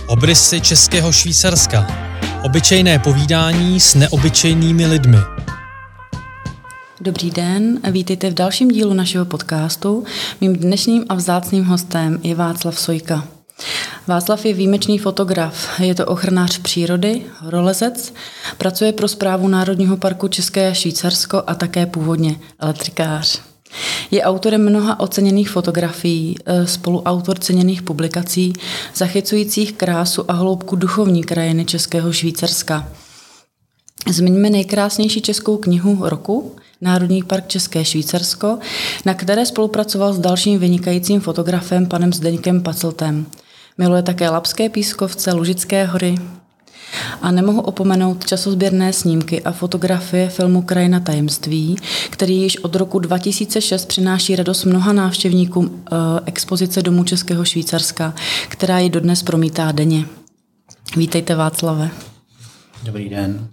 Obrysy českého Švýcarska. Obyčejné povídání s neobyčejnými lidmi. Dobrý den, vítejte v dalším dílu našeho podcastu. Mým dnešním a vzácným hostem je Václav Sojka. Václav je výjimečný fotograf, je to ochranář přírody, horolezec, pracuje pro Správu Národního parku České Švýcarsko a také původně elektrikář. Je autorem mnoha oceněných fotografií, spoluautor ceněných publikací, zachycujících krásu a hloubku duchovní krajiny Českého Švýcarska. Zmiňme nejkrásnější českou knihu roku, Národní park České Švýcarsko, na které spolupracoval s dalším vynikajícím fotografem panem Zdeňkem Paceltem. Miluje také Labské pískovce, Lužické hory. A nemohu opomenout časozběrné snímky a fotografie filmu Krajina tajemství, který již od roku 2006 přináší radost mnoha návštěvníkům expozice Domu Českého Švýcarska, která ji dodnes promítá denně. Vítejte, Václave. Dobrý den.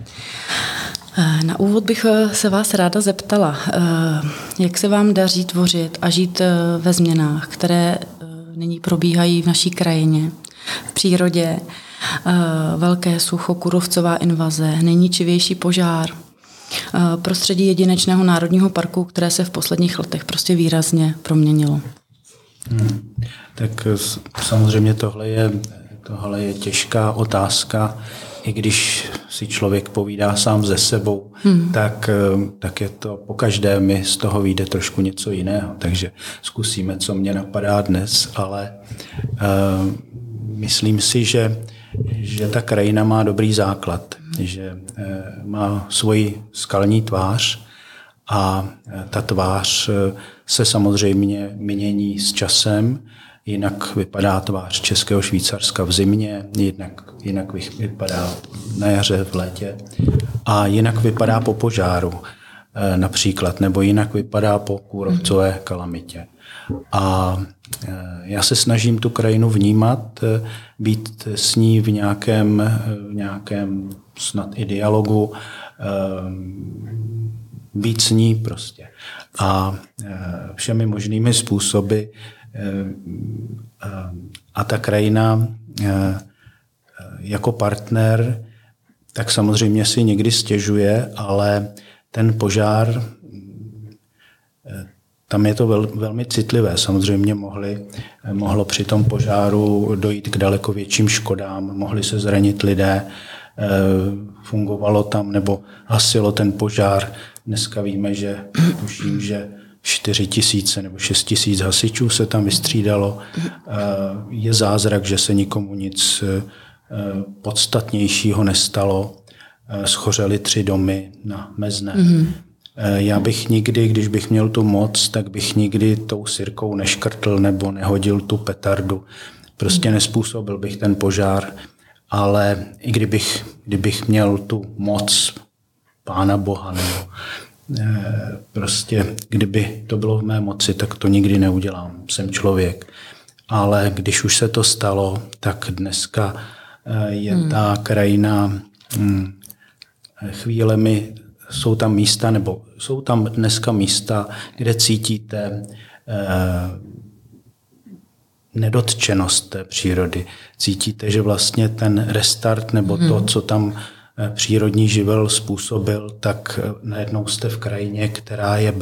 Na úvod bych se vás ráda zeptala, jak se vám daří tvořit a žít ve změnách, které nyní probíhají v naší krajině, v přírodě, velké sucho, kůrovcová invaze, nejničivější požár, prostředí jedinečného národního parku, které se v posledních letech prostě výrazně proměnilo. Tak samozřejmě tohle je těžká otázka. I když si člověk povídá sám se sebou, tak je to pokaždé mi z toho vyjde trošku něco jiného. Takže zkusíme, co mě napadá dnes, ale myslím si, že ta krajina má dobrý základ, že má svoji skalní tvář a ta tvář se samozřejmě mění s časem. Jinak vypadá tvář Českého Švýcarska v zimě, jinak vypadá na jaře, v létě a jinak vypadá po požáru například, nebo jinak vypadá po kůrovcové kalamitě. A já se snažím tu krajinu vnímat, být s ní v nějakém snad i dialogu, být s ní prostě. A všemi možnými způsoby a ta krajina jako partner tak samozřejmě si někdy stěžuje, ale ten požár, tam je to velmi citlivé. Samozřejmě mohlo při tom požáru dojít k daleko větším škodám, mohli se zranit lidé, fungovalo tam nebo hasilo ten požár. Dneska víme, že tuším, že 4 000 nebo 6 000 hasičů se tam vystřídalo. Je zázrak, že se nikomu nic podstatnějšího nestalo. Schořely 3 domy na Mezné. Já bych nikdy, když bych měl tu moc, tak bych nikdy tou sirkou neškrtl nebo nehodil tu petardu. Prostě nespůsobil bych ten požár, ale i kdybych měl tu moc Pána Boha nebo prostě kdyby to bylo v mé moci, tak to nikdy neudělám. Jsem člověk. Ale když už se to stalo, tak dneska je ta krajina chvílemi, jsou tam místa, nebo jsou tam dneska místa, kde cítíte nedotčenost té přírody. Cítíte, že vlastně ten restart nebo to, co tam přírodní živel způsobil, tak najednou jste v krajině, která je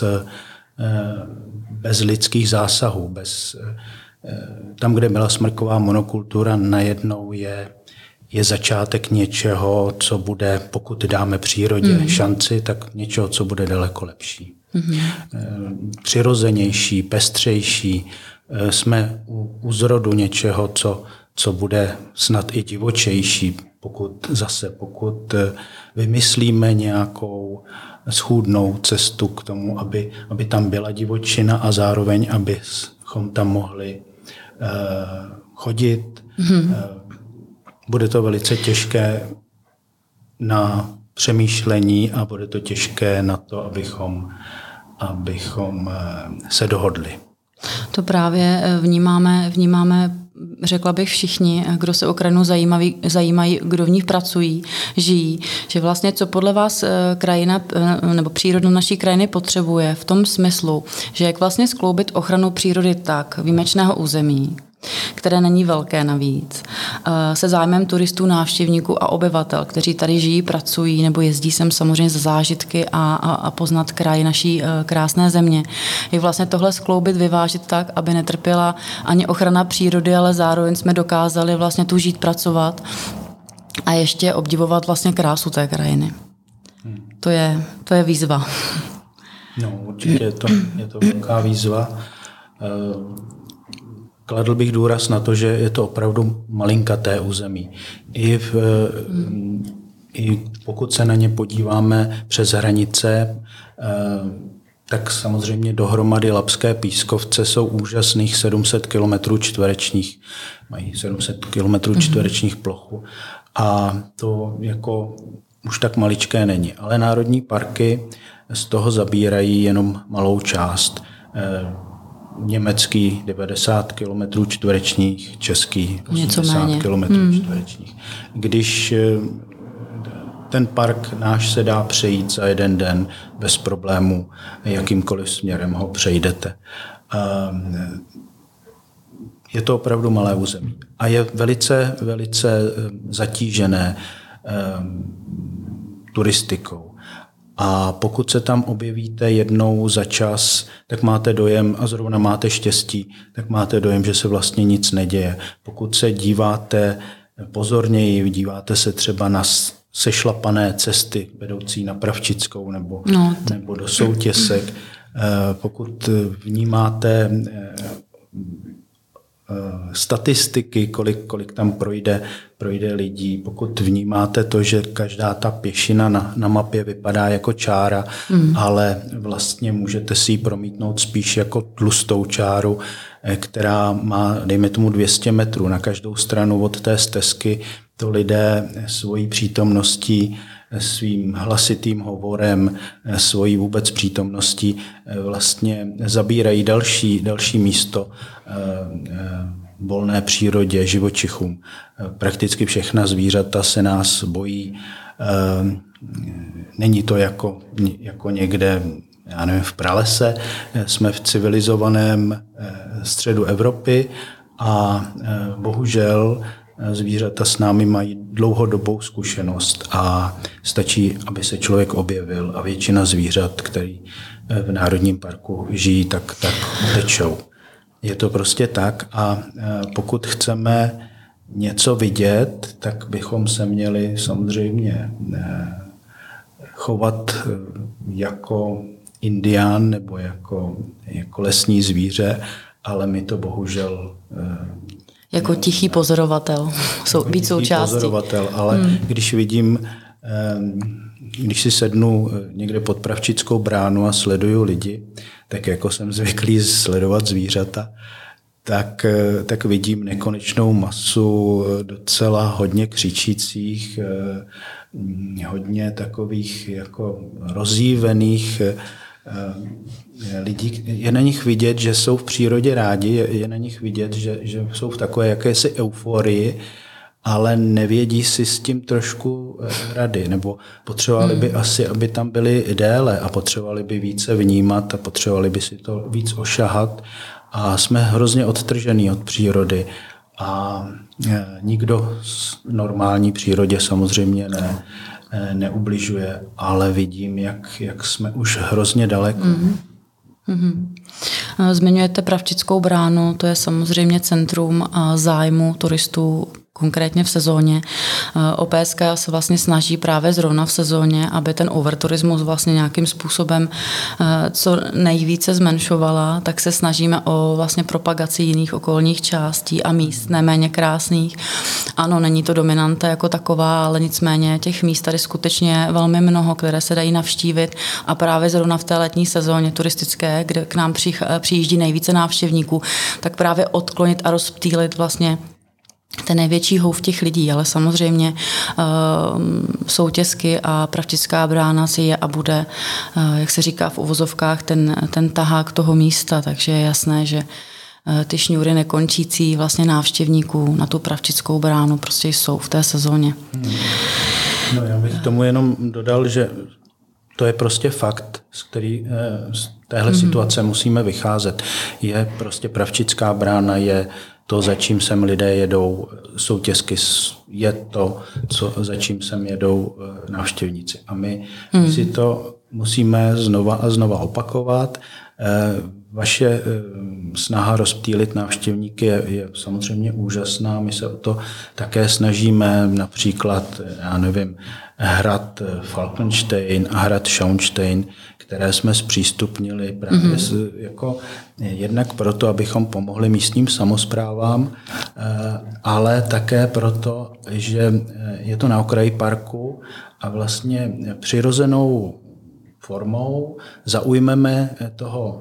bez lidských zásahů. Tam, kde byla smrková monokultura, najednou je začátek něčeho, co bude, pokud dáme přírodě šanci, tak něčeho, co bude daleko lepší. Přirozenější, pestřejší. Jsme u zrodu něčeho, co bude snad i divočejší, pokud vymyslíme nějakou schůdnou cestu k tomu, aby tam byla divočina a zároveň, abychom tam mohli chodit. Bude to velice těžké na přemýšlení a bude to těžké na to, abychom se dohodli. To právě vnímáme, řekla bych všichni, kdo se o krajinu zajímají, kdo v ní pracují, žijí, že vlastně co podle vás krajina nebo příroda naší krajiny potřebuje v tom smyslu, že jak vlastně skloubit ochranu přírody tak, výjimečného území, které není velké navíc, se zájmem turistů, návštěvníků a obyvatel, kteří tady žijí, pracují nebo jezdí sem samozřejmě za zážitky a poznat kraj naší krásné země. Jak vlastně tohle skloubit, vyvážit tak, aby netrpěla ani ochrana přírody, ale zároveň jsme dokázali vlastně tu žít, pracovat a ještě obdivovat vlastně krásu té krajiny. To je výzva. No, určitě je to velká výzva. Kladl bych důraz na to, že je to opravdu malinkaté území. I pokud se na ně podíváme přes hranice, tak samozřejmě dohromady Labské pískovce jsou úžasných 700 km čtverečních. Mají 700 km čtverečních plochu. A to jako už tak maličké není. Ale národní parky z toho zabírají jenom malou část. Německý 90 km čtverečních, český 80 km čtverečních. Když ten park náš se dá přejít za jeden den bez problémů, jakýmkoliv směrem ho přejdete. Je to opravdu malé území a je velice, velice zatížené turistikou. A pokud se tam objevíte jednou za čas, tak máte dojem, a zrovna máte štěstí, tak máte dojem, že se vlastně nic neděje. Pokud se díváte pozorněji, díváte se třeba na sešlapané cesty vedoucí na Pravčickou nebo do Soutěsek, pokud vnímáte statistiky, kolik tam projde lidí, pokud vnímáte to, že každá ta pěšina na mapě vypadá jako čára, ale vlastně můžete si ji promítnout spíš jako tlustou čáru, která má, dejme tomu, 200 metrů na každou stranu od té stezky, to lidé svojí přítomností, svým hlasitým hovorem, svojí vůbec přítomností vlastně zabírají další místo volné přírodě, živočichům. Prakticky všechna zvířata se nás bojí. Není to jako někde, já nevím, v pralese. Jsme v civilizovaném středu Evropy a bohužel zvířata s námi mají dlouhodobou zkušenost a stačí, aby se člověk objevil a většina zvířat, který v Národním parku žijí, tak utečou. Je to prostě tak a pokud chceme něco vidět, tak bychom se měli samozřejmě chovat jako indián nebo jako lesní zvíře, ale my to bohužel jako tichý pozorovatel, být součástí. Pozorovatel, ale když si sednu někde pod Pravčickou bránu a sleduju lidi, tak jako jsem zvyklý sledovat zvířata, tak vidím nekonečnou masu docela hodně křičících, hodně takových jako rozjívených lidí. Je na nich vidět, že jsou v přírodě rádi, je na nich vidět, že jsou v takové jakési euforii, ale nevědí si s tím trošku rady, nebo potřebovali by asi, aby tam byli déle a potřebovali by více vnímat a potřebovali by si to víc ošahat a jsme hrozně odtržení od přírody a nikdo z normální přírodě samozřejmě neubližuje, ale vidím, jak jsme už hrozně daleko. Zmiňujete Pravčickou bránu, to je samozřejmě centrum zájmu turistů, konkrétně v sezóně. OPSK se vlastně snaží právě zrovna v sezóně, aby ten overturismus vlastně nějakým způsobem co nejvíce zmenšovala, tak se snažíme o vlastně propagaci jiných okolních částí a míst, neméně krásných. Ano, není to dominanta jako taková, ale nicméně těch míst tady skutečně velmi mnoho, které se dají navštívit a právě zrovna v té letní sezóně turistické, kde k nám přijíždí nejvíce návštěvníků, tak právě odklonit a rozptýlit vlastně ten největší houf těch lidí, ale samozřejmě Soutěsky a Pravčická brána si je a bude, jak se říká v uvozovkách, ten tahák toho místa, takže je jasné, že ty šňůry nekončící vlastně návštěvníků na tu Pravčickou bránu prostě jsou v té sezóně. No, já bych tomu jenom dodal, že to je prostě fakt, z téhle situace musíme vycházet. Je prostě Pravčická brána, je to, za čím sem lidé jedou, soutězky, je to, za čím sem jedou návštěvníci. A my si to musíme znova a znova opakovat. Vaše snaha rozptýlit návštěvníky je samozřejmě úžasná. My se o to také snažíme, například, já nevím, hrad Falkenstein a hrad Schauenstein, které jsme zpřístupnili právě jako jednak proto, abychom pomohli místním samosprávám, ale také proto, že je to na okraji parku a vlastně přirozenou formou zaujmeme toho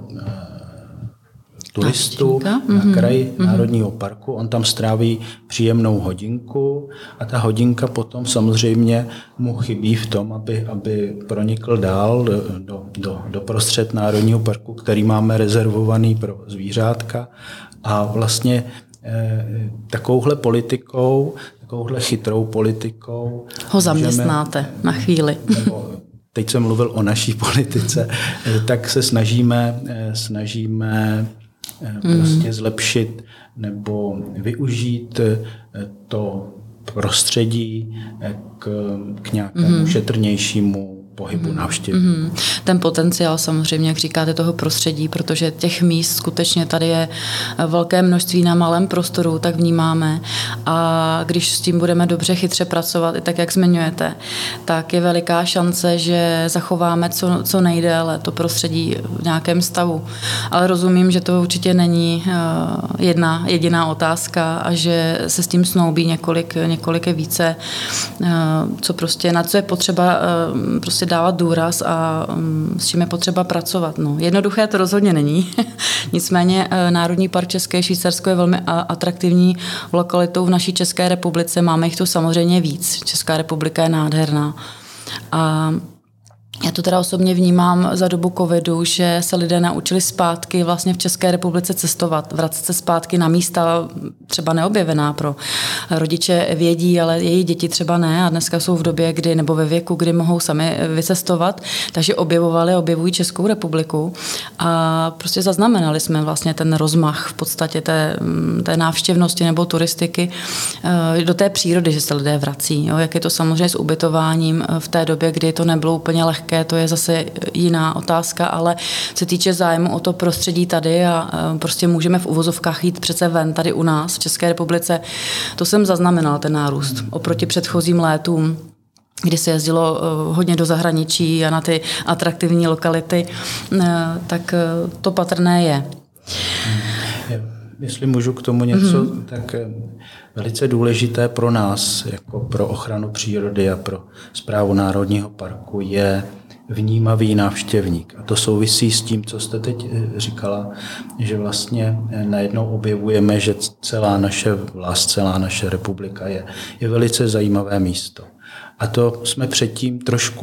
turistu na kraji Národního parku. On tam stráví příjemnou hodinku a ta hodinka potom samozřejmě mu chybí v tom, aby pronikl dál do prostřed Národního parku, který máme rezervovaný pro zvířátka. A vlastně takovouhle politikou, takovouhle chytrou politikou ho zaměstnáte na chvíli. Teď jsem mluvil o naší politice, tak se snažíme prostě zlepšit nebo využít to prostředí k nějakému šetrnějšímu pohybu návštěvníků. Ten potenciál samozřejmě, jak říkáte, toho prostředí, protože těch míst skutečně tady je velké množství na malém prostoru, tak vnímáme. A když s tím budeme dobře chytře pracovat, i tak, jak zmiňujete, tak je veliká šance, že zachováme co nejdéle to prostředí v nějakém stavu. Ale rozumím, že to určitě není jedna jediná otázka a že se s tím snoubí několik více, na co je potřeba prostě dávat důraz a s čím je potřeba pracovat. No, jednoduché to rozhodně není. Nicméně Národní park České Švýcarsko je velmi atraktivní lokalitou v naší České republice. Máme jich tu samozřejmě víc. Česká republika je nádherná. A já to teda osobně vnímám za dobu covidu, že se lidé naučili zpátky vlastně v České republice cestovat, vracet se zpátky na místa třeba neobjevená pro rodiče vědí, ale jejich děti třeba ne a dneska jsou v době, nebo ve věku, kdy mohou sami vycestovat, takže objevují Českou republiku a prostě zaznamenali jsme vlastně ten rozmach v podstatě té návštěvnosti nebo turistiky do té přírody, že se lidé vrací. Jo? Jak je to samozřejmě s ubytováním v té době, kdy to nebylo úplně lehké, to je zase jiná otázka, ale se týče zájmu o to prostředí tady a prostě můžeme v uvozovkách jít přece ven tady u nás v České republice. To jsem zaznamenal, ten nárůst oproti předchozím létům, kdy se jezdilo hodně do zahraničí a na ty atraktivní lokality, tak to patrné je. Jestli můžu k tomu něco, tak velice důležité pro nás, jako pro ochranu přírody a pro správu Národního parku, je vnímavý návštěvník. A to souvisí s tím, co jste teď říkala, že vlastně najednou objevujeme, že celá naše vlast, celá naše republika je velice zajímavé místo. A to jsme předtím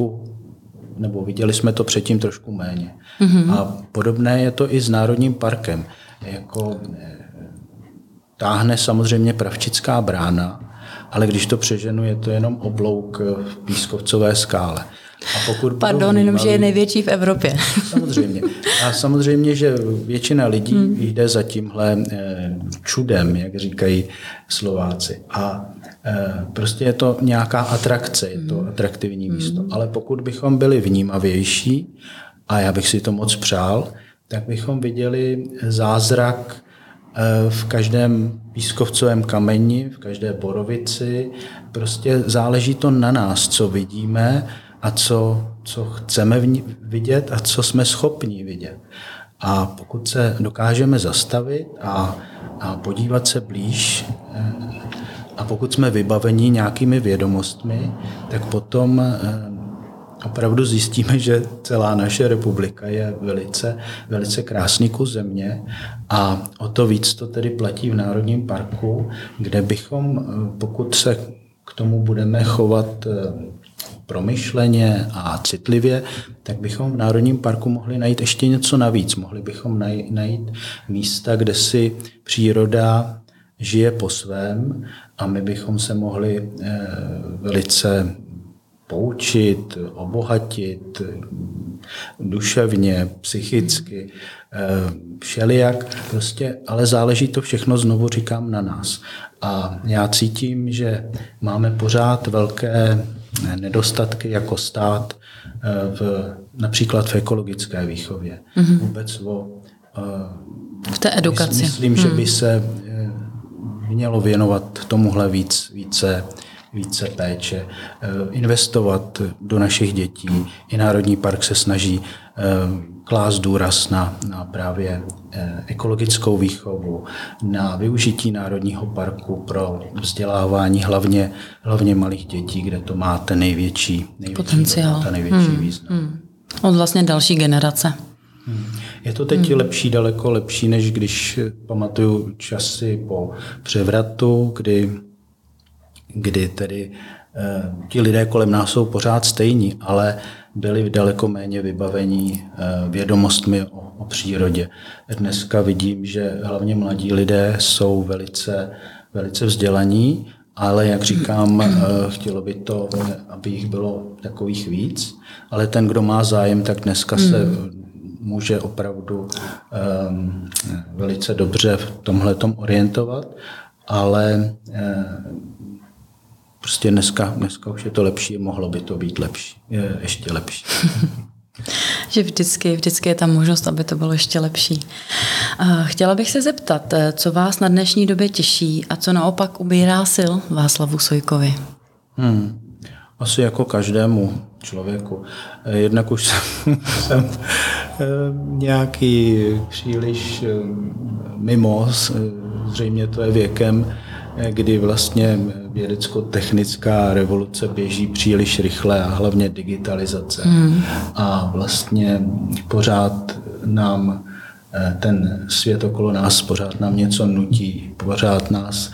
viděli jsme to předtím trošku méně. A podobné je to i s Národním parkem. Táhne samozřejmě Pravčická brána, ale když to přeženu, je to jenom oblouk v pískovcové skále. Pardon, jenomže je největší v Evropě. Samozřejmě. A samozřejmě, že většina lidí jde za tímhle čudem, jak říkají Slováci. A prostě je to nějaká atrakce, je to atraktivní místo. Ale pokud bychom byli vnímavější, a já bych si to moc přál, tak bychom viděli zázrak v každém pískovcovém kameni, v každé borovici. Prostě záleží to na nás, co vidíme a co chceme vidět a co jsme schopni vidět. A pokud se dokážeme zastavit a podívat se blíž a pokud jsme vybaveni nějakými vědomostmi, tak potom opravdu zjistíme, že celá naše republika je velice, velice krásný kus země a o to víc to tedy platí v Národním parku, kde bychom, pokud se k tomu budeme chovat promyšleně a citlivě, tak bychom v Národním parku mohli najít ještě něco navíc. Mohli bychom najít místa, kde si příroda žije po svém a my bychom se mohli velice poučit, obohatit duševně, psychicky, všelijak, prostě, ale záleží to všechno, znovu říkám, na nás. A já cítím, že máme pořád velké nedostatky jako stát například v ekologické výchově. Vůbec v té edukaci. Myslím, že by se mělo věnovat tomuhle více péče, investovat do našich dětí. I Národní park se snaží klást důraz na právě ekologickou výchovu, na využití Národního parku pro vzdělávání hlavně malých dětí, kde to má ten největší potenciál, největší význam. Od vlastně další generace. Je to teď daleko lepší, než když pamatuju časy po převratu, kdy tedy ti lidé kolem nás jsou pořád stejní, ale byli daleko méně vybavení vědomostmi o přírodě. Dneska vidím, že hlavně mladí lidé jsou velice vzdělaní, ale jak říkám, chtělo by to, aby jich bylo takových víc, ale ten, kdo má zájem, tak dneska se může opravdu velice dobře v tomhletom orientovat, ale prostě dneska už je to lepší, mohlo by to být lepší, ještě lepší. Že vždycky je tam možnost, aby to bylo ještě lepší. Chtěla bych se zeptat, co vás na dnešní době těší a co naopak ubírá sil Václavu Sojkovi? Asi jako každému člověku. Jednak už jsem nějaký příliš mimo, zřejmě to je věkem, kdy vlastně vědecko-technická revoluce běží příliš rychle a hlavně digitalizace. A vlastně pořád nám ten svět okolo nás pořád nám něco nutí, pořád nás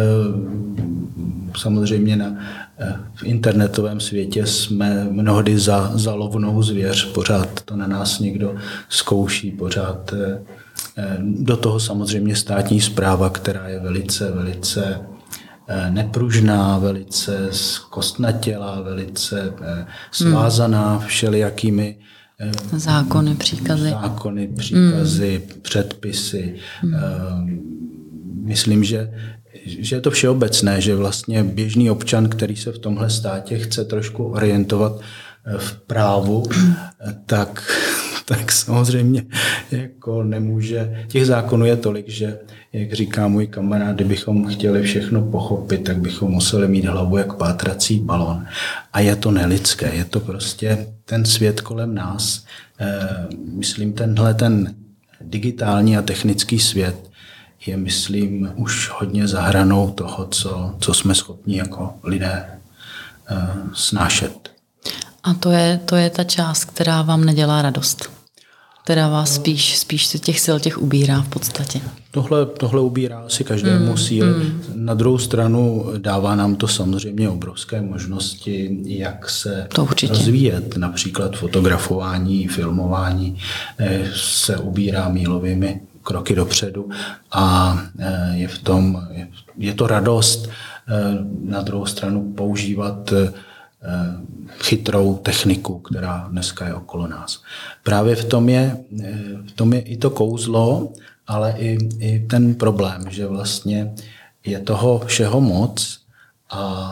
samozřejmě v internetovém světě jsme mnohdy za lovnou zvěř, pořád to na nás někdo zkouší, pořád do toho samozřejmě státní správa, která je velice nepružná, velice zkostnatělá, velice svázaná všelijakými zákony, příkazy, předpisy. Myslím, že je to všeobecné, že vlastně běžný občan, který se v tomhle státě chce trošku orientovat v právu, tak samozřejmě jako nemůže. Těch zákonů je tolik, že, jak říká můj kamarád, kdybychom chtěli všechno pochopit, tak bychom museli mít hlavu jak pátrací balon. A je to nelidské, je to prostě ten svět kolem nás. Myslím, ten digitální a technický svět je, myslím, už hodně za hranou toho, co jsme schopni jako lidé snášet. A to je ta část, která vám nedělá radost, která vás spíš těch sil ubírá v podstatě. Tohle ubírá asi každému síly. Na druhou stranu dává nám to samozřejmě obrovské možnosti, jak se rozvíjet. Například fotografování, filmování se ubírá mílovými kroky dopředu a je to radost na druhou stranu používat chytrou techniku, která dneska je okolo nás. Právě v tom je i to kouzlo, ale i ten problém, že vlastně je toho všeho moc a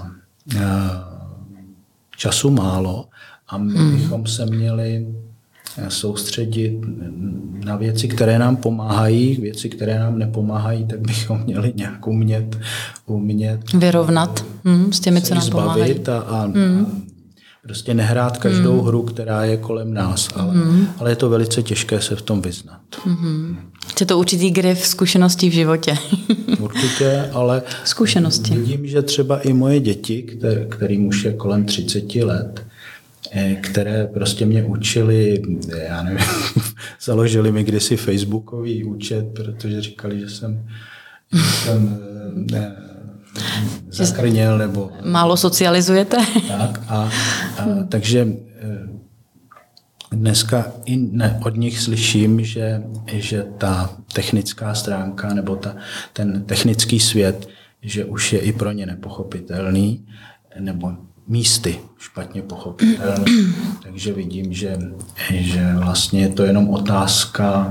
času málo a my bychom se měli soustředit na věci, které nám pomáhají, věci, které nám nepomáhají, tak bychom měli nějak umět vyrovnat s těmi, co nám pomáhají. A prostě nehrát každou hru, která je kolem nás, ale je to velice těžké se v tom vyznat. Je to určitý grif zkušeností v životě. Určitě, ale zkušenosti. Vidím, že třeba i moje děti, kterým už je kolem 30 let, které prostě mě učili, já nevím, založili mi kdysi facebookový účet, protože říkali, že jsem zakrněl nebo... Málo socializujete? Tak takže dneska i od nich slyším, že ta technická stránka nebo ten technický svět, že už je i pro ně nepochopitelný, nebo místy špatně pochopitelný. Takže vidím, že vlastně je to jenom otázka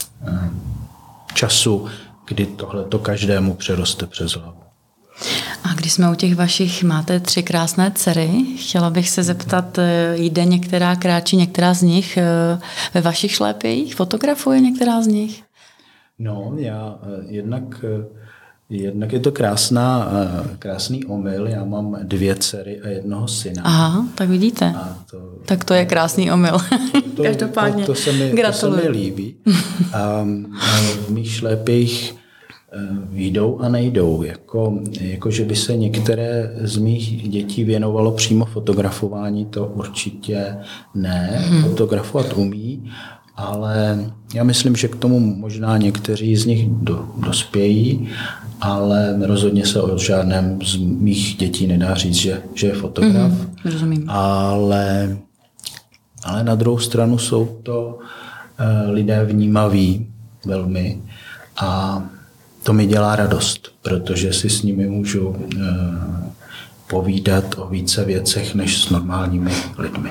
času, kdy tohleto každému přeroste přes hlavu. A když jsme u těch vašich, máte 3 krásné dcery, chtěla bych se zeptat, jde některá kráčí, některá z nich ve vašich šlépějích? Fotografuje některá z nich? No, já jednak je to krásný omyl. Já mám 2 dcery a 1 syna. Aha, tak vidíte. Tak to je krásný omyl. Každopádně to se mi líbí. A v mých šlépějích jdou a nejdou. Jako že by se některé z mých dětí věnovalo přímo fotografování, to určitě ne. Fotografovat umí, ale já myslím, že k tomu možná někteří z nich dospějí, ale rozhodně se o žádném z mých dětí nedá říct, že je fotograf. Rozumím. Ale na druhou stranu jsou to lidé vnímaví velmi a to mi dělá radost, protože si s nimi můžu povídat o více věcech než s normálními lidmi.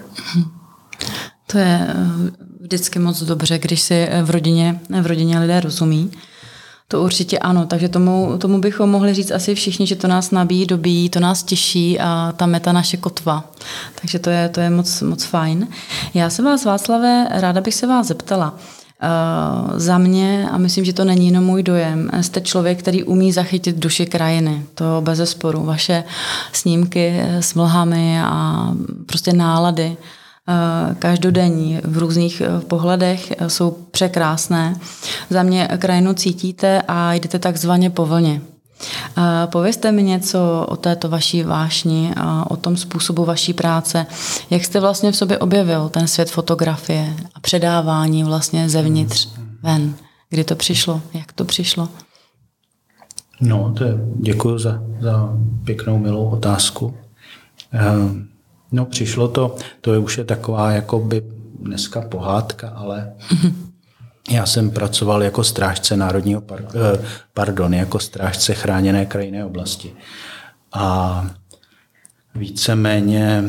To je vždycky moc dobře, když si v rodině lidé rozumí. To určitě ano, takže tomu bychom mohli říct asi všichni, že to nás nabíjí, dobíjí, to nás těší a tam je ta naše kotva. Takže to je moc fajn. Já se vás, Václave, ráda bych se vás zeptala. Za mě, a myslím, že to není jenom můj dojem, jste člověk, který umí zachytit duši krajiny. To bezesporu. Vaše snímky s mlhami a prostě nálady každodenní v různých pohledech jsou překrásné. Za mě krajinu cítíte a jdete takzvaně po vlně. Povězte mi něco o této vaší vášni a o tom způsobu vaší práce. Jak jste vlastně v sobě objevil ten svět fotografie a předávání vlastně zevnitř ven? Kdy to přišlo? Jak to přišlo? No, děkuji za pěknou, milou otázku. No, přišlo to už je taková jakoby dneska pohádka, ale já jsem pracoval jako strážce jako strážce chráněné krajinné oblasti. A víceméně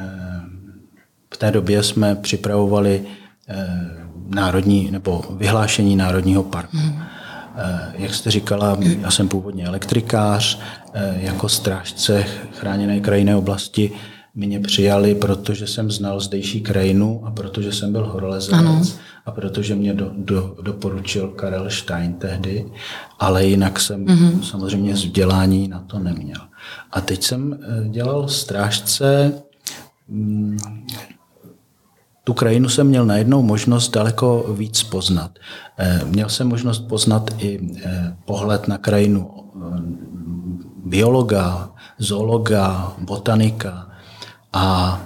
v té době jsme připravovali vyhlášení národního parku. Jak jste říkala, já jsem původně elektrikář, jako strážce chráněné krajinné oblasti mě přijali, protože jsem znal zdejší krajinu a protože jsem byl horolezec a protože mě doporučil Karel Stein tehdy, ale jinak jsem samozřejmě vzdělání na to neměl. A teď jsem dělal strážce, tu krajinu jsem měl najednou možnost daleko víc poznat. Měl jsem možnost poznat i pohled na krajinu biologa, zoologa, botanika, a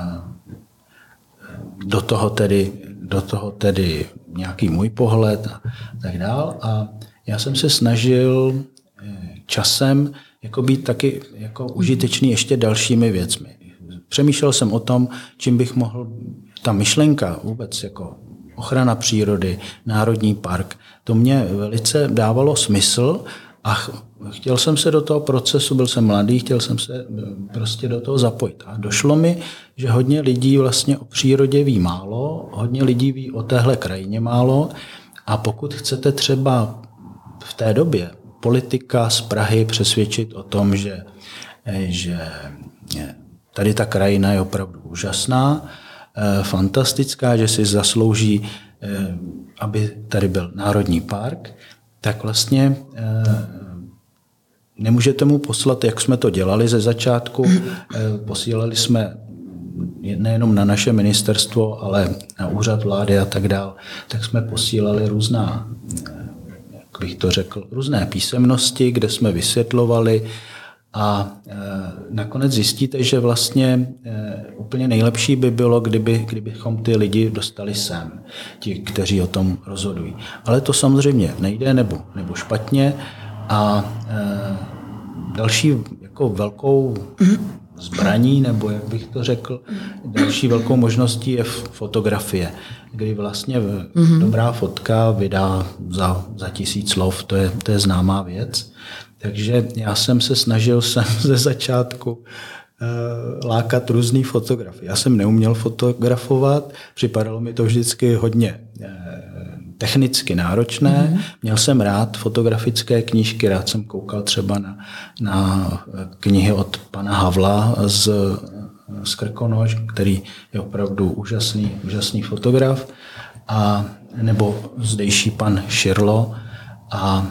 do toho tedy nějaký můj pohled a tak dál. A já jsem se snažil časem jako být taky jako užitečný ještě dalšími věcmi. Přemýšlel jsem o tom, čím bych mohl, ta myšlenka vůbec jako ochrana přírody, národní park, to mě velice dávalo smysl a chtěl jsem se do toho procesu, byl jsem mladý, chtěl jsem se prostě do toho zapojit. A došlo mi, že hodně lidí vlastně o přírodě ví málo, hodně lidí ví o téhle krajině málo a pokud chcete třeba v té době politika z Prahy přesvědčit o tom, že tady ta krajina je opravdu úžasná, fantastická, že si zaslouží, aby tady byl národní park, tak vlastně nemůžete mu poslat, jak jsme to dělali ze začátku. Posílali jsme nejenom na naše ministerstvo, ale na úřad vlády a tak dál. Tak jsme posílali různé písemnosti, kde jsme vysvětlovali a nakonec zjistíte, že vlastně úplně nejlepší by bylo, kdybychom ty lidi dostali sem, ti, kteří o tom rozhodují. Ale to samozřejmě nejde nebo špatně a další jako velkou zbraní, nebo jak bych to řekl, další velkou možností je fotografie, kdy vlastně dobrá fotka vydá za 1000 slov, to je známá věc. Takže já jsem se snažil ze začátku lákat různý fotografy. Já jsem neuměl fotografovat, připadalo mi to vždycky hodně technicky náročné. Měl jsem rád fotografické knížky, rád jsem koukal třeba na knihy od pana Havla z Krkonoš, který je opravdu úžasný fotograf, a nebo zdejší pan Širlo. A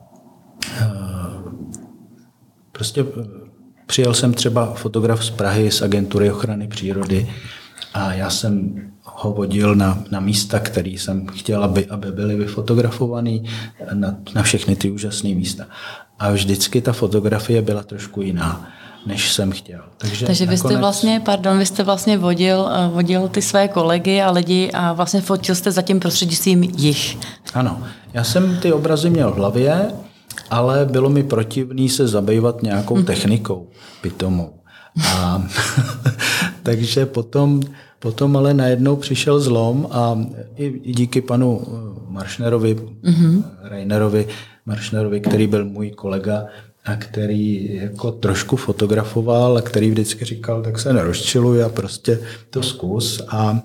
prostě přijel jsem třeba fotograf z Prahy, z agentury ochrany přírody, a já jsem ho vodil na místa, které jsem chtěl, aby byly vyfotografované, na všechny ty úžasné místa. A vždycky ta fotografie byla trošku jiná, než jsem chtěl. Takže vy jste vlastně vodil ty své kolegy a lidi a vlastně fotil jste zatím prostřednictvím jich. Ano, já jsem ty obrazy měl v hlavě, ale bylo mi protivný se zabývat nějakou technikou pitomou. A takže potom ale najednou přišel zlom a i díky panu Maršnerovi, Reinerovi Maršnerovi, který byl můj kolega a který jako trošku fotografoval a který vždycky říkal, tak se nerozčiluj a prostě to zkus a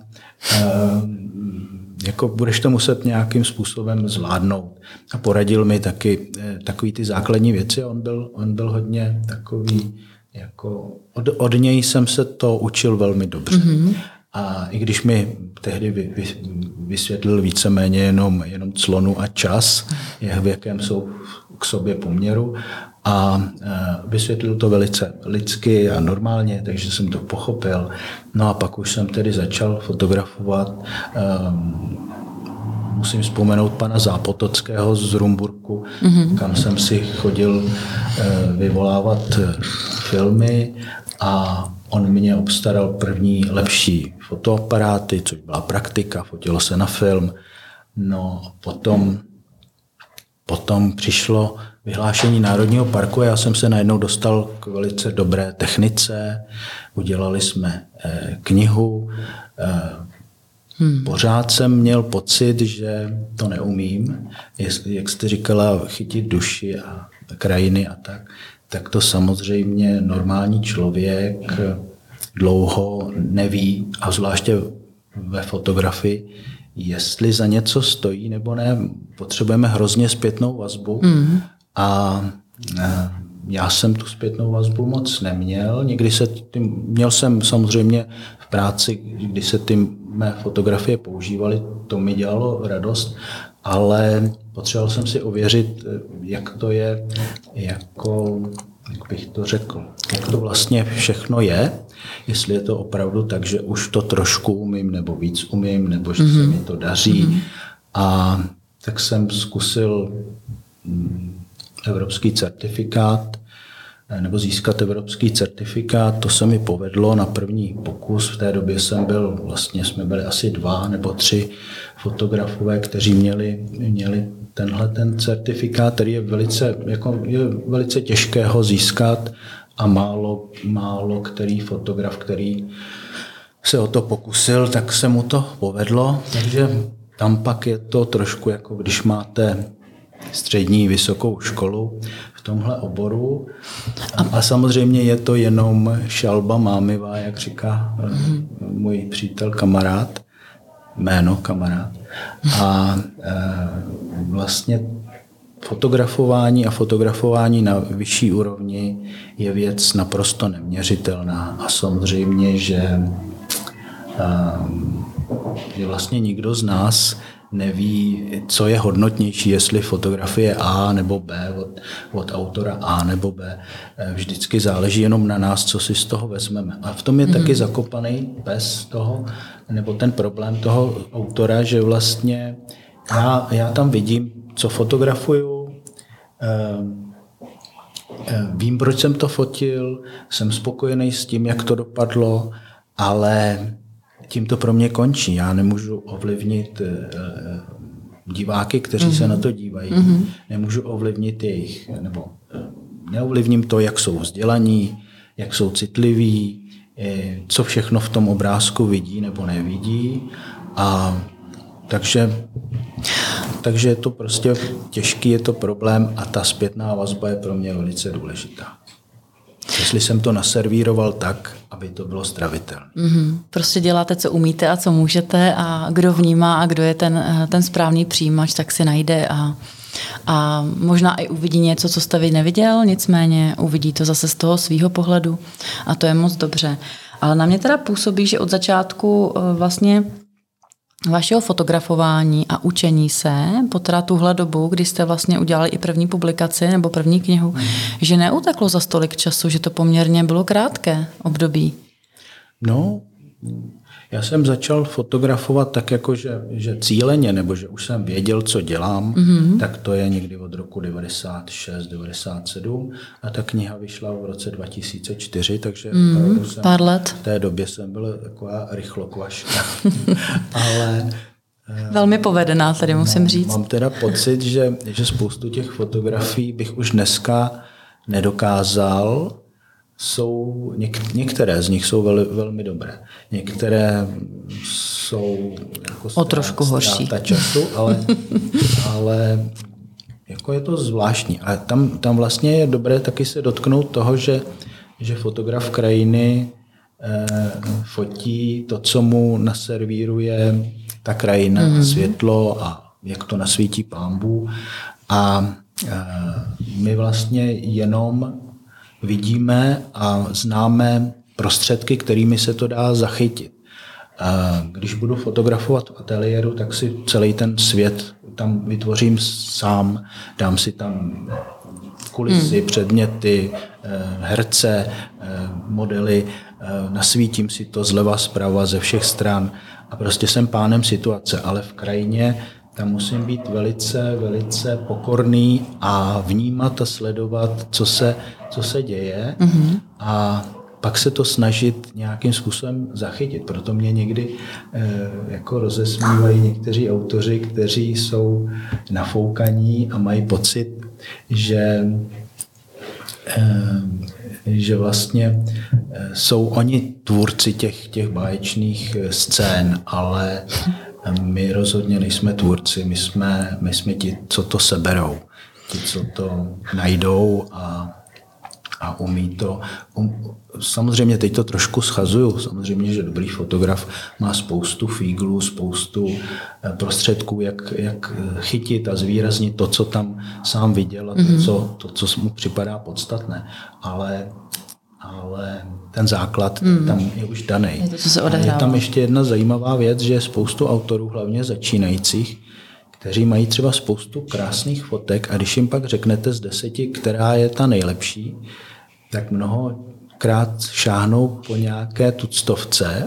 jako budeš to muset nějakým způsobem zvládnout. A poradil mi taky takový ty základní věci. On byl hodně takový, jako od něj jsem se to učil velmi dobře. A i když mi tehdy vysvětlil víceméně jenom clonu a čas, v jakém jsou k sobě poměru, a vysvětlil to velice lidsky a normálně, takže jsem to pochopil. No a pak už jsem tedy začal fotografovat. Musím vzpomenout pana Zápotockého z Rumburku, kam jsem si chodil vyvolávat filmy, a on mě obstaral první lepší fotoaparáty, což byla praktika, fotilo se na film. No potom přišlo vyhlášení Národního parku a já jsem se najednou dostal k velice dobré technice. Udělali jsme knihu. Pořád jsem měl pocit, že to neumím. Jak jste říkala, chytit duši a krajiny a tak to samozřejmě normální člověk dlouho neví, a zvláště ve fotografii, jestli za něco stojí nebo ne. Potřebujeme hrozně zpětnou vazbu a já jsem tu zpětnou vazbu moc neměl. Měl jsem samozřejmě v práci, kdy se ty mé fotografie používaly, to mi dělalo radost, ale potřeboval jsem si ověřit, jak to je, jak bych to řekl, jak to vlastně všechno je, jestli je to opravdu tak, že už to trošku umím, nebo víc umím, nebo že se mi to daří. A tak jsem zkusil evropský certifikát, nebo získat evropský certifikát. To se mi povedlo na první pokus. V té době jsme byli asi 2 nebo 3 fotografové, kteří měli ten certifikát, který je velice těžké ho získat, a málo který fotograf, který se o to pokusil, tak se mu to povedlo. Takže tam pak je to trošku jako když máte střední vysokou školu v tomhle oboru. A samozřejmě je to jenom šalba mámivá, jak říká můj přítel, kamarád. A vlastně fotografování na vyšší úrovni je věc naprosto neměřitelná. A samozřejmě, že vlastně nikdo z nás neví, co je hodnotnější, jestli fotografie A nebo B od autora A nebo B. Vždycky záleží jenom na nás, co si z toho vezmeme. A v tom je taky zakopaný pes toho, nebo ten problém toho autora, že vlastně já tam vidím, co fotografuju, vím, proč jsem to fotil, jsem spokojený s tím, jak to dopadlo, ale tím to pro mě končí. Já nemůžu ovlivnit diváky, kteří se na to dívají. Nemůžu ovlivnit jejich, nebo neovlivním to, jak jsou vzdělaní, jak jsou citliví, co všechno v tom obrázku vidí nebo nevidí. A takže je to prostě těžký, je to problém, a ta zpětná vazba je pro mě velice důležitá. jestli jsem to naservíroval tak, aby to bylo stravitelné. Prostě děláte, co umíte a co můžete a kdo vnímá a kdo je ten správný přijímač, tak si najde a možná i uvidí něco, co jste vy neviděl, nicméně uvidí to zase z toho svýho pohledu a to je moc dobře. Ale na mě teda působí, že od začátku vlastně vašeho fotografování a učení se po teda tuhle dobu, kdy jste vlastně udělali i první publikaci nebo první knihu, že neuteklo za tolik času, že to poměrně bylo krátké období. No, já jsem začal fotografovat tak jako, že cíleně, nebo že už jsem věděl, co dělám, tak to je někdy od roku 96, 97 a ta kniha vyšla v roce 2004, takže pár let. V té době jsem byl taková rychlokvaška. Ale velmi povedená, tady musím říct. Mám teda pocit, že spoustu těch fotografií bych už dneska nedokázal. Některé z nich jsou velmi dobré. Některé jsou jako o trošku horší času, ale jako je to zvláštní. A tam vlastně je dobré taky se dotknout toho, že fotograf krajiny fotí to, co mu naservíruje ta krajina, světlo a jak to nasvítí pánbůh. A my vlastně jenom vidíme a známe prostředky, kterými se to dá zachytit. Když budu fotografovat v ateliéru, tak si celý ten svět tam vytvořím sám, dám si tam kulisy, předměty, herce, modely, nasvítím si to zleva, zprava, ze všech stran a prostě jsem pánem situace, ale v krajině tam musím být velice, velice pokorný a vnímat a sledovat, co se děje a pak se to snažit nějakým způsobem zachytit. Proto mě někdy jako rozesmívají někteří autoři, kteří jsou nafoukaní a mají pocit, že vlastně jsou oni tvůrci těch báječných scén, ale my rozhodně nejsme tvůrci, my jsme ti, co to seberou, ti, co to najdou a umí to. Samozřejmě teď to trošku schazuju, samozřejmě, že dobrý fotograf má spoustu fíglů, spoustu prostředků, jak chytit a zvýraznit to, co tam sám viděl a to, co mu připadá podstatné. Ale ten základ tam je už daný. Je tam ještě jedna zajímavá věc, že je spoustu autorů, hlavně začínajících, kteří mají třeba spoustu krásných fotek a když jim pak řeknete z 10, která je ta nejlepší, tak mnohokrát šáhnou po nějaké tuctovce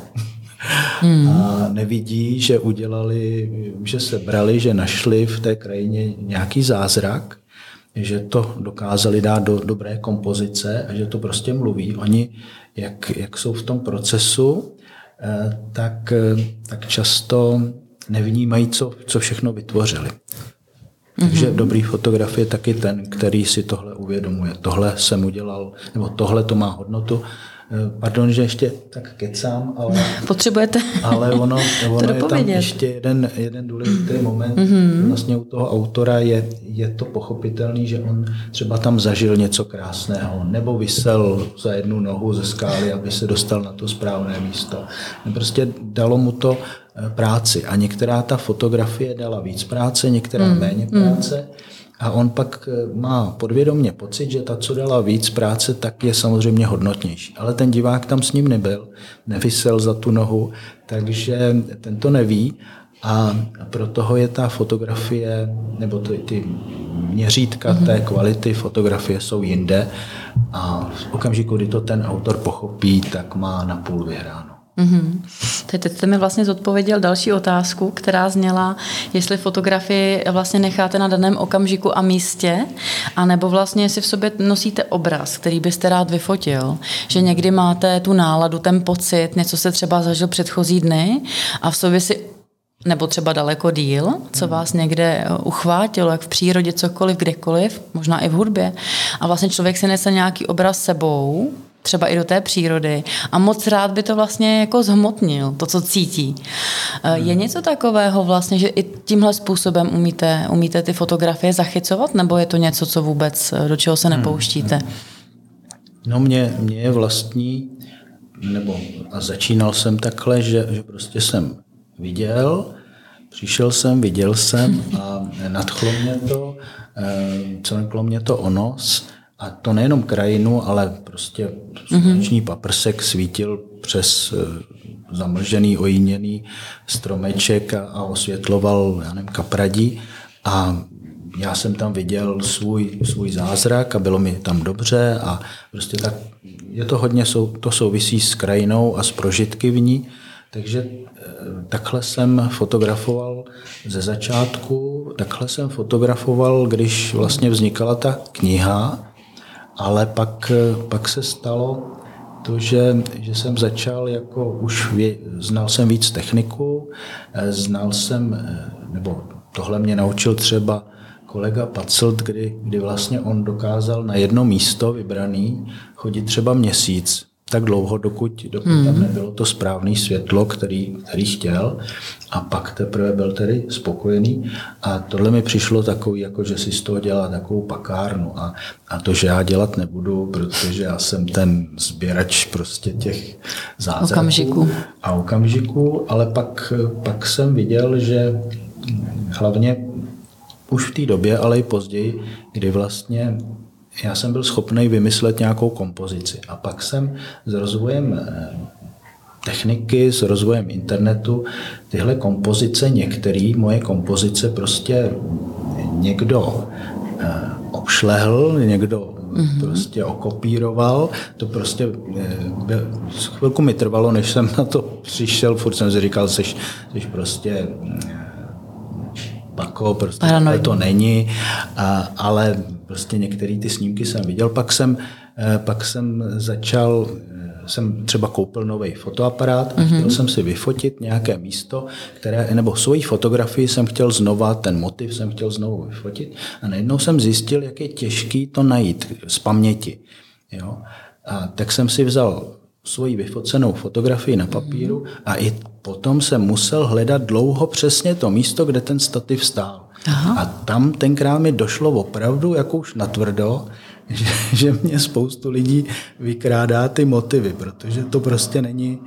a nevidí, že udělali, že sebrali, že našli v té krajině nějaký zázrak, že to dokázali dát do dobré kompozice a že to prostě mluví. Oni, jak jsou v tom procesu, tak často nevnímají, co všechno vytvořili. Takže dobrý fotograf je taky ten, který si tohle uvědomuje. Tohle jsem udělal, nebo tohle to má hodnotu. Pardon, že ještě tak kecám, ale... Potřebujete ale ono to je tam ještě jeden důležitý moment. Vlastně u toho autora je to pochopitelný, že on třeba tam zažil něco krásného, nebo visel za jednu nohu ze skály, aby se dostal na to správné místo. Prostě dalo mu to práci. A některá ta fotografie dala víc práce, některá méně práce. A on pak má podvědomě pocit, že ta, co dala víc práce, tak je samozřejmě hodnotnější. Ale ten divák tam s ním nebyl, nevysel za tu nohu, takže ten to neví a pro toho je ta fotografie, nebo ty měřítka té kvality fotografie jsou jinde a v okamžiku, kdy to ten autor pochopí, tak má napůl vyhráno. Teď jste mi vlastně zodpověděl další otázku, která zněla, jestli fotografii vlastně necháte na daném okamžiku a místě, anebo vlastně jestli v sobě nosíte obraz, který byste rád vyfotil. Že někdy máte tu náladu, ten pocit, něco se třeba zažil předchozí dny a v sobě si, nebo třeba daleko díl, co vás někde uchvátilo, jak v přírodě, cokoliv, kdekoliv, možná i v hudbě. A vlastně člověk si nese nějaký obraz sebou, třeba i do té přírody a moc rád by to vlastně jako zhmotnil, to, co cítí. Je něco takového vlastně, že i tímhle způsobem umíte ty fotografie zachycovat, nebo je to něco, co vůbec, do čeho se nepouštíte? No mě je vlastní, a začínal jsem takhle, že prostě jsem přišel jsem, viděl jsem a nadchlo mě to o nos. A to nejenom krajinu, ale prostě sluneční paprsek svítil přes zamlžený, ojíněný stromeček a osvětloval, Kapradí. A já jsem tam viděl svůj zázrak a bylo mi tam dobře a prostě tak je to hodně, to souvisí s krajinou a s prožitky v ní, takže takhle jsem fotografoval ze začátku, takhle jsem fotografoval, když vlastně vznikala ta kniha, ale pak se stalo to, že jsem začal znal jsem víc techniku, tohle mě naučil třeba kolega Paclt, kdy vlastně on dokázal na jedno místo vybraný chodit třeba měsíc, tak dlouho, dokud tam nebylo to správné světlo, který chtěl, a pak teprve byl tedy spokojený. A tohle mi přišlo takový, jako že si z toho dělá takovou pakárnu. A to, že já dělat nebudu, protože já jsem ten sběrač prostě těch zázraků a okamžiků, ale pak jsem viděl, že hlavně už v té době, ale i později, kdy vlastně já jsem byl schopný vymyslet nějakou kompozici. A pak jsem s rozvojem techniky, s rozvojem internetu tyhle kompozice, některé moje kompozice prostě někdo obšlehl, někdo prostě okopíroval. To prostě chvilku mi trvalo, než jsem na to přišel, furt jsem si říkal, seš prostě bako, prostě to není, ale prostě některé ty snímky jsem viděl. Pak jsem jsem třeba koupil nový fotoaparát a chtěl jsem si vyfotit nějaké místo, nebo svoji fotografii jsem chtěl znova, ten motiv jsem chtěl znovu vyfotit a najednou jsem zjistil, jak je těžký to najít z paměti. Jo? A tak jsem si vzal svoji vyfocenou fotografii na papíru a i potom jsem musel hledat dlouho přesně to místo, kde ten stativ stál. Aha. A tam tenkrát mi došlo opravdu, jako už natvrdo, že mě spoustu lidí vykrádá ty motivy, protože to prostě není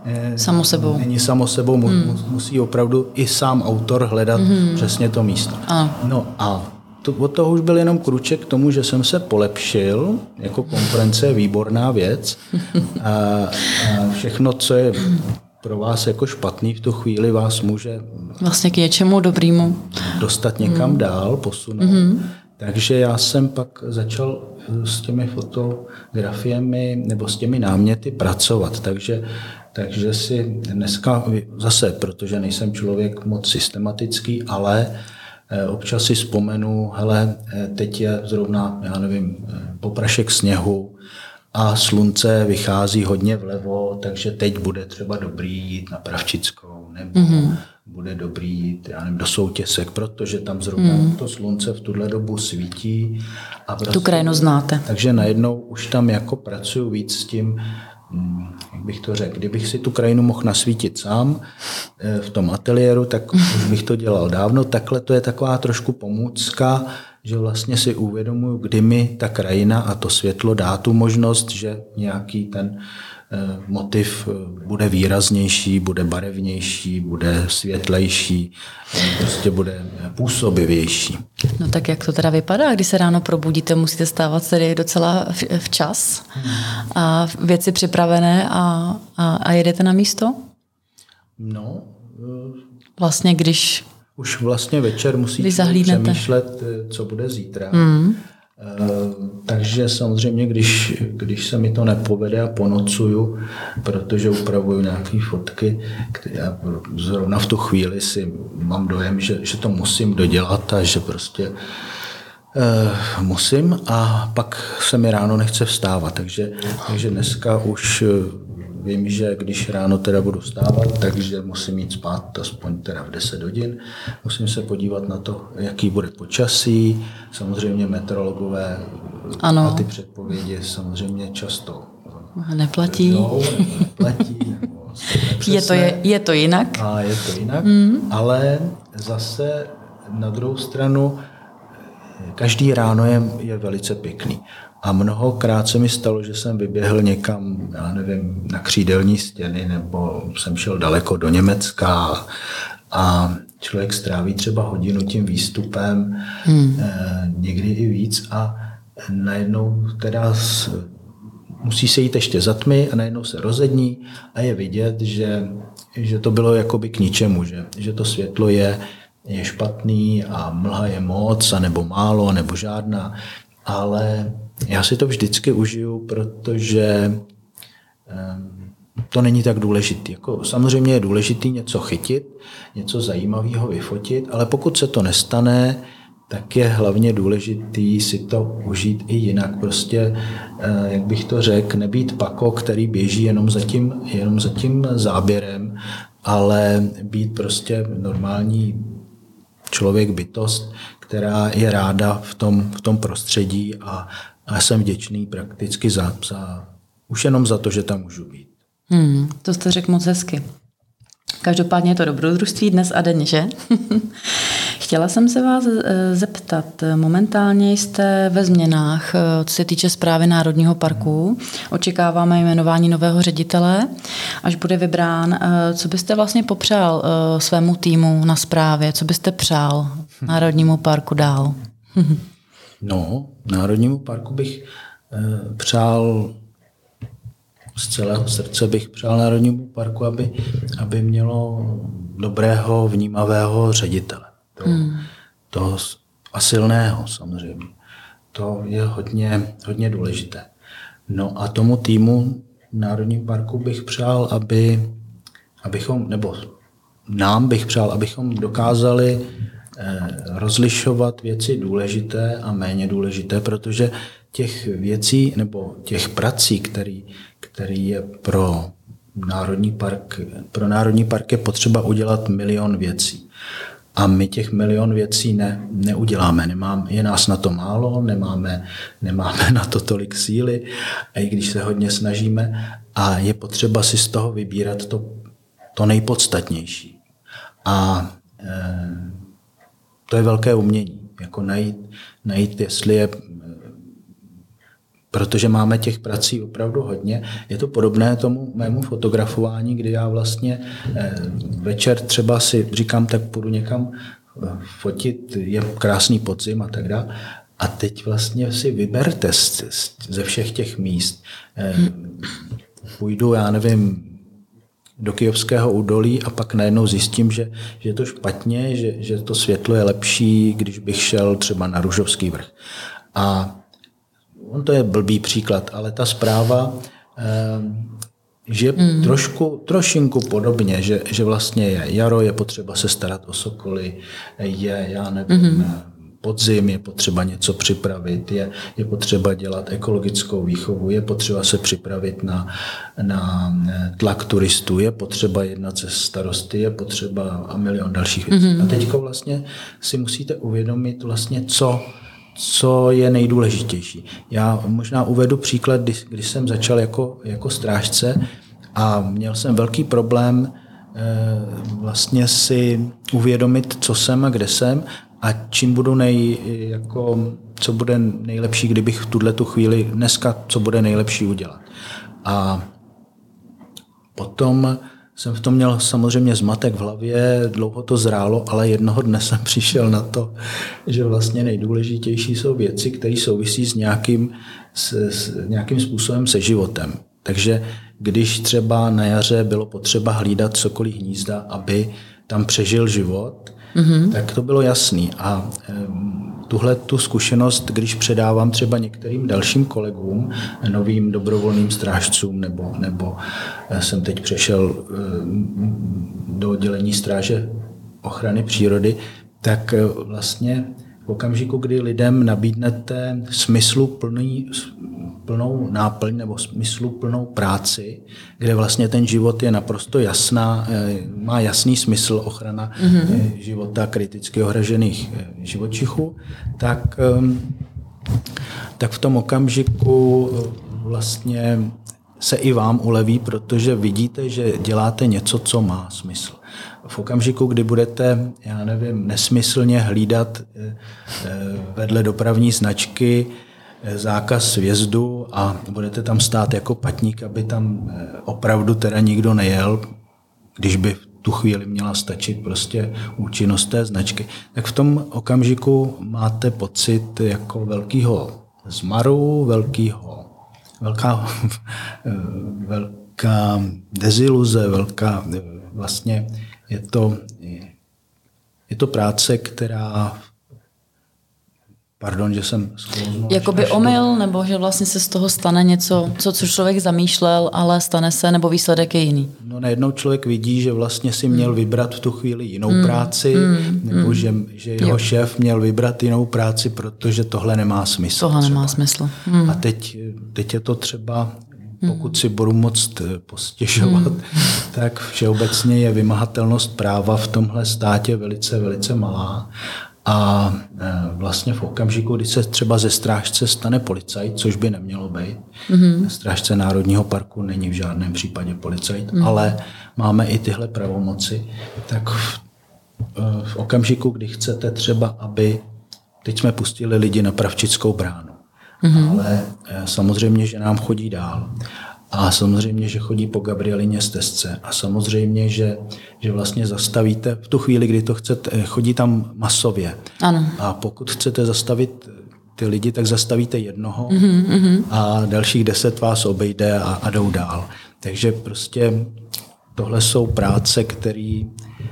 samo sebou. Musí opravdu i sám autor hledat přesně to místo. No a od toho už byl jenom kruček k tomu, že jsem se polepšil, jako konference je výborná věc a všechno, co je pro vás jako špatný v tu chvíli, vás může vlastně k něčemu dobrýmu dostat někam dál, posunout. Takže já jsem pak začal s těmi fotografiemi nebo s těmi náměty pracovat. Takže si dneska zase, protože nejsem člověk moc systematický, ale občas si vzpomenu, hele, teď je zrovna, poprašek sněhu a slunce vychází hodně vlevo, takže teď bude třeba dobrý jít na Pravčickou, nebo bude dobrý jít, do Soutěsek, protože tam zrovna to slunce v tuhle dobu svítí. A prostě, tu krajinu znáte. Takže najednou už tam jako pracuju víc s tím, jak bych to řekl, kdybych si tu krajinu mohl nasvítit sám v tom ateliéru, tak už bych to dělal dávno. Takhle to je taková trošku pomůcka, že vlastně si uvědomuji, kdy mi ta krajina a to světlo dá tu možnost, že nějaký ten motiv bude výraznější, bude barevnější, bude světlejší, prostě bude působivější. No tak jak to teda vypadá, když se ráno probudíte, musíte stávat tedy docela včas a věci připravené a jedete na místo? No. Vlastně když... Už vlastně večer musíte přemýšlet, co bude zítra. Takže samozřejmě, když se mi to nepovede a ponocuju, protože upravuju nějaké fotky, které zrovna v tu chvíli si mám dojem, že to musím dodělat a že prostě musím a pak se mi ráno nechce vstávat. Takže dneska už vím, že když ráno teda budu vstávat, takže musím jít spát aspoň teda v 10 hodin. Musím se podívat na to, jaký bude počasí. Samozřejmě meteorologové a ty předpovědi samozřejmě často neplatí. Je to jinak. A je to jinak, ale zase na druhou stranu každý ráno je velice pěkný. A mnohokrát se mi stalo, že jsem vyběhl někam, já nevím, na křídelní stěny, nebo jsem šel daleko do Německa a člověk stráví třeba hodinu tím výstupem, někdy i víc a najednou teda musí se jít ještě za tmy a najednou se rozední a je vidět, že to bylo jakoby k ničemu, že to světlo je špatný a mlha je moc, a nebo málo, nebo žádná. Ale já si to vždycky užiju, protože to není tak důležitý. Jako, samozřejmě je důležitý něco chytit, něco zajímavého vyfotit, ale pokud se to nestane, tak je hlavně důležitý si to užít i jinak. Prostě, jak bych to řekl, nebýt pako, který běží jenom za tím záběrem, ale být prostě normální člověk, bytost, která je ráda v tom prostředí a jsem vděčný prakticky už jenom za to, že tam můžu být. To jste řekl moc hezky. Každopádně je to dobrodružství dnes a denně, že? Chtěla jsem se vás zeptat, momentálně jste ve změnách, co se týče správy Národního parku. Očekáváme jmenování nového ředitele, až bude vybrán. Co byste vlastně popřál svému týmu na správě? Co byste přál Národnímu parku dál? No, Národnímu parku bych přál z celého srdce bych přál Národnímu parku, aby mělo dobrého, vnímavého ředitele. Toho a silného samozřejmě. To je hodně důležité. No a tomu týmu v Národním parku bych přál, abychom dokázali rozlišovat věci důležité a méně důležité, protože těch věcí nebo těch prací, který je pro Národní park je potřeba udělat milion věcí. A my těch milion věcí neuděláme. Je nás na to málo, nemáme na to tolik síly, a i když se hodně snažíme, a je potřeba si z toho vybírat to nejpodstatnější. A to je velké umění, jako najít, jestli je, protože máme těch prací opravdu hodně. Je to podobné tomu mému fotografování, kdy já vlastně večer třeba si říkám, tak půjdu někam fotit, je krásný podzim a tak dále. A teď vlastně si vyberte ze všech těch míst. Půjdu, já nevím, do Kyjovského údolí a pak najednou zjistím, že je to špatně, že to světlo je lepší, když bych šel třeba na Ružovský vrch. A on to je blbý příklad, ale ta zpráva, že trošinku podobně, že vlastně je jaro, je potřeba se starat o sokoly, podzim, je potřeba něco připravit, je potřeba dělat ekologickou výchovu, je potřeba se připravit na tlak turistů, je potřeba jednat se starosty, je potřeba a milion dalších věcí. A teďko vlastně si musíte uvědomit vlastně, co je nejdůležitější. Já možná uvedu příklad, když jsem začal jako strážce a měl jsem velký problém vlastně si uvědomit, co jsem a kde jsem a čím budu co bude nejlepší, kdybych v tuhletu chvíli dneska, co bude nejlepší udělat. A potom jsem v tom měl samozřejmě zmatek v hlavě, dlouho to zrálo, ale jednoho dne jsem přišel na to, že vlastně nejdůležitější jsou věci, které souvisí s nějakým způsobem se životem. Takže když třeba na jaře bylo potřeba hlídat sokolí hnízda, aby tam přežil život, tak to bylo jasný. A tu zkušenost, když předávám třeba některým dalším kolegům, novým dobrovolným strážcům, nebo jsem teď přešel do oddělení stráže ochrany přírody, tak vlastně v okamžiku, kdy lidem nabídnete plnou náplň nebo smysluplnou práci, kde vlastně ten život je naprosto má jasný smysl ochrana života kriticky ohrožených živočichů, tak v tom okamžiku vlastně se i vám uleví, protože vidíte, že děláte něco, co má smysl. V okamžiku, kdy budete, nesmyslně hlídat vedle dopravní značky zákaz vjezdu a budete tam stát jako patník, aby tam opravdu teda nikdo nejel, když by v tu chvíli měla stačit prostě účinnost té značky, tak v tom okamžiku máte pocit jako velkého zmaru, velká deziluze, vlastně je to práce, která, pardon, že jsem sklouznul. Jakoby omyl, nebo že vlastně se z toho stane něco, co člověk zamýšlel, ale stane se, nebo výsledek je jiný? No najednou člověk vidí, že vlastně si měl vybrat v tu chvíli jinou práci, nebo že jeho šéf měl vybrat jinou práci, protože tohle nemá smysl. Tohle nemá smysl. A teď je to třeba, pokud si budu moct postěžovat, tak všeobecně je vymahatelnost práva v tomhle státě velice, velice malá. A vlastně v okamžiku, kdy se třeba ze strážce stane policajt, což by nemělo být, strážce Národního parku není v žádném případě policajt, ale máme i tyhle pravomoci, tak v okamžiku, kdy chcete třeba, aby, teď jsme pustili lidi na Pravčickou bránu, ale samozřejmě, že nám chodí dál. A samozřejmě, že chodí po Gabrielině stezce. A samozřejmě, že vlastně zastavíte v tu chvíli, kdy to chcete, chodí tam masově. Ano. A pokud chcete zastavit ty lidi, tak zastavíte jednoho a dalších 10 vás obejde a jdou dál. Takže prostě tohle jsou práce, které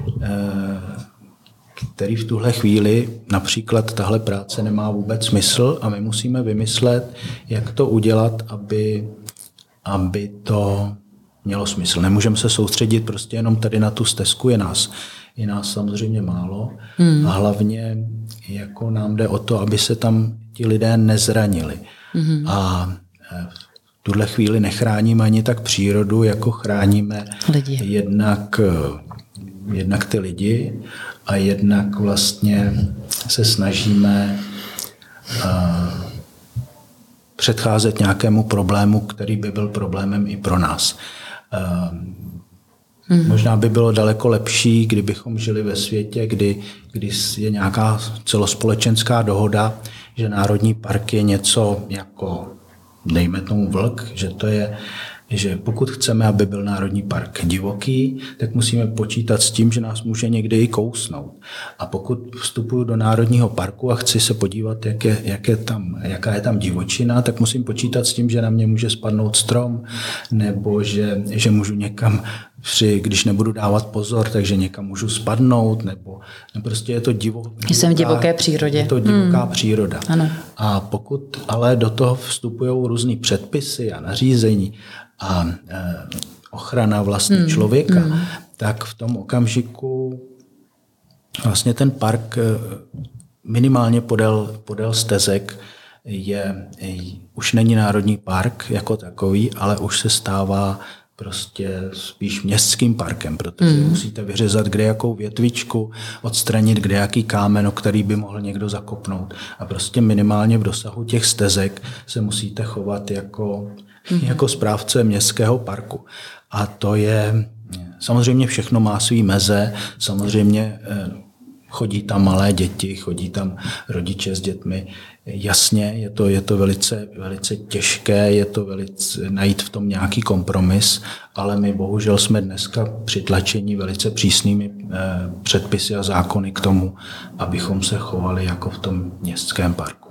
v tuhle chvíli, například tahle práce nemá vůbec smysl a my musíme vymyslet, jak to udělat, aby to mělo smysl. Nemůžeme se soustředit prostě jenom tady na tu stezku, je nás samozřejmě málo a hlavně jako nám jde o to, aby se tam ti lidé nezranili. A v tuhle chvíli nechráníme ani tak přírodu, jako chráníme lidi. Jednak ty lidi a jednak vlastně se snažíme předcházet nějakému problému, který by byl problémem i pro nás. Možná by bylo daleko lepší, kdybychom žili ve světě, kdy je nějaká celospolečenská dohoda, že národní park je něco jako, dejme tomu vlk, že pokud chceme, aby byl národní park divoký, tak musíme počítat s tím, že nás může někdy i kousnout. A pokud vstupuju do národního parku a chci se podívat, jaká je tam divočina, tak musím počítat s tím, že na mě může spadnout strom, nebo že můžu někam, když nebudu dávat pozor, takže někam můžu spadnout, nebo prostě je to jsem v divoké přírodě. Je to divoká příroda. Ano. A pokud ale do toho vstupují různý předpisy a nařízení, a ochrana vlastně člověka, tak v tom okamžiku vlastně ten park minimálně podél stezek už není národní park jako takový, ale už se stává prostě spíš městským parkem, protože musíte vyřezat kdejakou větvičku, odstranit kdejaký kámen, o který by mohl někdo zakopnout. A prostě minimálně v dosahu těch stezek se musíte chovat jako správce městského parku. A to je, samozřejmě všechno má svý meze, samozřejmě chodí tam malé děti, chodí tam rodiče s dětmi. Jasně, je to velice, velice těžké, je to najít v tom nějaký kompromis, ale my bohužel jsme dneska přitlačeni velice přísnými předpisy a zákony k tomu, abychom se chovali jako v tom městském parku.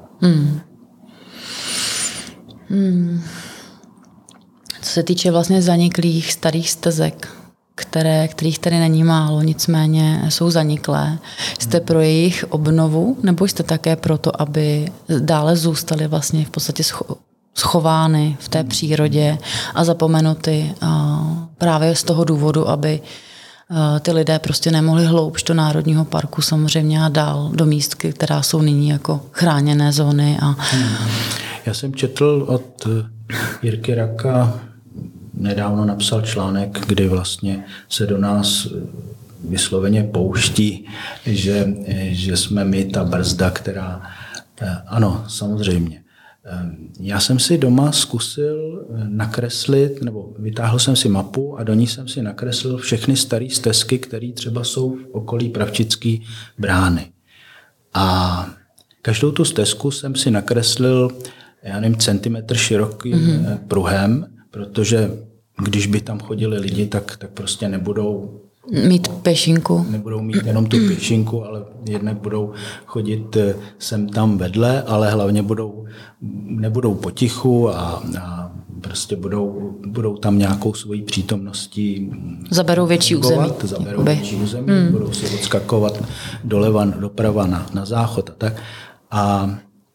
Co se týče vlastně zaniklých starých stezek, kterých tady není málo, nicméně jsou zaniklé. Jste pro jejich obnovu, nebo jste také pro to, aby dále zůstaly vlastně v podstatě schovány v té přírodě a zapomenuty právě z toho důvodu, aby ty lidé prostě nemohli hloubš do národního parku samozřejmě a dál do míst, která jsou nyní jako chráněné zóny. Já jsem četl od Jirky Raka, nedávno napsal článek, kdy vlastně se do nás vysloveně pouští, že jsme my ta brzda, která... Ano, samozřejmě. Já jsem si doma zkusil nakreslit, nebo vytáhl jsem si mapu a do ní jsem si nakreslil všechny staré stezky, které třeba jsou v okolí Pravčické brány. A každou tu stezku jsem si nakreslil já nevím, centimetr širokým pruhem, protože když by tam chodili lidi, tak prostě nebudou mít pěšinku. Nebudou mít jenom tu pěšinku, ale jednak budou chodit sem tam vedle, ale hlavně nebudou potichu a prostě budou tam nějakou svojí přítomností. Zaberou větší území. Budou si odskakovat doleva, doprava na záchod a tak. A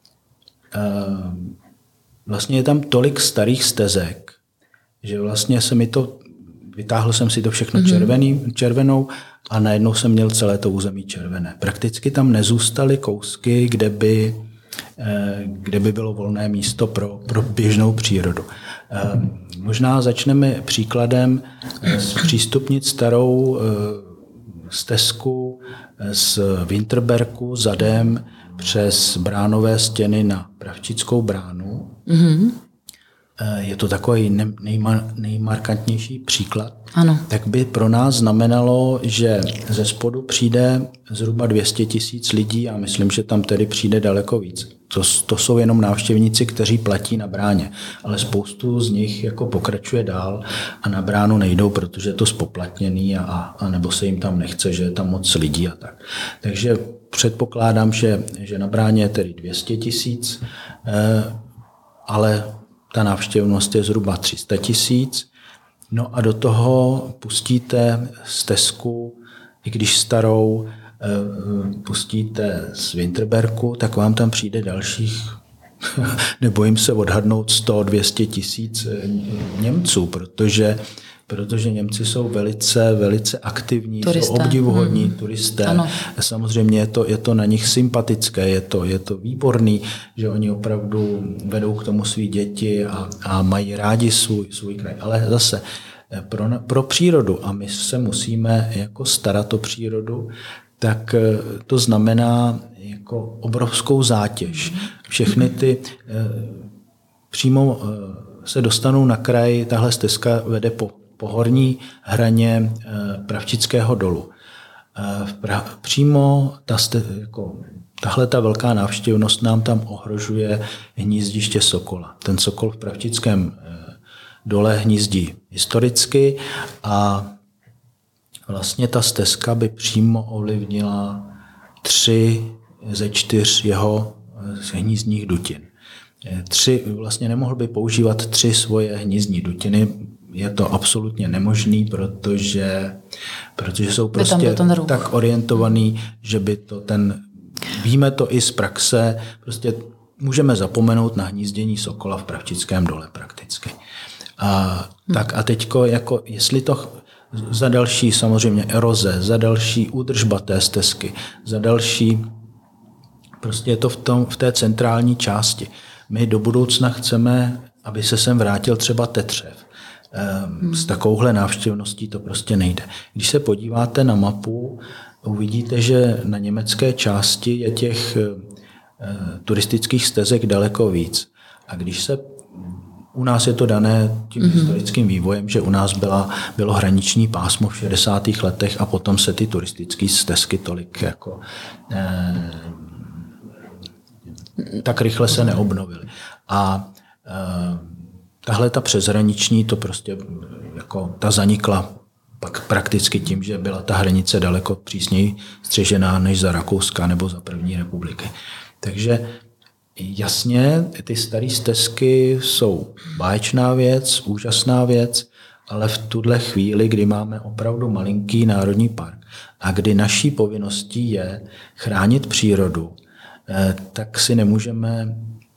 vlastně je tam tolik starých stezek, že vlastně vytáhl jsem si to všechno červenou a najednou jsem měl celé to území červené. Prakticky tam nezůstaly kousky, kde by bylo volné místo pro běžnou přírodu. Možná začneme příkladem zpřístupnit starou stezku z Winterberku zadem přes bránové stěny na Pravčickou bránu. Je to takový nejmarkantnější příklad. Ano. Tak by pro nás znamenalo, že ze spodu přijde zhruba 200 000 lidí a myslím, že tam tedy přijde daleko víc. To jsou jenom návštěvníci, kteří platí na bráně, ale spoustu z nich jako pokračuje dál a na bránu nejdou, protože je to spoplatněný a nebo se jim tam nechce, že je tam moc lidí a tak. Takže předpokládám, že na bráně je tedy 200 000, ale ta návštěvnost je zhruba 300 000. No a do toho pustíte stezku, i když starou, pustíte z Winterberku, tak vám tam přijde dalších, nebojím se odhadnout, 100-200 000 Němců, protože Němci jsou velice aktivní, turisté. Jsou obdivuhodní turisté. Ano. Samozřejmě je to na nich sympatické, je to výborný, že oni opravdu vedou k tomu svý děti a mají rádi svůj kraj. Ale zase pro přírodu, a my se musíme jako starat o přírodu, tak to znamená jako obrovskou zátěž. Všechny ty přímo se dostanou na kraj, tahle stezka vede po horní hraně Pravčického dolu. Přímo tahle ta velká návštěvnost nám tam ohrožuje hnízdiště sokola. Ten sokol v Pravčickém dole hnízdí historicky a vlastně ta stezka by přímo ovlivnila 3 ze 4 jeho hnízdních dutin. Vlastně nemohl by používat 3 svoje hnízdní dutiny. Je to absolutně nemožný, protože jsou prostě tak orientovaný, že by to víme to i z praxe, prostě můžeme zapomenout na hnízdění sokola v Pravčickém dole prakticky. Tak a teďko, jako jestli to za další samozřejmě eroze, za další údržba té stezky, za další, prostě je to v té centrální části. My do budoucna chceme, aby se sem vrátil třeba tetřev. S takovouhle návštěvností to prostě nejde. Když se podíváte na mapu, uvidíte, že na německé části je těch turistických stezek daleko víc. A u nás je to dané tím historickým vývojem, že u nás bylo hraniční pásmo v 60. letech a potom se ty turistické stezky tolik jako tak rychle se neobnovily. A tahle ta přeshraniční, to prostě jako ta zanikla pak prakticky tím, že byla ta hranice daleko přísněji střežená než za Rakouska nebo za první republiky. Takže jasně, ty staré stezky jsou báječná věc, úžasná věc, ale v tuhle chvíli, kdy máme opravdu malinký národní park a kdy naší povinností je chránit přírodu, tak si nemůžeme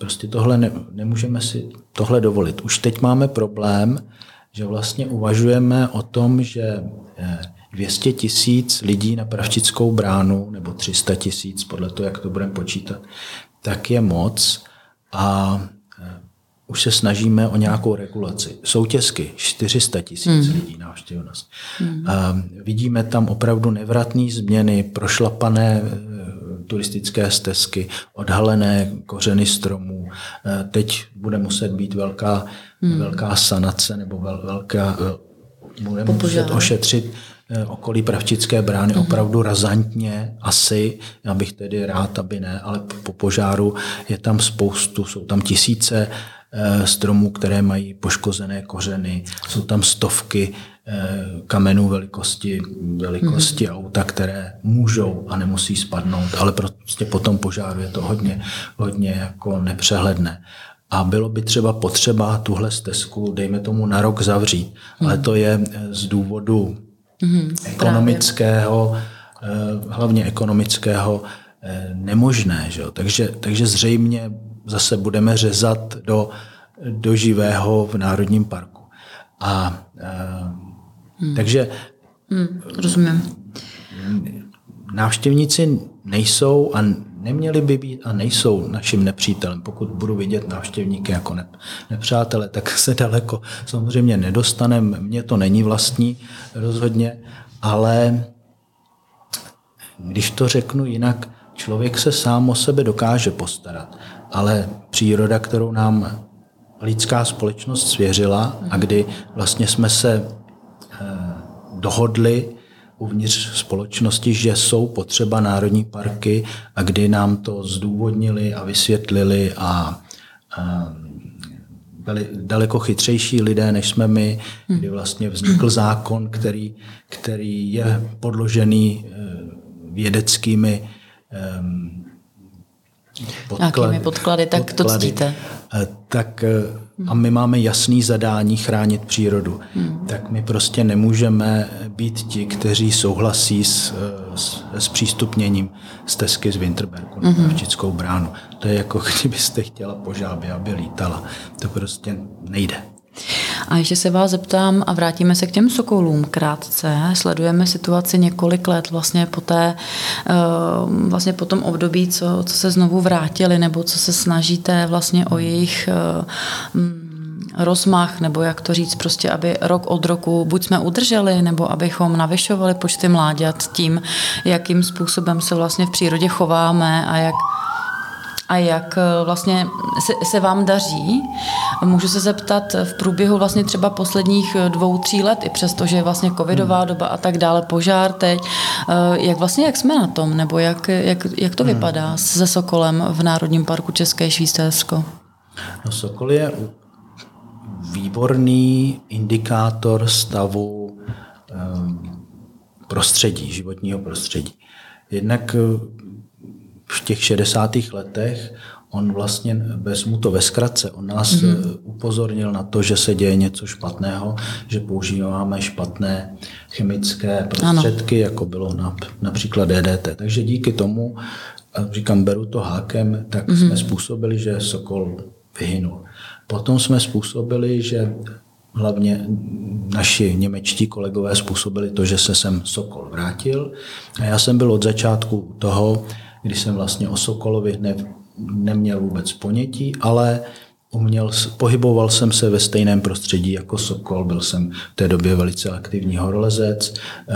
si tohle dovolit. Už teď máme problém, že vlastně uvažujeme o tom, že 200 000 lidí na Pravčickou bránu, nebo 300 000, podle toho, jak to budeme počítat, tak je moc a už se snažíme o nějakou regulaci. Soutězky 400 000 lidí návštěvnost. Vidíme tam opravdu nevratné změny, prošlapané turistické stezky, odhalené kořeny stromů. Teď bude muset být velká sanace nebo bude muset ošetřit okolí Pravčické brány opravdu razantně, asi, já bych tedy rád, aby ne, ale po požáru je tam spoustu, jsou tam tisíce stromů, které mají poškozené kořeny, jsou tam stovky kamenů velikosti auta, které můžou a nemusí spadnout, ale prostě po tom požáru je to hodně jako nepřehledné. A bylo by třeba potřeba tuhle stezku, dejme tomu, na rok zavřít, ale to je z důvodu ekonomického, hlavně ekonomického, nemožné. Že? Takže zřejmě zase budeme řezat do živého v Národním parku. Takže rozumím. Návštěvníci nejsou a neměli by být a nejsou naším nepřítelem. Pokud budu vidět návštěvníky jako nepřátele, tak se daleko samozřejmě nedostaneme. Mně to není vlastní rozhodně, ale když to řeknu jinak, člověk se sám o sebe dokáže postarat, ale příroda, kterou nám lidská společnost svěřila a kdy vlastně jsme se dohodli uvnitř společnosti, že jsou potřeba národní parky a kdy nám to zdůvodnili a vysvětlili a byli daleko chytřejší lidé, než jsme my, kdy vlastně vznikl zákon, který je podložený vědeckými podklady, tak to ctíte. A my máme jasný zadání chránit přírodu. Tak my prostě nemůžeme být ti, kteří souhlasí s přístupněním stezky z Winterbergu na Pravčickou bránu. To je jako kdybyste chtěla po žábě, aby lítala. To prostě nejde. A ještě se vás zeptám a vrátíme se k těm sokolům krátce. Sledujeme situaci několik let vlastně po tom období, co se znovu vrátili, nebo co se snažíte vlastně o jejich rozmach, nebo jak to říct, prostě aby rok od roku buď jsme udrželi, nebo abychom navyšovali počty mláďat tím, jakým způsobem se vlastně v přírodě chováme a jak vlastně se vám daří. Můžu se zeptat v průběhu vlastně třeba posledních 2-3 let, i přesto, že je vlastně covidová doba a tak dále, požár teď, jak jsme na tom, nebo jak to vypadá se sokolem v Národním parku České Švýcarsko? No, sokol je výborný indikátor stavu prostředí, životního prostředí. Jednak v těch 60. letech on vlastně, vezmu to ve zkratce, on nás upozornil na to, že se děje něco špatného, že používáme špatné chemické prostředky, jako bylo například DDT. Takže díky tomu, říkám, beru to hákem, tak jsme způsobili, že sokol vyhynul. Potom jsme způsobili, že hlavně naši němečtí kolegové způsobili to, že se sem sokol vrátil. A já jsem byl od začátku toho, když jsem vlastně o sokolovi neměl vůbec ponětí, ale pohyboval jsem se ve stejném prostředí jako sokol, byl jsem v té době velice aktivní horolezec,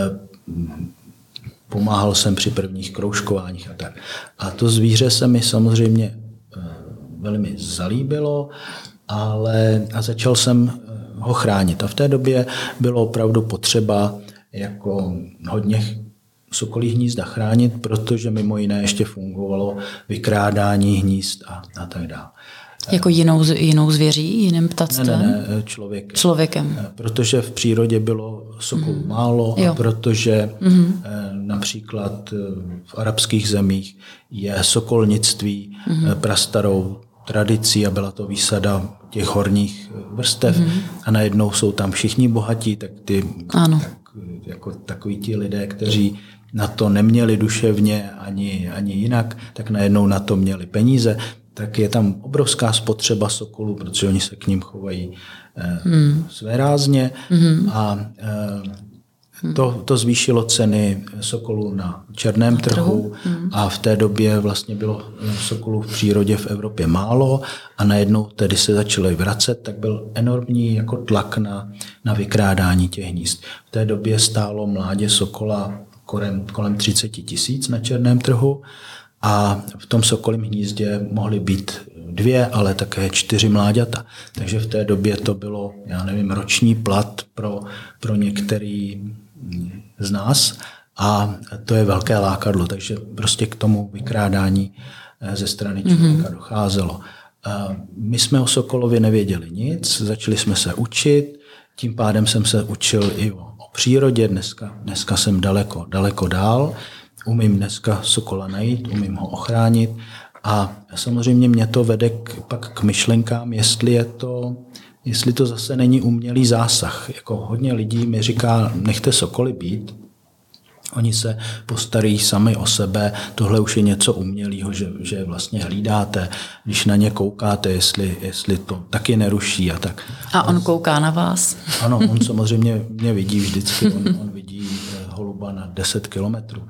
pomáhal jsem při prvních kroužkováních a tak. A to zvíře se mi samozřejmě velmi zalíbilo, a začal jsem ho chránit. A v té době bylo opravdu potřeba jako hodně sokolí hnízda chránit, protože mimo jiné ještě fungovalo vykrádání hnízd a tak dále. Jako jinou zvěří, jiným ptactvem? Ne, člověkem. Protože v přírodě bylo sokolů málo a protože například v arabských zemích je sokolnictví prastarou tradicí a byla to výsada těch horních vrstev a najednou jsou tam všichni bohatí, tak jako takoví ti lidé, kteří na to neměli duševně ani jinak, tak najednou na to měli peníze, tak je tam obrovská spotřeba sokolů, protože oni se k ním chovají svérázně a to zvýšilo ceny sokolů na černém trhu a v té době vlastně bylo sokolů v přírodě v Evropě málo a najednou tedy se začaly vracet, tak byl enormní jako tlak na vykrádání těch hnízd. V té době stálo mládě sokola kolem 30 000 na černém trhu a v tom sokolím hnízdě mohly být 2, ale také 4 mláďata. Takže v té době to bylo, roční plat pro některý z nás a to je velké lákadlo, takže prostě k tomu vykrádání ze strany člověka docházelo. My jsme o sokolově nevěděli nic, začali jsme se učit, tím pádem jsem se učil i o přírodě, dneska jsem daleko dál, umím dneska sokola najít, umím ho ochránit a samozřejmě mě to vede pak k myšlenkám, jestli to zase není umělý zásah. Jako hodně lidí mi říká, nechte sokoly být, oni se postarají sami o sebe, tohle už je něco umělého, že vlastně hlídáte, když na ně koukáte, jestli to taky neruší a tak. A on kouká na vás? Ano, on samozřejmě mě vidí vždycky, on vidí holuba na 10 kilometrů.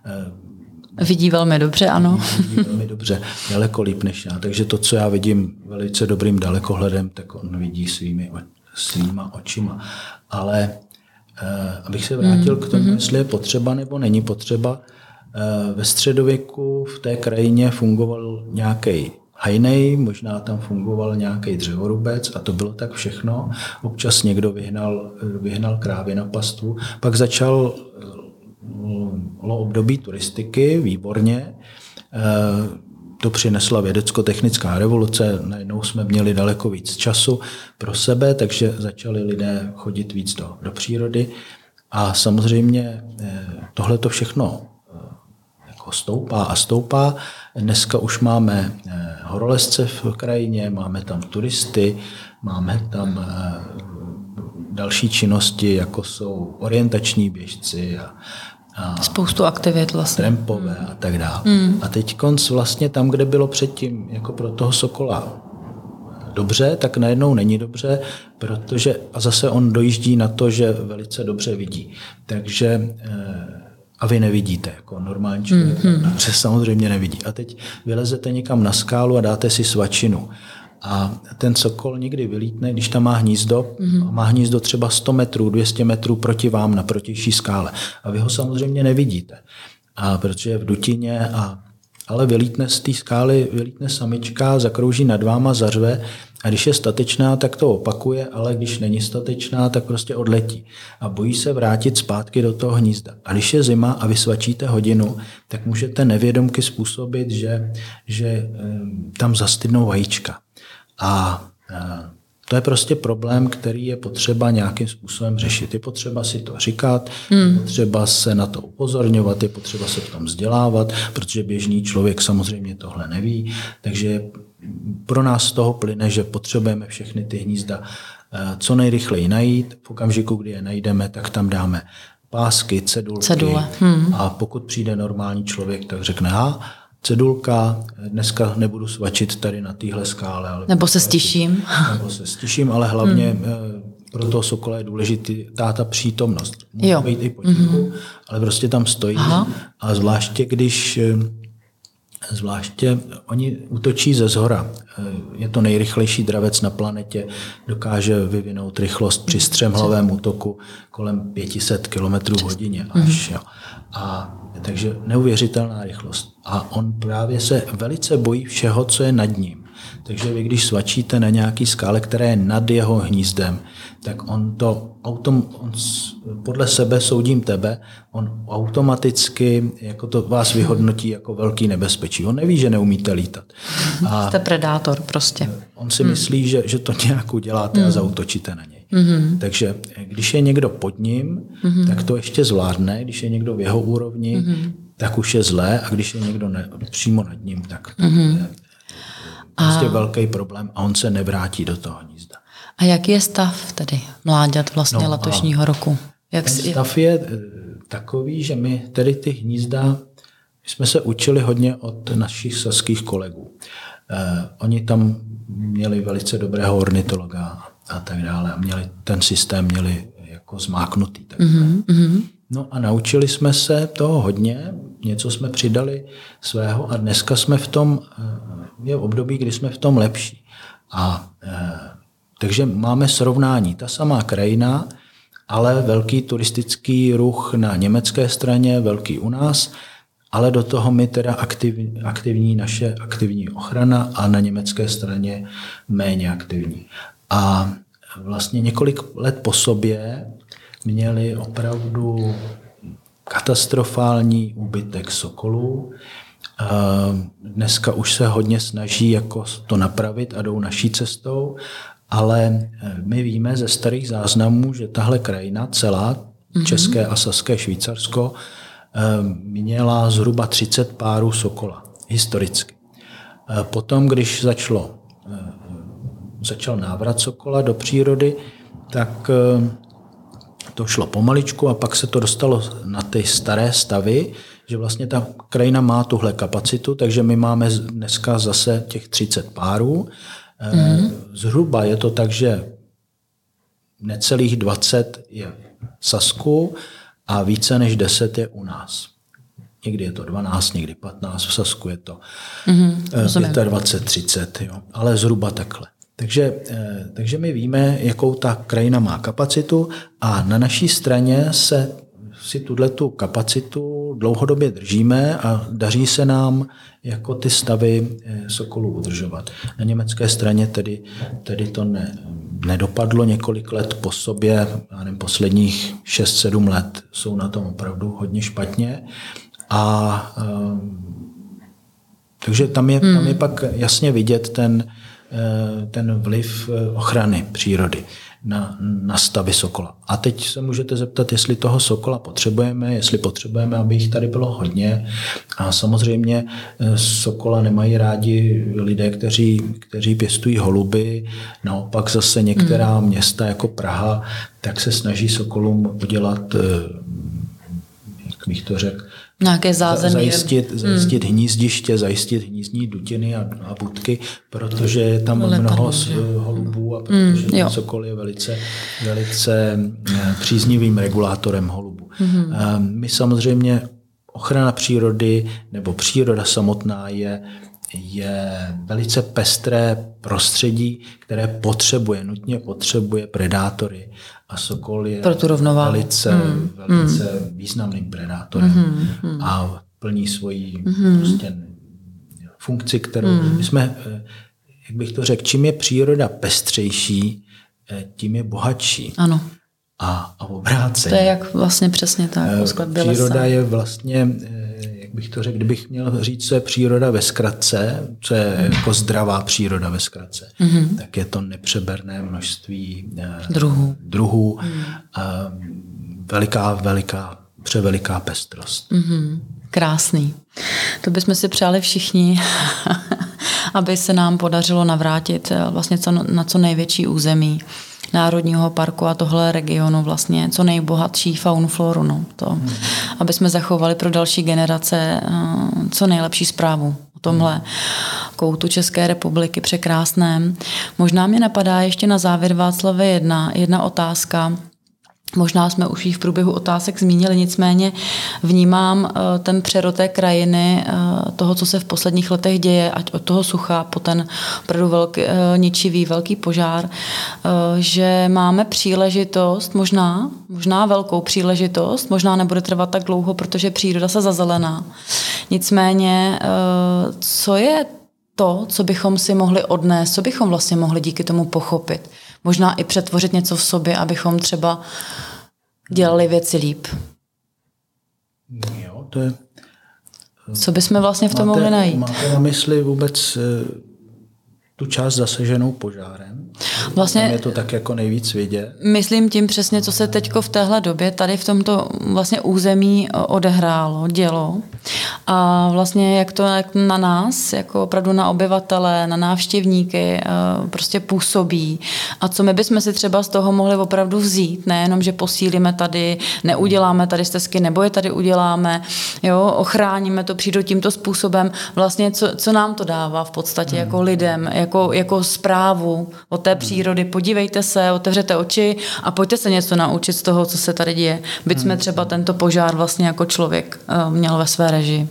Vidí velmi dobře, ano. Vidí velmi dobře, daleko líp než já. Takže to, co já vidím velice dobrým dalekohledem, tak on vidí svýma očima. Ale abych se vrátil k tomu, jestli je potřeba nebo není potřeba, ve středověku v té krajině fungoval nějaký hajnej, možná tam fungoval nějaký dřevorubec a to bylo tak všechno. Občas někdo vyhnal krávy na pastvu. Pak začalo období turistiky, výborně. To přinesla vědecko-technická revoluce, najednou jsme měli daleko víc času pro sebe, takže začali lidé chodit víc do přírody a samozřejmě tohle to všechno jako stoupá a stoupá. Dneska už máme horolezce v krajině, máme tam turisty, máme tam další činnosti, jako jsou orientační běžci a spoustu aktivit vlastně. Trampové a tak dále. A teď vlastně tam, kde bylo předtím jako pro toho sokola dobře, tak najednou není dobře, protože a zase on dojíždí na to, že velice dobře vidí. Takže a vy nevidíte, jako normální člověk, dobře samozřejmě nevidí. A teď vylezete někam na skálu a dáte si svačinu. A ten sokol někdy vylítne, když tam má hnízdo, a má hnízdo třeba 100 metrů, 200 metrů proti vám na protější skále. A vy ho samozřejmě nevidíte, protože je v dutině, ale vylítne z té skály, vylítne samička, zakrouží nad váma, zařve a když je statečná, tak to opakuje, ale když není statečná, tak prostě odletí. A bojí se vrátit zpátky do toho hnízda. A když je zima a vy svačíte hodinu, tak můžete nevědomky způsobit, že tam zastydnou vajíčka. A to je prostě problém, který je potřeba nějakým způsobem řešit. Je potřeba si to říkat, je potřeba se na to upozorňovat, je potřeba se v tom vzdělávat, protože běžný člověk samozřejmě tohle neví. Takže pro nás z toho plyne, že potřebujeme všechny ty hnízda co nejrychleji najít. V okamžiku, kdy je najdeme, tak tam dáme pásky, cedule. A pokud přijde normální člověk, tak řekne, cedulka, dneska nebudu svačit tady na téhle skále. Ale nebo se stiším. Ale hlavně pro toho sokola je důležitý ta přítomnost. Může být i potichu, ale prostě tam stojí. A zvláště oni útočí ze zhora. Je to nejrychlejší dravec na planetě, dokáže vyvinout rychlost při střemhlavém útoku kolem 500 km hodině až. A takže neuvěřitelná rychlost. A on právě se velice bojí všeho, co je nad ním. Takže vy, když svačíte na nějaký skále, která je nad jeho hnízdem, tak on podle sebe soudím tebe, on automaticky jako to vás vyhodnotí jako velký nebezpečí. On neví, že neumíte lítat. Jste predátor prostě. On si myslí, že to nějak uděláte a zaútočíte na něj. Takže když je někdo pod ním, tak to ještě zvládne. Když je někdo v jeho úrovni, tak už je zlé. A když je někdo přímo nad ním, tak je prostě velký problém a on se nevrátí do toho hnízda. A jaký je stav tedy mláďat vlastně letošního roku? Stav je takový, že my tedy ty hnízda jsme se učili hodně od našich saských kolegů. Oni tam měli velice dobrého ornitologa a tak dále a ten systém měli jako zmáknutý. No a naučili jsme se toho hodně, něco jsme přidali svého a dneska jsme v tom, je období, kdy jsme v tom lepší. Takže máme srovnání, ta samá krajina, ale velký turistický ruch na německé straně, velký u nás, ale do toho my teda aktivní naše aktivní ochrana a na německé straně méně aktivní. A vlastně několik let po sobě měli opravdu katastrofální úbytek sokolů. Dneska už se hodně snaží jako to napravit a jdou naší cestou, ale my víme ze starých záznamů, že tahle krajina celá, České a Saské Švýcarsko, měla zhruba 30 párů sokola, historicky. Potom, když začal návrat sokola do přírody, tak to šlo pomaličku a pak se to dostalo na ty staré stavy, že vlastně ta krajina má tuhle kapacitu, takže my máme dneska zase těch 30 párů. Zhruba je to tak, že necelých 20 je v Sasku a více než 10 je u nás. Někdy je to 12, někdy 15, v Sasku je to 25, 30, jo. Ale zhruba takhle. Takže my víme, jakou ta krajina má kapacitu a na naší straně si tuhletu kapacitu dlouhodobě držíme a daří se nám jako ty stavy sokolů udržovat. Na německé straně tedy to nedopadlo několik let po sobě, posledních 6-7 let jsou na tom opravdu hodně špatně. Takže tam je pak jasně vidět ten vliv ochrany přírody na stavy sokola. A teď se můžete zeptat, jestli toho sokola potřebujeme, jestli potřebujeme, aby jich tady bylo hodně. A samozřejmě sokola nemají rádi lidé, kteří pěstují holuby. Naopak zase některá města jako Praha, tak se snaží sokolům udělat, jak bych to řekl, nějaké zázemí. Zajistit hnízdiště, zajistit hnízdní dutiny a budky, protože je tam mnoho holubů a protože sokol je velice příznivým regulátorem holubů. My samozřejmě ochrana přírody nebo příroda samotná je velice pestré prostředí, které nutně potřebuje predátory. A sokol je velice významným predátorem a plní svoji prostě funkci, kterou my jsme, jak bych to řekl, čím je příroda pestřejší, tím je bohatší. Ano. A obráceně. To je jak vlastně přesně tak. Příroda je vlastně, jak bych to řekl, kdybych měl říct, co je příroda ve zkratce, co je jako zdravá příroda ve zkratce, tak je to nepřeberné množství druhů a převeliká pestrost. Krásný. To bychom si přáli všichni, aby se nám podařilo navrátit vlastně na co největší území národního parku a tohle regionu vlastně co nejbohatší faunu, floru. No, aby jsme zachovali pro další generace co nejlepší zprávu o tomhle koutu České republiky překrásném. Možná mě napadá ještě na závěr, Václave, jedna otázka. Možná jsme už ji v průběhu otázek zmínili, nicméně vnímám ten přerod té krajiny, toho, co se v posledních letech děje, ať od toho sucha po ten opravdu ničivý velký požár, že máme příležitost, možná velkou příležitost, možná nebude trvat tak dlouho, protože příroda se zazelená. Nicméně, co je to, co bychom si mohli odnést, co bychom vlastně mohli díky tomu pochopit? Možná i přetvořit něco v sobě, abychom třeba dělali věci líp. Jo, to je... Co bychom vlastně v tom mohli najít? Máte na mysli vůbec tu část zasaženou požárem? Vlastně, tam je to tak jako nejvíc vidět. Myslím tím přesně, co se teďko v téhle době tady v tomto vlastně území odehrálo, dělo. A vlastně jak to na nás, jako opravdu na obyvatele, na návštěvníky prostě působí. A co my bychom si třeba z toho mohli opravdu vzít, nejenom, že posílíme tady, neuděláme tady stezky, nebo je tady uděláme, jo, ochráníme to, přijdu tímto způsobem. Vlastně co nám to dává v podstatě jako lidem, jako zprávu o té přírody. Podívejte se, otevřete oči a pojďte se něco naučit z toho, co se tady děje. Byť jsme třeba tento požár vlastně jako člověk měl ve své režii.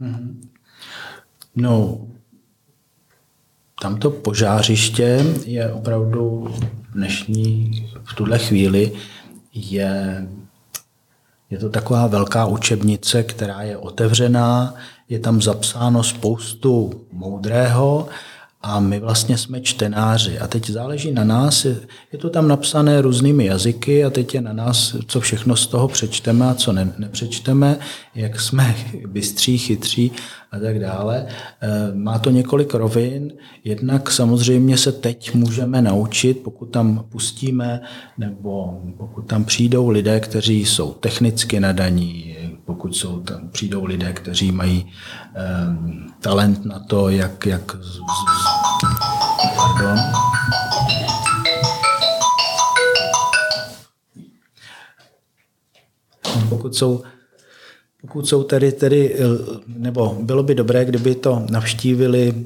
No, tamto požářiště je opravdu v tuhle chvíli je to taková velká učebnice, která je otevřená, je tam zapsáno spoustu moudrého A my vlastně jsme čtenáři. A teď záleží na nás, je to tam napsané různými jazyky a teď je na nás, co všechno z toho přečteme a co nepřečteme, jak jsme bystří, chytří a tak dále. Má to několik rovin. Jednak samozřejmě se teď můžeme naučit, pokud tam pustíme, nebo pokud tam přijdou lidé, kteří jsou technicky nadaní, pokud tam přijdou lidé, kteří mají talent na to, jak pardon. Pokud jsou tedy, nebo bylo by dobré, kdyby to navštívili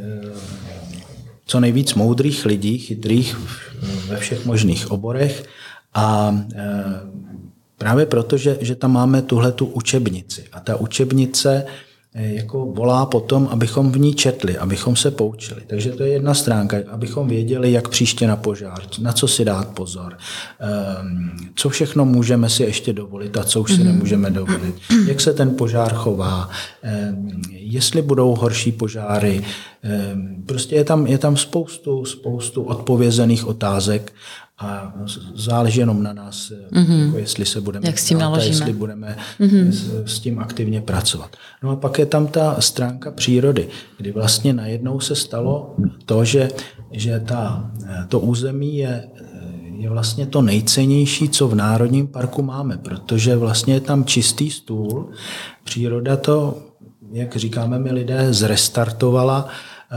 co nejvíc moudrých lidí, chytrých ve všech možných oborech a právě proto, že tam máme tuhletu učebnici. A ta učebnice jako volá potom, abychom v ní četli, abychom se poučili. Takže to je jedna stránka, abychom věděli, jak příště na požár, na co si dát pozor, co všechno můžeme si ještě dovolit a co už si nemůžeme dovolit, jak se ten požár chová, jestli budou horší požáry. Prostě je tam spoustu odpovězených otázek a záleží jenom na nás, jako jestli se budeme jak s tím naložíme. Jestli budeme s tím aktivně pracovat. No a pak je tam ta stránka přírody, kdy vlastně najednou se stalo to, že to území je vlastně to nejcennější, co v Národním parku máme, protože vlastně je tam čistý stůl. Příroda to, jak říkáme my lidé, zrestartovala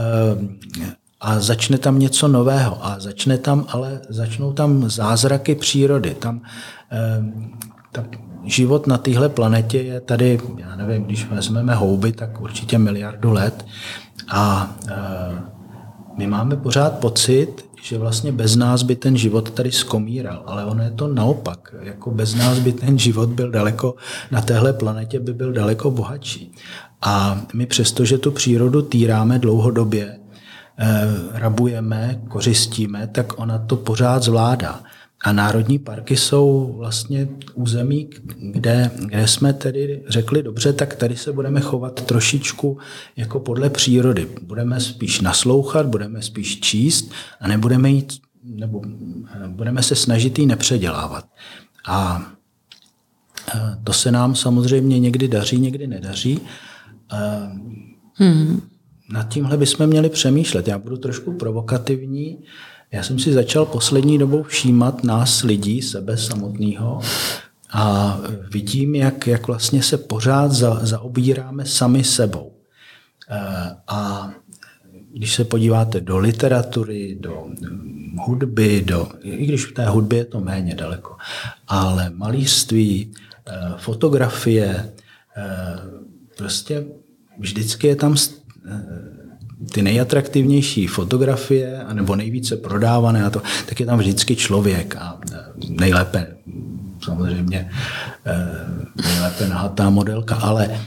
a začne tam něco nového a začnou tam zázraky přírody. Tam život na téhle planetě je tady, já nevím, když vezmeme houby, tak určitě 1 miliardu let a my máme pořád pocit, že vlastně bez nás by ten život tady skomíral, ale ono je to naopak. Jako bez nás by ten život byl daleko, na téhle planetě by byl daleko bohatší. A my přesto, že tu přírodu týráme dlouhodobě, rabujeme, kořistíme, tak ona to pořád zvládá. A národní parky jsou vlastně území, kde jsme tedy řekli, dobře, tak tady se budeme chovat trošičku jako podle přírody. Budeme spíš naslouchat, budeme spíš číst a budeme se snažit ji nepředělávat. A to se nám samozřejmě někdy daří, někdy nedaří. Nad tímhle bychom měli přemýšlet. Já budu trošku provokativní. Já jsem si začal poslední dobou všímat nás lidí, sebe samotného a vidím, jak vlastně se pořád zaobíráme sami sebou. A když se podíváte do literatury, do hudby, i když v té hudbě je to méně daleko, ale malířství, fotografie, prostě vždycky je tam ty nejatraktivnější fotografie, anebo nejvíce prodávané, a to, tak je tam vždycky člověk a nejlépe samozřejmě nejlépe nahatá modelka, ale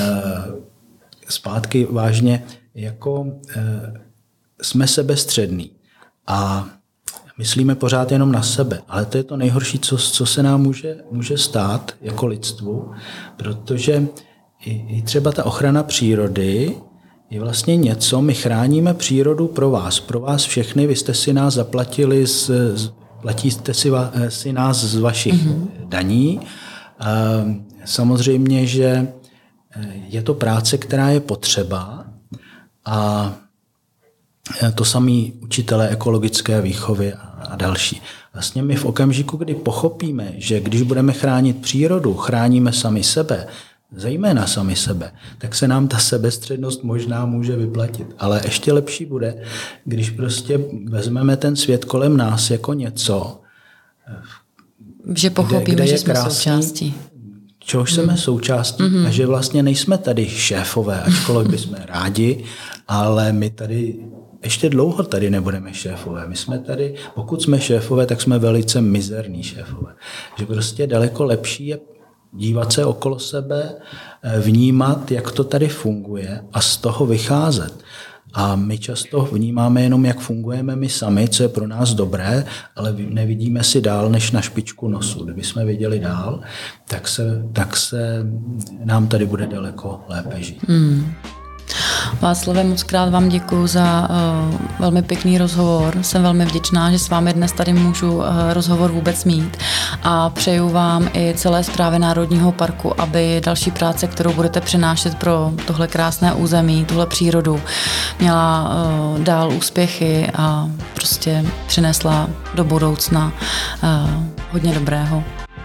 zpátky vážně, jako jsme sebestřední a myslíme pořád jenom na sebe, ale to je to nejhorší, co se nám může stát jako lidstvu, protože i třeba ta ochrana přírody je vlastně něco, my chráníme přírodu pro vás všechny, vy jste si nás zaplatili, platíte si nás z vašich daní. Samozřejmě, že je to práce, která je potřeba a to samý učitelé ekologické výchovy a další. Vlastně my v okamžiku, kdy pochopíme, že když budeme chránit přírodu, chráníme sami sebe, zejména sami sebe, tak se nám ta sebestřednost možná může vyplatit. Ale ještě lepší bude, když prostě vezmeme ten svět kolem nás jako něco, že pochopíme, že jsme součástí. Čehož jsme součástí a že vlastně nejsme tady šéfové, ačkoliv bychom rádi, ale my tady ještě dlouho tady nebudeme šéfové. My jsme tady, pokud jsme šéfové, tak jsme velice mizerní šéfové. Že prostě daleko lepší je dívat se okolo sebe, vnímat, jak to tady funguje a z toho vycházet. A my často vnímáme jenom, jak fungujeme my sami, co je pro nás dobré, ale nevidíme si dál než na špičku nosu. Kdyby jsme viděli dál, tak se nám tady bude daleko lépe žít. Václave, moc krát vám děkuji za velmi pěkný rozhovor. Jsem velmi vděčná, že s vámi dnes tady můžu rozhovor vůbec mít a přeju vám i celé správě Národního parku, aby další práce, kterou budete přinášet pro tohle krásné území, tuhle přírodu, měla dál úspěchy a prostě přinesla do budoucna hodně dobrého.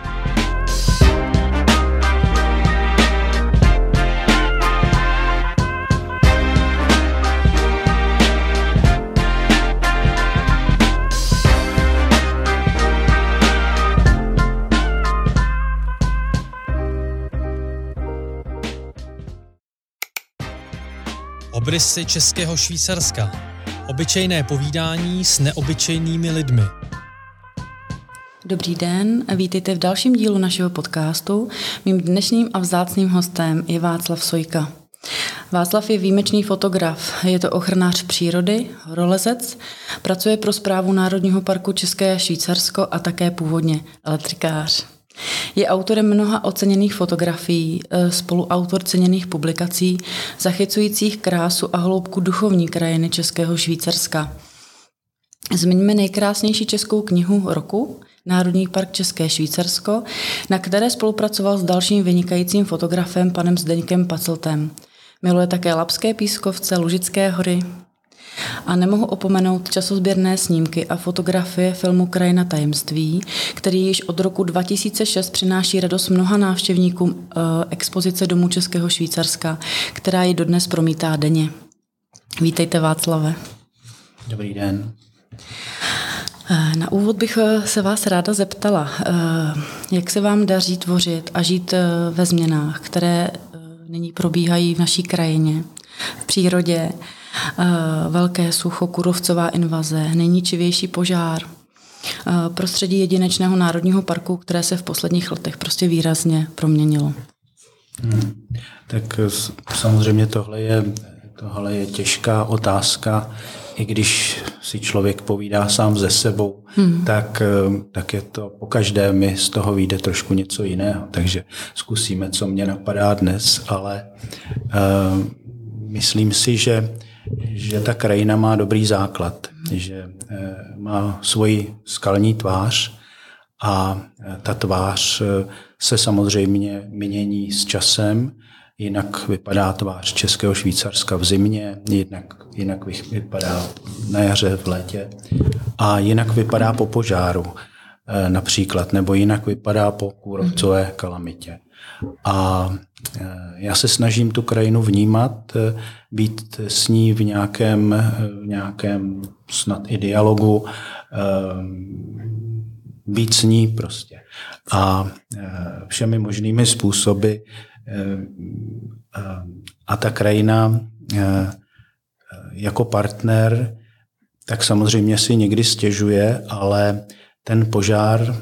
Obrysy českého Švýcarska. Obyčejné povídání s neobyčejnými lidmi. Dobrý den, vítejte v dalším dílu našeho podcastu. Mým dnešním a vzácným hostem je Václav Sojka. Václav je výjimečný fotograf, je to ochranář přírody, horolezec, pracuje pro Správu Národního parku České Švýcarsko a také původně elektrikář. Je autorem mnoha oceněných fotografií, spoluautor ceněných publikací, zachycujících krásu a hloubku duchovní krajiny Českého Švýcarska. Zmiňme nejkrásnější českou knihu roku, Národní park České Švýcarsko, na které spolupracoval s dalším vynikajícím fotografem panem Zdeňkem Paceltem. Miluje také Labské pískovce, Lužické hory. A nemohu opomenout časozběrné snímky a fotografie filmu Krajina tajemství, který již od roku 2006 přináší radost mnoha návštěvníkům expozice Domu Českého Švýcarska, která ji dodnes promítá denně. Vítejte, Václave. Dobrý den. Na úvod bych se vás ráda zeptala, jak se vám daří tvořit a žít ve změnách, které nyní probíhají v naší krajině, v přírodě, velké sucho, kůrovcová invaze, nejničivější požár, prostředí jedinečného národního parku, které se v posledních letech prostě výrazně proměnilo. Tak samozřejmě tohle je těžká otázka, i když si člověk povídá sám ze sebou, tak je to pokaždé mi z toho vyjde trošku něco jiného. Takže zkusíme, co mě napadá dnes, ale myslím si, že ta krajina má dobrý základ, že má svoji skalní tvář a ta tvář se samozřejmě mění s časem. Jinak vypadá tvář Českého Švýcarska v zimě, jinak vypadá na jaře, v létě a jinak vypadá po požáru například, nebo jinak vypadá po kůrovcové kalamitě. A já se snažím tu krajinu vnímat, být s ní v nějakém snad i dialogu, být s ní prostě. A všemi možnými způsoby a ta krajina jako partner tak samozřejmě si někdy stěžuje, ale ten požár,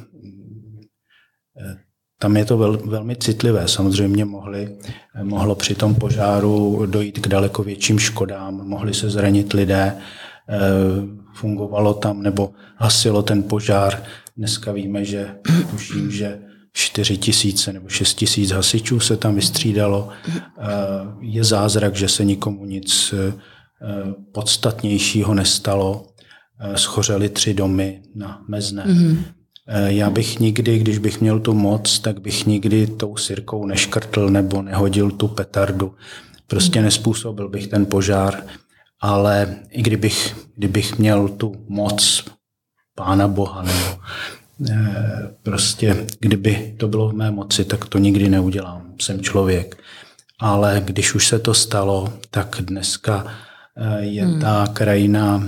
tam je to velmi citlivé. Samozřejmě mohlo při tom požáru dojít k daleko větším škodám, mohli se zranit lidé, fungovalo tam nebo hasilo ten požár. Dneska víme, že tuším, že 4 000 nebo 6 000 hasičů se tam vystřídalo. Je zázrak, že se nikomu nic podstatnějšího nestalo. Schořely 3 domy na Mezné. Já bych nikdy, když bych měl tu moc, tak bych nikdy tou sirkou neškrtl nebo nehodil tu petardu. Prostě nespůsobil bych ten požár, ale i kdybych měl tu moc Pána Boha nebo prostě kdyby to bylo v mé moci, tak to nikdy neudělám. Jsem člověk. Ale když už se to stalo, tak dneska je ta krajina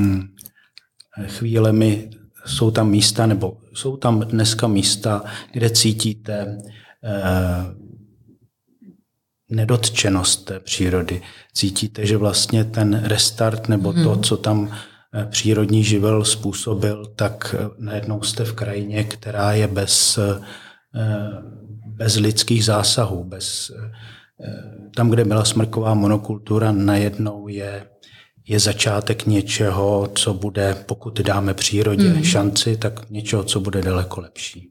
chvílemi, jsou tam místa, nebo jsou tam dneska místa, kde cítíte nedotčenost té přírody. Cítíte, že vlastně ten restart nebo to, co tam přírodní živel způsobil, tak najednou jste v krajině, která je bez lidských zásahů. Tam, kde byla smrková monokultura, najednou je začátek něčeho, co bude, pokud dáme přírodě šanci, tak něčeho, co bude daleko lepší.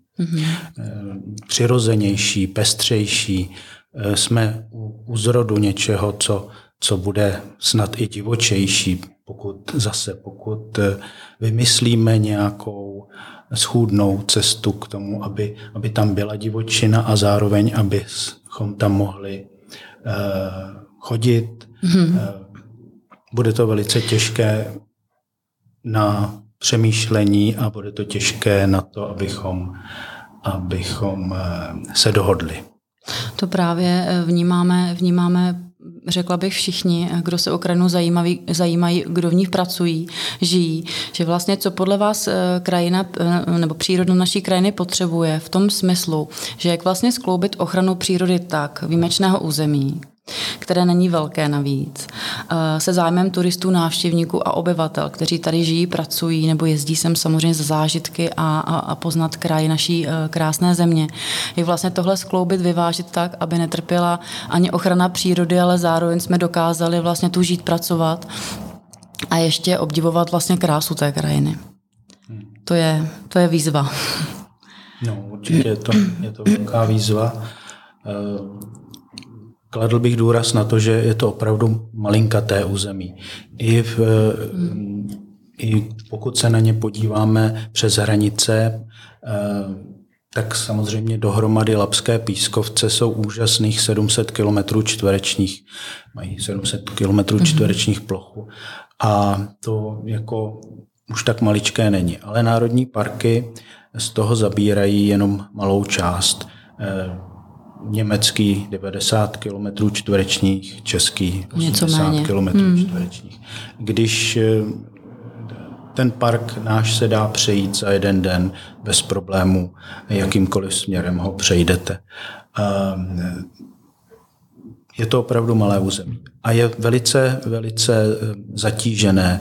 Přirozenější, pestřejší. Jsme u zrodu něčeho, co co bude snad i divočejší, pokud vymyslíme nějakou schůdnou cestu k tomu, aby tam byla divočina a zároveň, abychom tam mohli chodit. Bude to velice těžké na přemýšlení a bude to těžké na to, abychom se dohodli. To právě vnímáme, řekla bych všichni, kdo se o krajinu zajímají, kdo v ní pracují, žijí, že vlastně co podle vás krajina nebo příroda naší krajiny potřebuje v tom smyslu, že jak vlastně skloubit ochranu přírody tak, výjimečného území, které není velké navíc, se zájmem turistů, návštěvníků a obyvatel, kteří tady žijí, pracují nebo jezdí sem samozřejmě za zážitky a poznat kraj naší krásné země. Jak vlastně tohle skloubit, vyvážit tak, aby netrpěla ani ochrana přírody, ale zároveň jsme dokázali vlastně tu žít, pracovat a ještě obdivovat vlastně krásu té krajiny. To je výzva. No, určitě je to velká výzva. Kladl bych důraz na to, že je to opravdu malinkaté území. I pokud se na ně podíváme přes hranice, tak samozřejmě dohromady Labské pískovce jsou úžasných 700 km čtverečních. Mají 700 km čtverečních plochu. A to jako už tak maličké není. Ale národní parky z toho zabírají jenom malou část. Německý 90 km čtverečních, český 80 km čtverečních. Když ten park náš se dá přejít za jeden den bez problémů, jakýmkoliv směrem ho přejdete. Je to opravdu malé území. A je velice, velice zatížené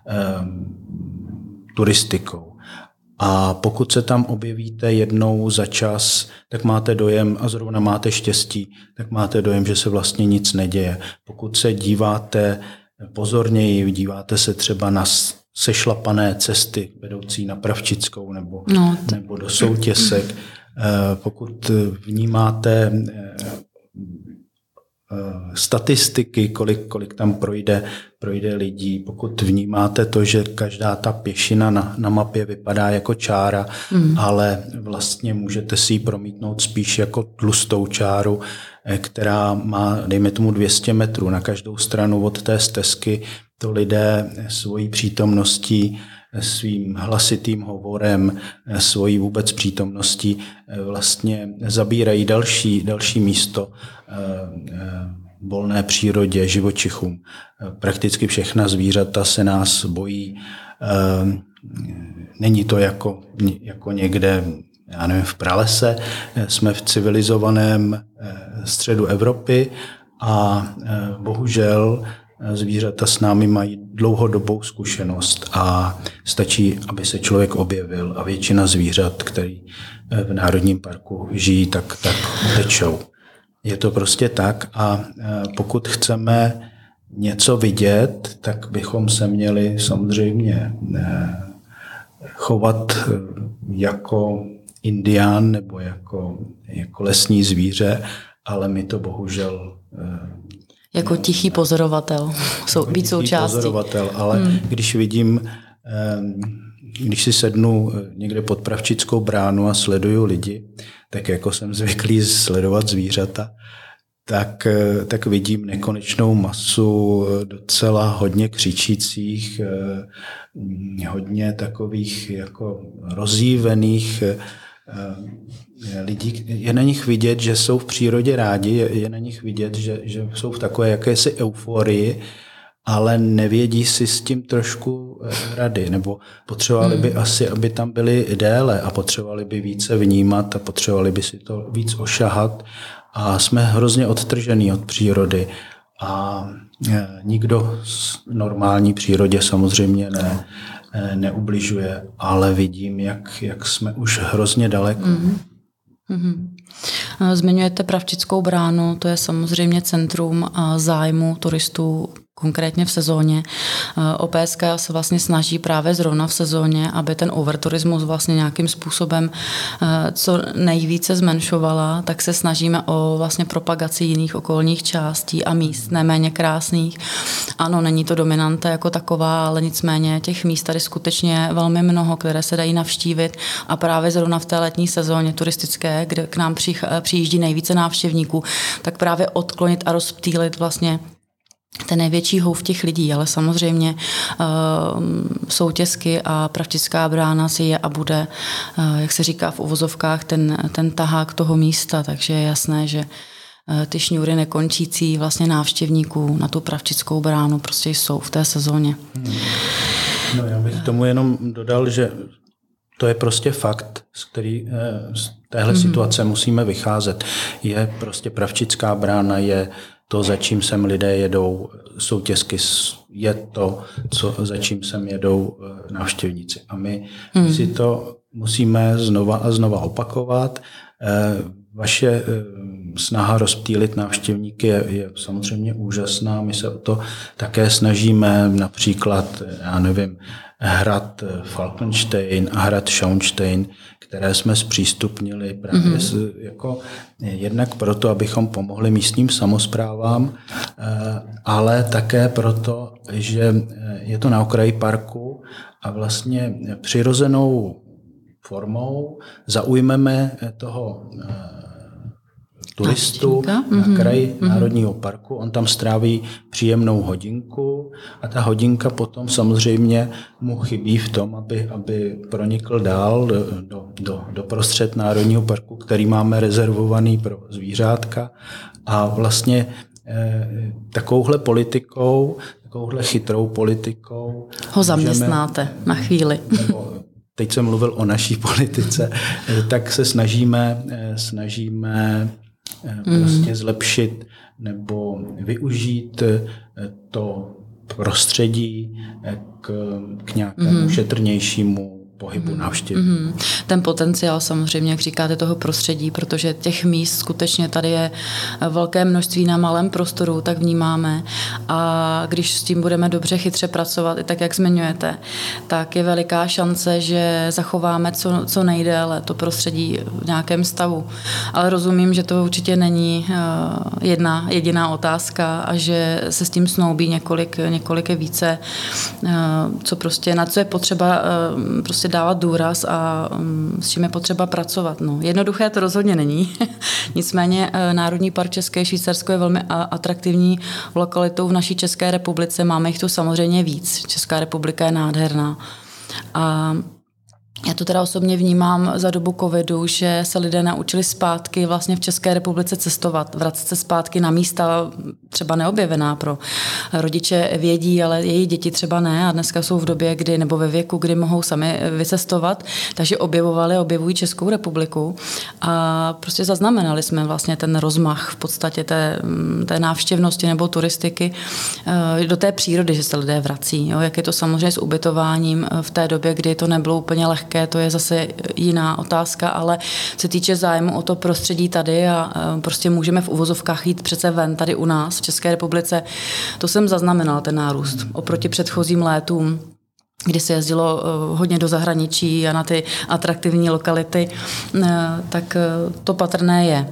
turistikou. A pokud se tam objevíte jednou za čas, tak máte dojem, a zrovna máte štěstí, tak máte dojem, že se vlastně nic neděje. Pokud se díváte pozorněji, díváte se třeba na sešlapané cesty vedoucí na Pravčickou nebo do Soutěsek, pokud vnímáte statistiky, kolik tam projde lidí, pokud vnímáte to, že každá ta pěšina na mapě vypadá jako čára, ale vlastně můžete si ji promítnout spíš jako tlustou čáru, která má, dejme tomu, 200 metrů na každou stranu od té stezky, to lidé svojí přítomností, svým hlasitým hovorem, svojí vůbec přítomností vlastně zabírají další místo volné přírodě, živočichům. Prakticky všechna zvířata se nás bojí. Není to jako někde, já nevím, v pralese. Jsme v civilizovaném středu Evropy a bohužel zvířata s námi mají dlouhodobou zkušenost a stačí, aby se člověk objevil a většina zvířat, který v Národním parku žijí, tak utečou. Je to prostě tak a pokud chceme něco vidět, tak bychom se měli samozřejmě chovat jako indián nebo jako lesní zvíře, ale my to bohužel jako tichý pozorovatel, být součástí. Pozorovatel, ale když si sednu někde pod Pravčickou bránu a sleduju lidi, tak jako jsem zvyklý sledovat zvířata, tak vidím nekonečnou masu docela hodně křičících, hodně takových jako rozjívených lidí. Je na nich vidět, že jsou v přírodě rádi, je na nich vidět, že jsou v takové jakési euforii, ale nevědí si s tím trošku rady, nebo potřebovali by asi, aby tam byli déle a potřebovali by více vnímat a potřebovali by si to víc ošahat a jsme hrozně odtržení od přírody a nikdo z normální přírodě samozřejmě neubližuje, ale vidím, jak jsme už hrozně daleko. Zmiňujete Pravčickou bránu, to je samozřejmě centrum zájmu turistů konkrétně v sezóně. OPSK se vlastně snaží právě zrovna v sezóně, aby ten overturismus vlastně nějakým způsobem co nejvíce zmenšovala, tak se snažíme o vlastně propagaci jiných okolních částí a míst, neméně krásných. Ano, není to dominanta jako taková, ale nicméně těch míst tady skutečně velmi mnoho, které se dají navštívit a právě zrovna v té letní sezóně turistické, kde k nám přijíždí nejvíce návštěvníků, tak právě odklonit a rozptýlit vlastně ten největší houf těch lidí, ale samozřejmě Soutězky a Pravčická brána si je a bude, jak se říká v uvozovkách, ten tahák toho místa, takže je jasné, že ty šňůry nekončící vlastně návštěvníků na tu Pravčickou bránu prostě jsou v té sezóně. No, já bych tomu jenom dodal, že to je prostě fakt, z téhle situace musíme vycházet. Je prostě Pravčická brána, je to, za čím sem lidé jedou, Soutězky, je to, za čím sem jedou návštěvníci. A my si to musíme znova a znova opakovat. Vaše snaha rozptýlit návštěvníky je samozřejmě úžasná. My se o to také snažíme, například, já nevím, hrad Falkenstein a hrad Schauenstein, které jsme zpřístupnili právě jako jednak proto, abychom pomohli místním samosprávám, ale také proto, že je to na okraji parku a vlastně přirozenou formou zaujmeme toho turistu na kraji Národního parku. On tam stráví příjemnou hodinku a ta hodinka potom samozřejmě mu chybí v tom, aby pronikl dál do prostřed Národního parku, který máme rezervovaný pro zvířátka. A vlastně takovouhle politikou, takovouhle chytrou politikou ho zaměstnáte na chvíli. Teď jsem mluvil o naší politice, tak se snažíme prostě zlepšit nebo využít to prostředí k nějakému šetrnějšímu pohybu návštěvníků. Ten potenciál samozřejmě, jak říkáte, toho prostředí, protože těch míst skutečně tady je velké množství na malém prostoru, tak vnímáme. A když s tím budeme dobře chytře pracovat, i tak, jak zmiňujete, tak je veliká šance, že zachováme co nejdéle to prostředí v nějakém stavu. Ale rozumím, že to určitě není jedna jediná otázka a že se s tím snoubí několik více, na co je potřeba prostě dávat důraz a s čím je potřeba pracovat. No, jednoduché to rozhodně není. Nicméně Národní park České Švýcarsko je velmi atraktivní lokalitou v naší České republice. Máme jich tu samozřejmě víc. Česká republika je nádherná. A já to teda osobně vnímám za dobu covidu, že se lidé naučili zpátky vlastně v České republice cestovat, vracet se zpátky na místa třeba neobjevená pro rodiče vědí, ale jejich děti třeba ne a dneska jsou v době, nebo ve věku, kdy mohou sami vycestovat, takže objevují Českou republiku a prostě zaznamenali jsme vlastně ten rozmach v podstatě té návštěvnosti nebo turistiky do té přírody, že se lidé vrací. Jo? Jak je to samozřejmě s ubytováním v té době, kdy to nebylo úplně lehké, to je zase jiná otázka, ale se týče zájmu o to prostředí tady a prostě můžeme v uvozovkách jít přece ven tady u nás v České republice. To jsem zaznamenala ten nárůst oproti předchozím létům, kdy se jezdilo hodně do zahraničí a na ty atraktivní lokality, tak to patrné je.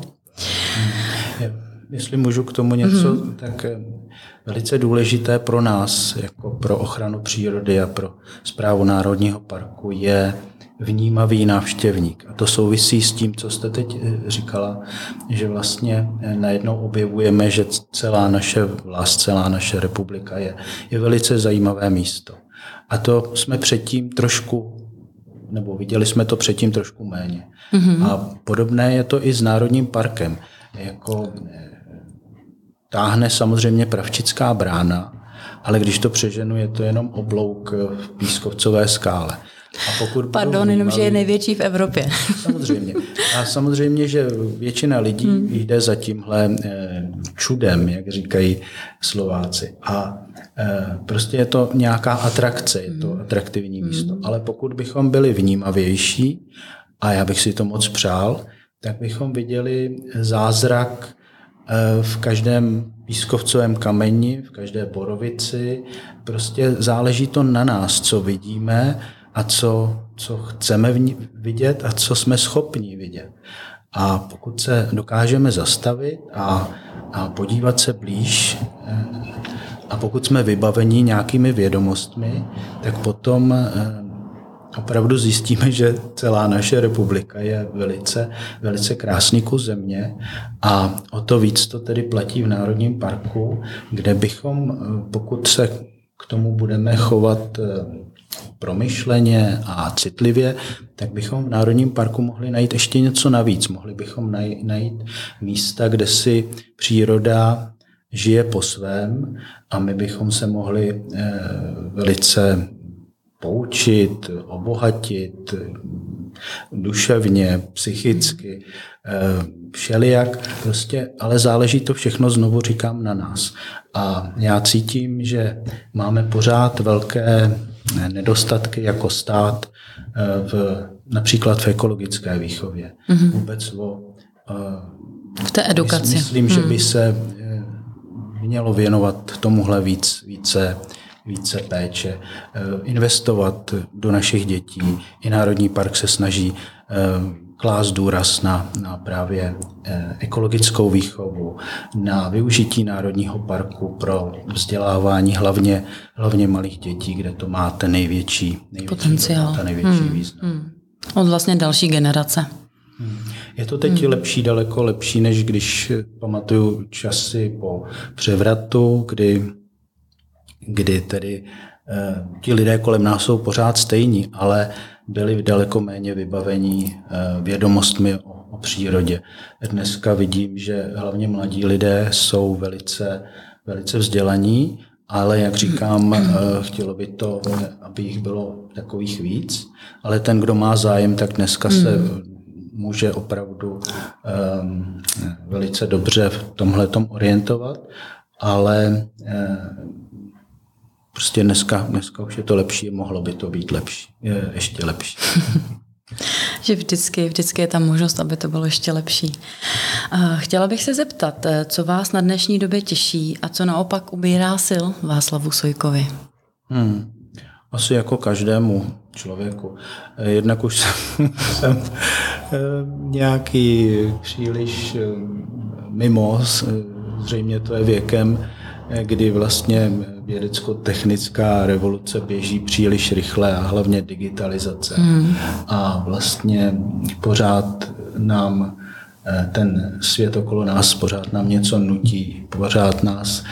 Jestli můžu k tomu něco, tak velice důležité pro nás, jako pro ochranu přírody a pro správu Národního parku, je vnímavý návštěvník. A to souvisí s tím, co jste teď říkala, že vlastně najednou objevujeme, že celá naše vlast, celá naše republika je velice zajímavé místo. A to jsme předtím viděli jsme to předtím trošku méně. A podobné je to i s Národním parkem. Táhne samozřejmě Pravčická brána, ale když to přeženu, je to jenom oblouk v Pískovcové skále. Pardon, jenomže je největší v Evropě. Samozřejmě. A samozřejmě, že většina lidí jde za tímhle čudem, jak říkají Slováci. A prostě je to nějaká atrakce, je to atraktivní místo. Ale pokud bychom byli vnímavější, a já bych si to moc přál, tak bychom viděli zázrak v každém pískovcovém kameni, v každé borovici. Prostě záleží to na nás, co vidíme a co chceme vidět a co jsme schopni vidět. A pokud se dokážeme zastavit a podívat se blíž, a pokud jsme vybaveni nějakými vědomostmi, tak potom opravdu zjistíme, že celá naše republika je velice, velice krásný kus země a o to víc to tedy platí v Národním parku, kde bychom, pokud se k tomu budeme chovat promyšleně a citlivě, tak bychom v Národním parku mohli najít ještě něco navíc. Mohli bychom najít místa, kde si příroda žije po svém a my bychom se mohli velice poučit, obohatit duševně, psychicky, všelijak, prostě, ale záleží to všechno, znovu říkám, na nás. A já cítím, že máme pořád velké nedostatky jako stát například v ekologické výchově. Vůbec v té edukaci. Myslím, že by se mělo věnovat tomuhle více péče, investovat do našich dětí. I Národní park se snaží klást důraz na právě ekologickou výchovu, na využití Národního parku pro vzdělávání hlavně malých dětí, kde to má ten největší potenciál, ten největší význam. Od vlastně další generace. Je to teď daleko lepší, než když pamatuju časy po převratu, kdy tedy ti lidé kolem nás jsou pořád stejní, ale byli daleko méně vybavení vědomostmi o přírodě. Dneska vidím, že hlavně mladí lidé jsou velice, velice vzdělaní, ale jak říkám, chtělo by to, aby jich bylo takových víc, ale ten, kdo má zájem, tak dneska se může opravdu velice dobře v tomhletom orientovat, ale prostě dneska už je to lepší, mohlo by to být lepší, ještě lepší. Že vždycky je ta možnost, aby to bylo ještě lepší. Chtěla bych se zeptat, co vás na dnešní době těší a co naopak ubírá sil Václavu Sojkovi? Asi jako každému člověku. Jednak už jsem nějaký příliš mimo, zřejmě to je věkem, kdy vlastně vědecko-technická revoluce běží příliš rychle a hlavně digitalizace. A vlastně pořád nám ten svět okolo nás pořád nám něco nutí, pořád nás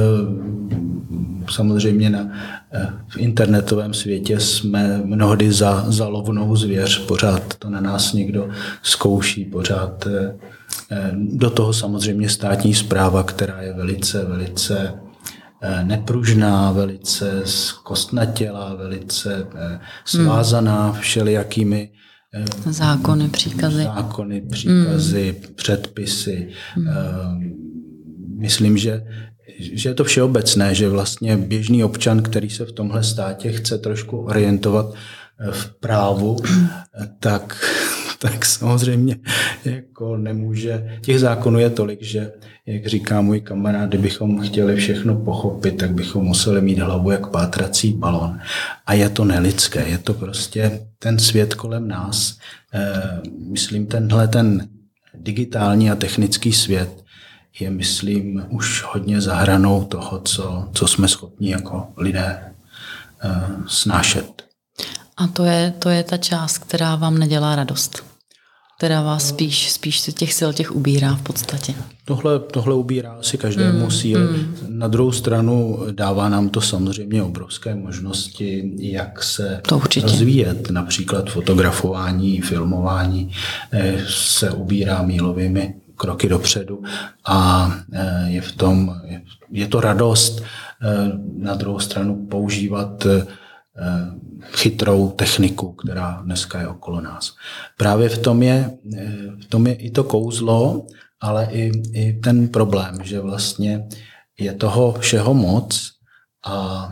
samozřejmě v internetovém světě jsme mnohdy za lovnou zvěř, pořád to na nás někdo zkouší, pořád do toho samozřejmě státní správa, která je velice nepružná, velice zkostnatělá, velice svázaná všelijakými zákony, příkazy, předpisy. Myslím, že je to všeobecné, že vlastně běžný občan, který se v tomhle státě chce trošku orientovat v právu, tak samozřejmě jako nemůže. Těch zákonů je tolik, že, jak říká můj kamarád, kdybychom chtěli všechno pochopit, tak bychom museli mít hlavu jak pátrací balon. A je to nelidské, je to prostě ten svět kolem nás. Myslím, ten digitální a technický svět je, myslím, už hodně za hranou toho, co jsme schopni jako lidé snášet. A to je ta část, která vám nedělá radost, která vás spíš těch sil ubírá v podstatě. Tohle ubírá asi každému síly. Na druhou stranu dává nám to samozřejmě obrovské možnosti, jak se rozvíjet. Například fotografování, filmování se ubírá mílovými kroky dopředu a je to radost na druhou stranu používat chytrou techniku, která dneska je okolo nás. Právě v tom je i to kouzlo, ale i ten problém, že vlastně je toho všeho moc a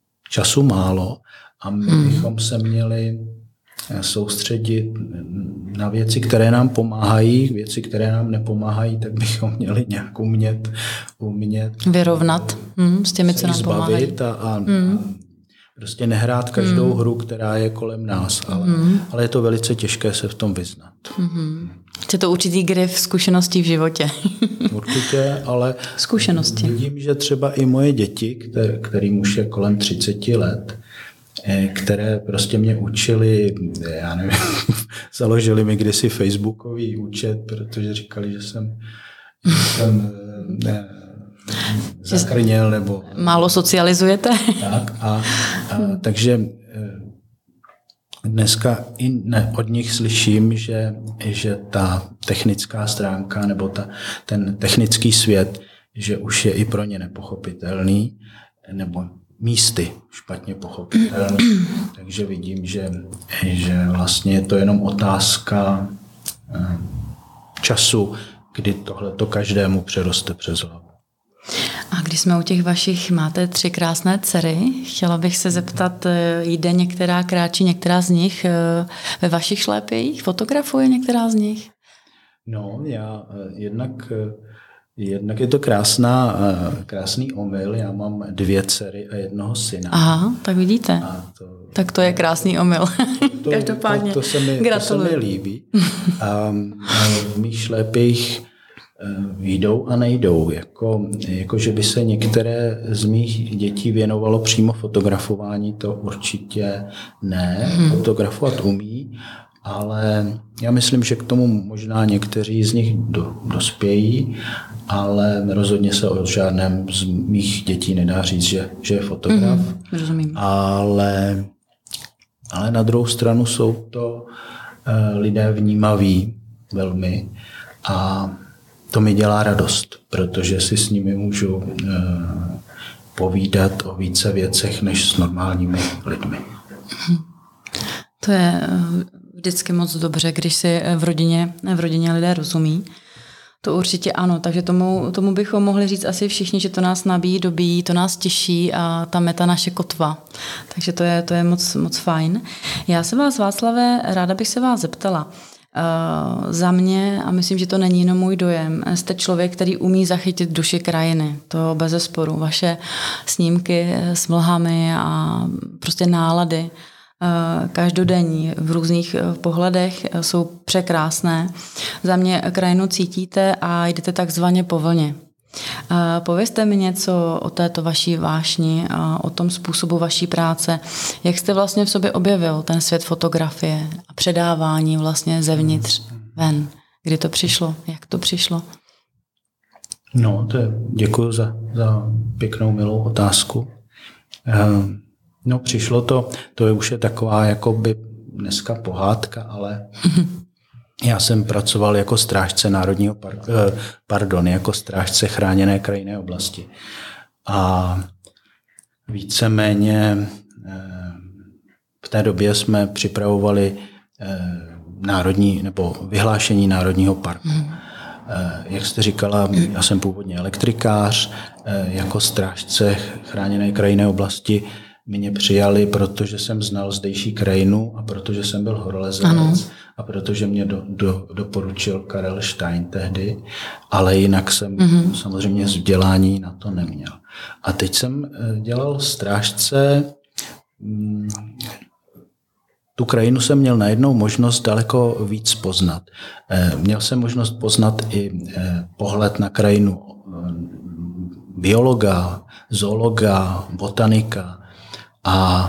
času málo a my bychom se měli soustředit na věci, které nám pomáhají, věci, které nám nepomáhají, tak bychom měli nějak umět vyrovnat s těmi, co nám pomáhají. A prostě nehrát každou hru, která je kolem nás, ale je to velice těžké se v tom vyznat. Je to určitý grif zkušeností v životě. Určitě, ale zkušenosti. Vidím, že třeba i moje děti, kterým už je kolem 30 let, které prostě mě učili, já nevím, založili mi kdysi facebookový účet, protože říkali, že jsem zakrněl nebo... Málo socializujete? Tak takže dneska i od nich slyším, že ta technická stránka nebo ten technický svět, že už je i pro ně nepochopitelný nebo místy špatně pochopitelný. Takže vidím, že vlastně je to jenom otázka času, kdy tohleto každému přeroste přes hlavu. A když jsme u těch vašich, máte 3 krásné dcery, chtěla bych se zeptat, jde některá kráčí, některá z nich ve vašich šlépějích? Fotografuje některá z nich? No, já jednak je to krásný omyl. Já mám 2 dcery a 1 syna. Aha, tak vidíte. Tak to je krásný omyl. Každopádně to se mi líbí. A v mých šlépějích jdou a nejdou. Jako že by se některé z mých dětí věnovalo přímo fotografování, to určitě ne. Fotografovat umí, ale já myslím, že k tomu možná někteří z nich dospějí, ale rozhodně se o žádném z mých dětí nedá říct, že je fotograf. Rozumím. Ale na druhou stranu jsou to lidé vnímaví velmi a to mi dělá radost, protože si s nimi můžu povídat o více věcech než s normálními lidmi. To je vždycky moc dobře, když si v rodině lidé rozumí. To určitě ano, takže tomu bychom mohli říct asi všichni, že to nás nabíjí, dobíjí, to nás těší a tam je ta naše kotva. Takže to je moc fajn. Já se vás, Václave, ráda bych se vás zeptala. Za mě, a myslím, že to není jenom můj dojem, jste člověk, který umí zachytit duši krajiny. To bezesporu. Vaše snímky s mlhami a prostě nálady každodenní v různých pohledech jsou překrásné. Za mě krajinu cítíte a jdete takzvaně po vlně. Povězte mi něco o této vaší vášni a o tom způsobu vaší práce. Jak jste vlastně v sobě objevil ten svět fotografie a předávání vlastně zevnitř ven? Kdy to přišlo? Jak to přišlo? No, děkuji za pěknou, milou otázku. No, přišlo to už je taková jakoby dneska pohádka, ale já jsem pracoval jako strážce jako strážce chráněné krajinné oblasti. A víceméně v té době jsme připravovali vyhlášení národního parku. Jak jste říkala, já jsem původně elektrikář, jako strážce chráněné krajinné oblasti mě přijali, protože jsem znal zdejší krajinu a protože jsem byl horolezec a protože mě doporučil Karel Stein tehdy, ale jinak jsem samozřejmě vzdělání na to neměl. A teď jsem dělal strážce, tu krajinu jsem měl najednou možnost daleko víc poznat. Měl jsem možnost poznat i pohled na krajinu biologa, zoologa, botanika, a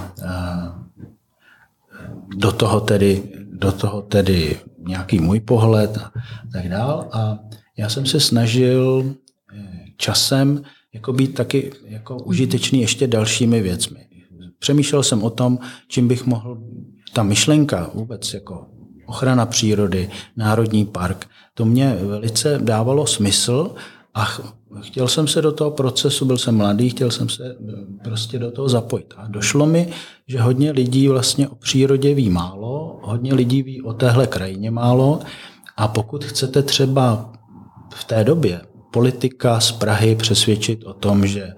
do toho tedy nějaký můj pohled a tak dál. A já jsem se snažil časem jako být taky jako užitečný ještě dalšími věcmi. Přemýšlel jsem o tom, čím bych mohl, ta myšlenka vůbec jako ochrana přírody, národní park, to mě velice dávalo smysl a chtěl jsem se do toho procesu, byl jsem mladý, chtěl jsem se prostě do toho zapojit. A došlo mi, že hodně lidí vlastně o přírodě ví málo, hodně lidí ví o téhle krajině málo a pokud chcete třeba v té době politika z Prahy přesvědčit o tom, že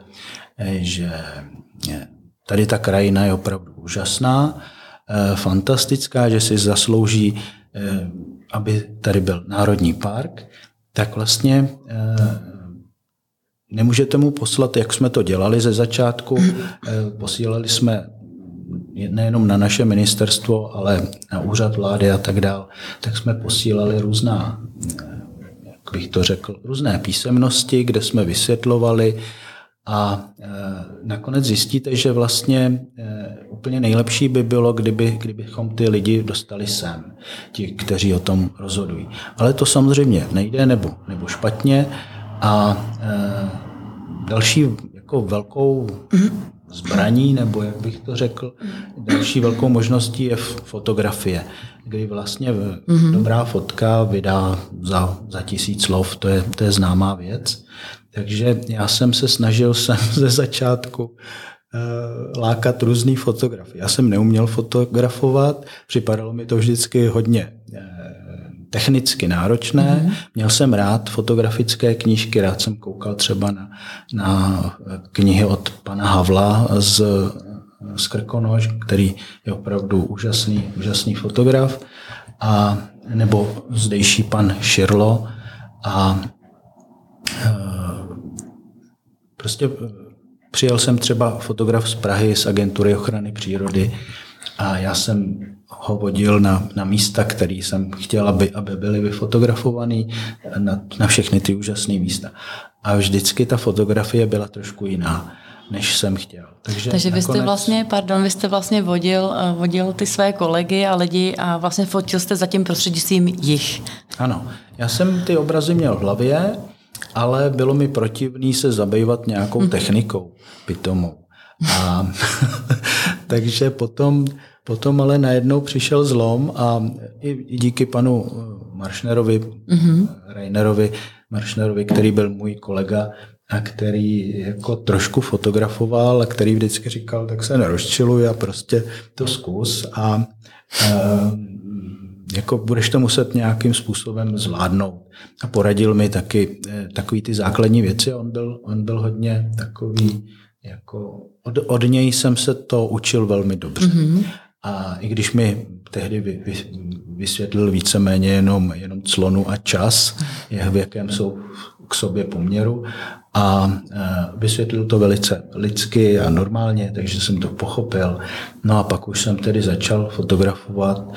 tady ta krajina je opravdu úžasná, fantastická, že si zaslouží aby tady byl národní park, tak vlastně nemůžete mu poslat, jak jsme to dělali ze začátku. Posílali jsme nejenom na naše ministerstvo, ale na úřad vlády a tak dále, tak jsme posílali různá, jak bych to řekl, různé písemnosti, kde jsme vysvětlovali a nakonec zjistíte, že vlastně úplně nejlepší by bylo, kdybychom ty lidi dostali sem, ti, kteří o tom rozhodují. Ale to samozřejmě nejde nebo špatně a další jako velkou zbraní, nebo jak bych to řekl, další velkou možností je fotografie, kdy vlastně dobrá fotka vydá za 1000 slov, to je známá věc. Takže já jsem se snažil ze začátku lákat různý fotografie. Já jsem neuměl fotografovat, připadalo mi to vždycky hodně technicky náročné. Měl jsem rád fotografické knížky, rád jsem koukal třeba na knihy od pana Havla z Krkonoš, který je opravdu úžasný fotograf, a nebo zdejší pan Širlo. A prostě přijel jsem třeba fotograf z Prahy z agentury ochrany přírody a já jsem ho vodil na místa, které jsem chtěl, aby byly vyfotografované, na všechny ty úžasné místa. A vždycky ta fotografie byla trošku jiná, než jsem chtěl. Takže vy jste vlastně vodil ty své kolegy a lidi a vlastně fotil jste zatím prostřednictvím jich. Ano, já jsem ty obrazy měl v hlavě, ale bylo mi protivný se zabývat nějakou technikou pitomou. A takže potom ale najednou přišel zlom a i díky panu Maršnerovi, Reinerovi Maršnerovi, který byl můj kolega a který jako trošku fotografoval a který vždycky říkal, tak se nerozčiluj a prostě to zkus a jako budeš to muset nějakým způsobem zvládnout. A poradil mi taky takový ty základní věci. On byl hodně takový, jako od něj jsem se to učil velmi dobře. A i když mi tehdy vysvětlil víceméně jenom clonu a čas, v jakém jsou k sobě poměru, a vysvětlil to velice lidsky a normálně, takže jsem to pochopil. No a pak už jsem tedy začal fotografovat.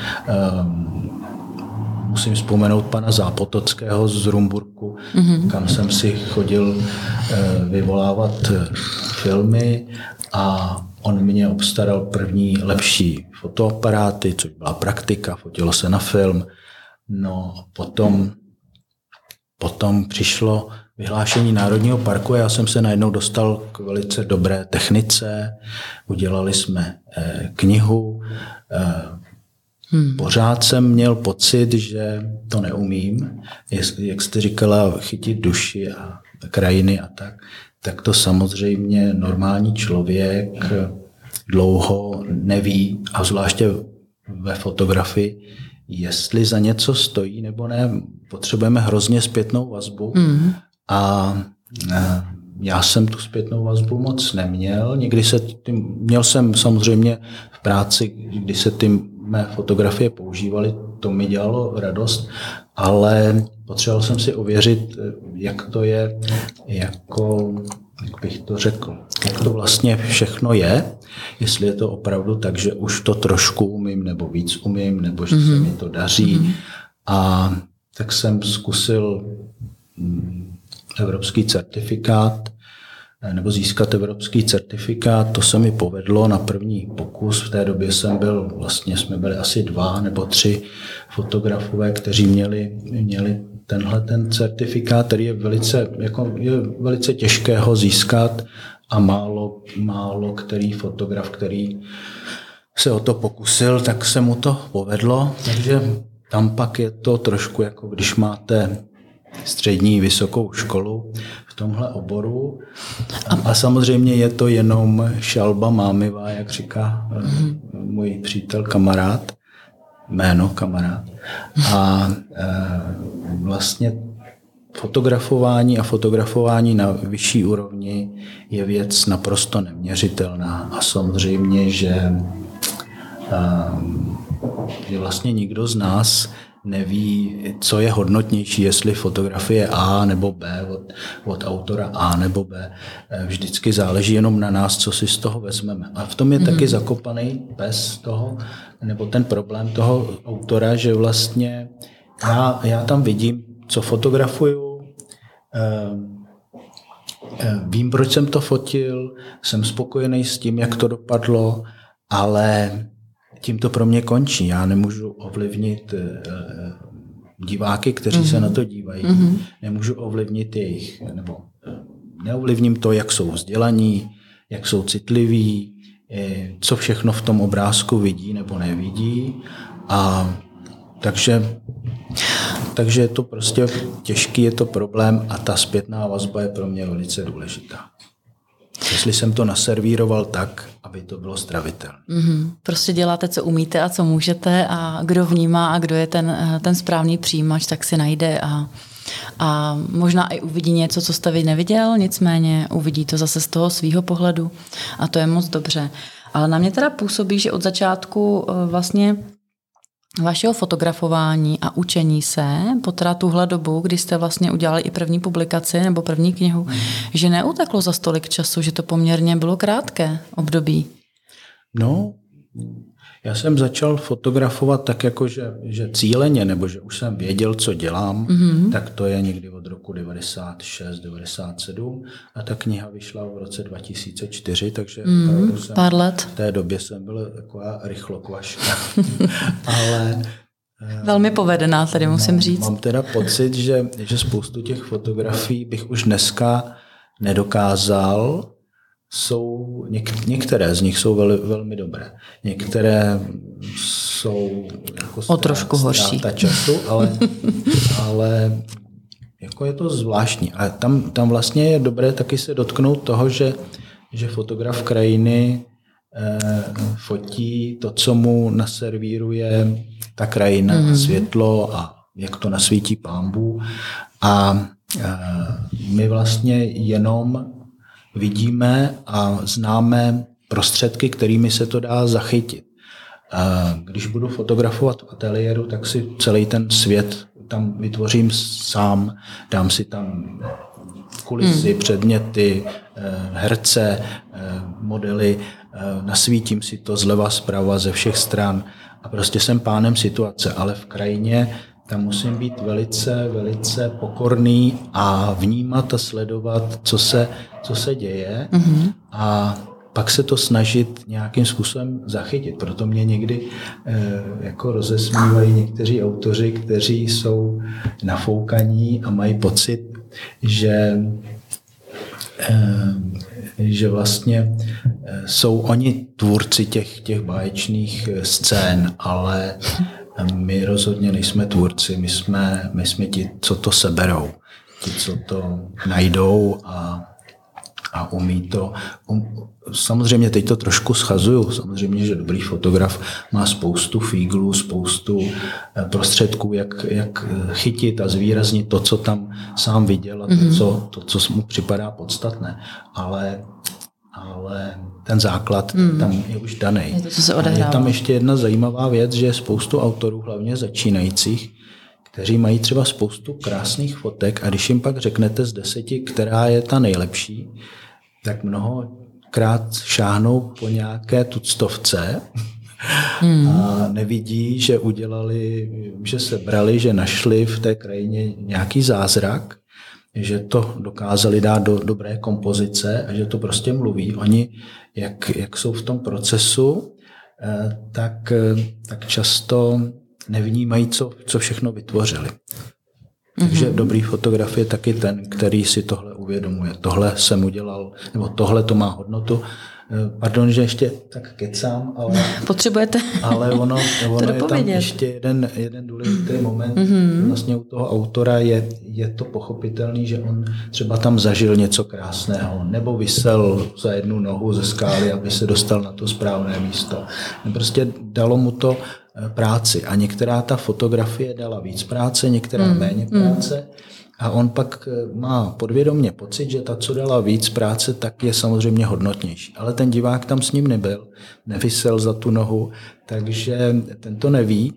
Musím vzpomenout pana Zápotockého z Rumburku, kam jsem si chodil vyvolávat filmy a on mě obstaral první lepší fotoaparáty, což byla praktika, fotilo se na film. No potom přišlo vyhlášení Národního parku a já jsem se najednou dostal k velice dobré technice. Udělali jsme knihu. Pořád jsem měl pocit, že to neumím. Jak jste říkala, chytit duši a krajiny a tak to samozřejmě normální člověk dlouho neví, a zvláště ve fotografii, jestli za něco stojí nebo ne. Potřebujeme hrozně zpětnou vazbu a já jsem tu zpětnou vazbu moc neměl. Měl jsem samozřejmě v práci, kdy se ty mé fotografie používaly, to mi dělalo radost, ale potřeboval jsem si ověřit, jak to je, jak bych to řekl, jak to vlastně všechno je, jestli je to opravdu tak, že už to trošku umím, nebo víc umím, nebo že se mi to daří. A tak jsem zkusil evropský certifikát, nebo získat evropský certifikát. To se mi povedlo na první pokus. V té době jsme byli asi 2 nebo 3 fotografové, kteří měli ten certifikát, který je velice těžké ho získat a málo který fotograf, který se o to pokusil, tak se mu to povedlo. Takže tam pak je to trošku jako když máte střední vysokou školu v tomhle oboru. A samozřejmě je to jenom šalba mámivá, jak říká můj přítel, kamarád, jméno kamarád. A vlastně fotografování na vyšší úrovni je věc naprosto neměřitelná. A samozřejmě, že vlastně nikdo z nás neví, co je hodnotnější, jestli fotografie A nebo B od autora A nebo B. Vždycky záleží jenom na nás, co si z toho vezmeme. A v tom je taky zakopaný pes toho, nebo ten problém toho autora, že vlastně já tam vidím, co fotografuju, vím, proč jsem to fotil, jsem spokojený s tím, jak to dopadlo, ale tím to pro mě končí. Já nemůžu ovlivnit diváky, kteří se na to dívají. Nemůžu ovlivnit jejich, nebo neovlivním to, jak jsou vzdělaní, jak jsou citliví, co všechno v tom obrázku vidí nebo nevidí. A takže je to prostě těžký, je to problém a ta zpětná vazba je pro mě velice důležitá. Jestli jsem to naservíroval tak, aby to bylo stravitelné. Prostě děláte, co umíte a co můžete a kdo vnímá a kdo je ten správný přijímač, tak si najde a možná i uvidí něco, co jste vy neviděl, nicméně uvidí to zase z toho svýho pohledu a to je moc dobře. Ale na mě teda působí, že od začátku vlastně vašeho fotografování a učení se po teda tuhle dobu, kdy jste vlastně udělali i první publikaci nebo první knihu, že neuteklo za tolik času, že to poměrně bylo krátké období. No, já jsem začal fotografovat tak jako, že cíleně, nebo že už jsem věděl, co dělám, tak to je někdy od roku 96, 97 a ta kniha vyšla v roce 2004, takže pár let. V té době jsem byl taková rychlokvaška. Ale velmi povedená, tady musím říct. Mám teda pocit, že spoustu těch fotografií bych už dneska nedokázal. Některé z nich jsou velmi dobré. Některé jsou jako o trošku horší času, ale jako je to zvláštní. A tam vlastně je dobré taky se dotknout toho, že fotograf krajiny fotí to, co mu naservíruje ta krajina, světlo a jak to nasvítí pánbů. A my vlastně jenom vidíme a známe prostředky, kterými se to dá zachytit. Když budu fotografovat v ateliéru, tak si celý ten svět tam vytvořím sám. Dám si tam kulisy, předměty, herce, modely, nasvítím si to zleva, zprava, ze všech stran a prostě jsem pánem situace, ale v krajině tam musím být velice, velice pokorný a vnímat a sledovat, co se děje a pak se to snažit nějakým způsobem zachytit. Proto mě někdy jako rozesmívají někteří autoři, kteří jsou nafoukaní a mají pocit, že vlastně jsou oni tvůrci těch báječných scén, ale my rozhodně nejsme tvůrci, my jsme ti, co to seberou, ti, co to najdou a umí to. Samozřejmě teď to trošku schazuju, samozřejmě, že dobrý fotograf má spoustu fíglů, spoustu prostředků, jak chytit a zvýraznit to, co tam sám viděl a to, co mu připadá podstatné. Ale ten základ tam je už daný. Je tam ještě jedna zajímavá věc, že je spoustu autorů, hlavně začínajících, kteří mají třeba spoustu krásných fotek a když jim pak řeknete z 10, která je ta nejlepší, tak mnohokrát šáhnou po nějaké tuctovce a nevidí, že udělali, že sebrali, že našli v té krajině nějaký zázrak, že to dokázali dát do dobré kompozice a že to prostě mluví. Oni, jak jsou v tom procesu, tak často nevnímají, co všechno vytvořili. Takže dobrý fotograf je taky ten, který si tohle uvědomuje. Tohle jsem udělal, nebo tohle to má hodnotu. Pardon, že ještě tak kecám, ale... Potřebujete ale ono je tam ještě jeden důležitý moment. Vlastně u toho autora je to pochopitelný, že on třeba tam zažil něco krásného, nebo visel za jednu nohu ze skály, aby se dostal na to správné místo. Prostě dalo mu to práci a některá ta fotografie dala víc práce, některá méně práce a on pak má podvědomě pocit, že ta, co dala víc práce, tak je samozřejmě hodnotnější. Ale ten divák tam s ním nebyl, nevysel za tu nohu, takže ten to neví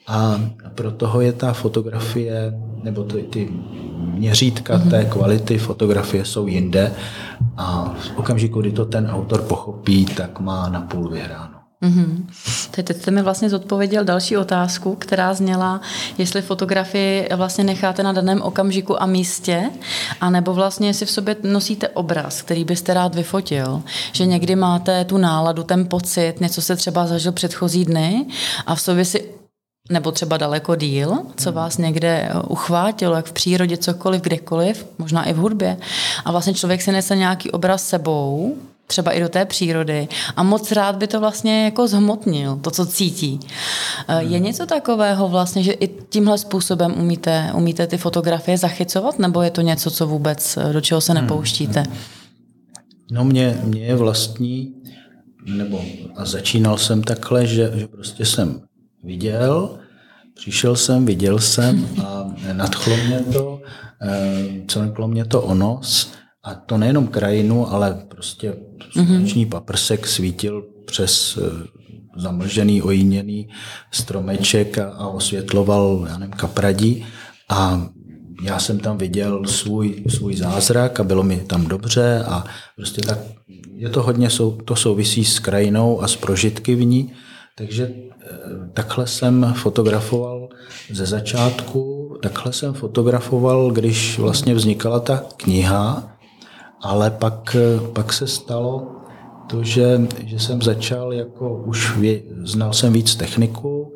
A pro toho je ta fotografie, nebo ty měřítka té kvality fotografie jsou jinde a v okamžiku, kdy to ten autor pochopí, tak má napůl vyhráno. Teď jste mi vlastně zodpověděl další otázku, která zněla, jestli fotografii vlastně necháte na daném okamžiku a místě, anebo vlastně jestli v sobě nosíte obraz, který byste rád vyfotil. Že někdy máte tu náladu, ten pocit, něco se třeba zažil předchozí dny a v sobě si, nebo třeba daleko díl, co vás někde uchvátilo, jak v přírodě, cokoliv, kdekoliv, možná i v hudbě. A vlastně člověk si nese nějaký obraz sebou, třeba i do té přírody a moc rád by to vlastně jako zhmotnil, to, co cítí. Je něco takového vlastně, že i tímhle způsobem umíte ty fotografie zachycovat, nebo je to něco, co vůbec, do čeho se nepouštíte? No mě je vlastní, a začínal jsem takhle, že prostě jsem přišel jsem, viděl jsem a nadchlo mě to, celklo mě to o nos. A to nejenom krajinu, ale prostě sluneční paprsek svítil přes zamlžený, ojíněný stromeček a osvětloval, kapradí. A já jsem tam viděl svůj zázrak a bylo mi tam dobře a prostě tak je to hodně, to souvisí s krajinou a s prožitky v ní. Takže takhle jsem fotografoval ze začátku, takhle jsem fotografoval, když vlastně vznikala ta kniha, ale pak se stalo to, že jsem začal znal jsem víc techniku,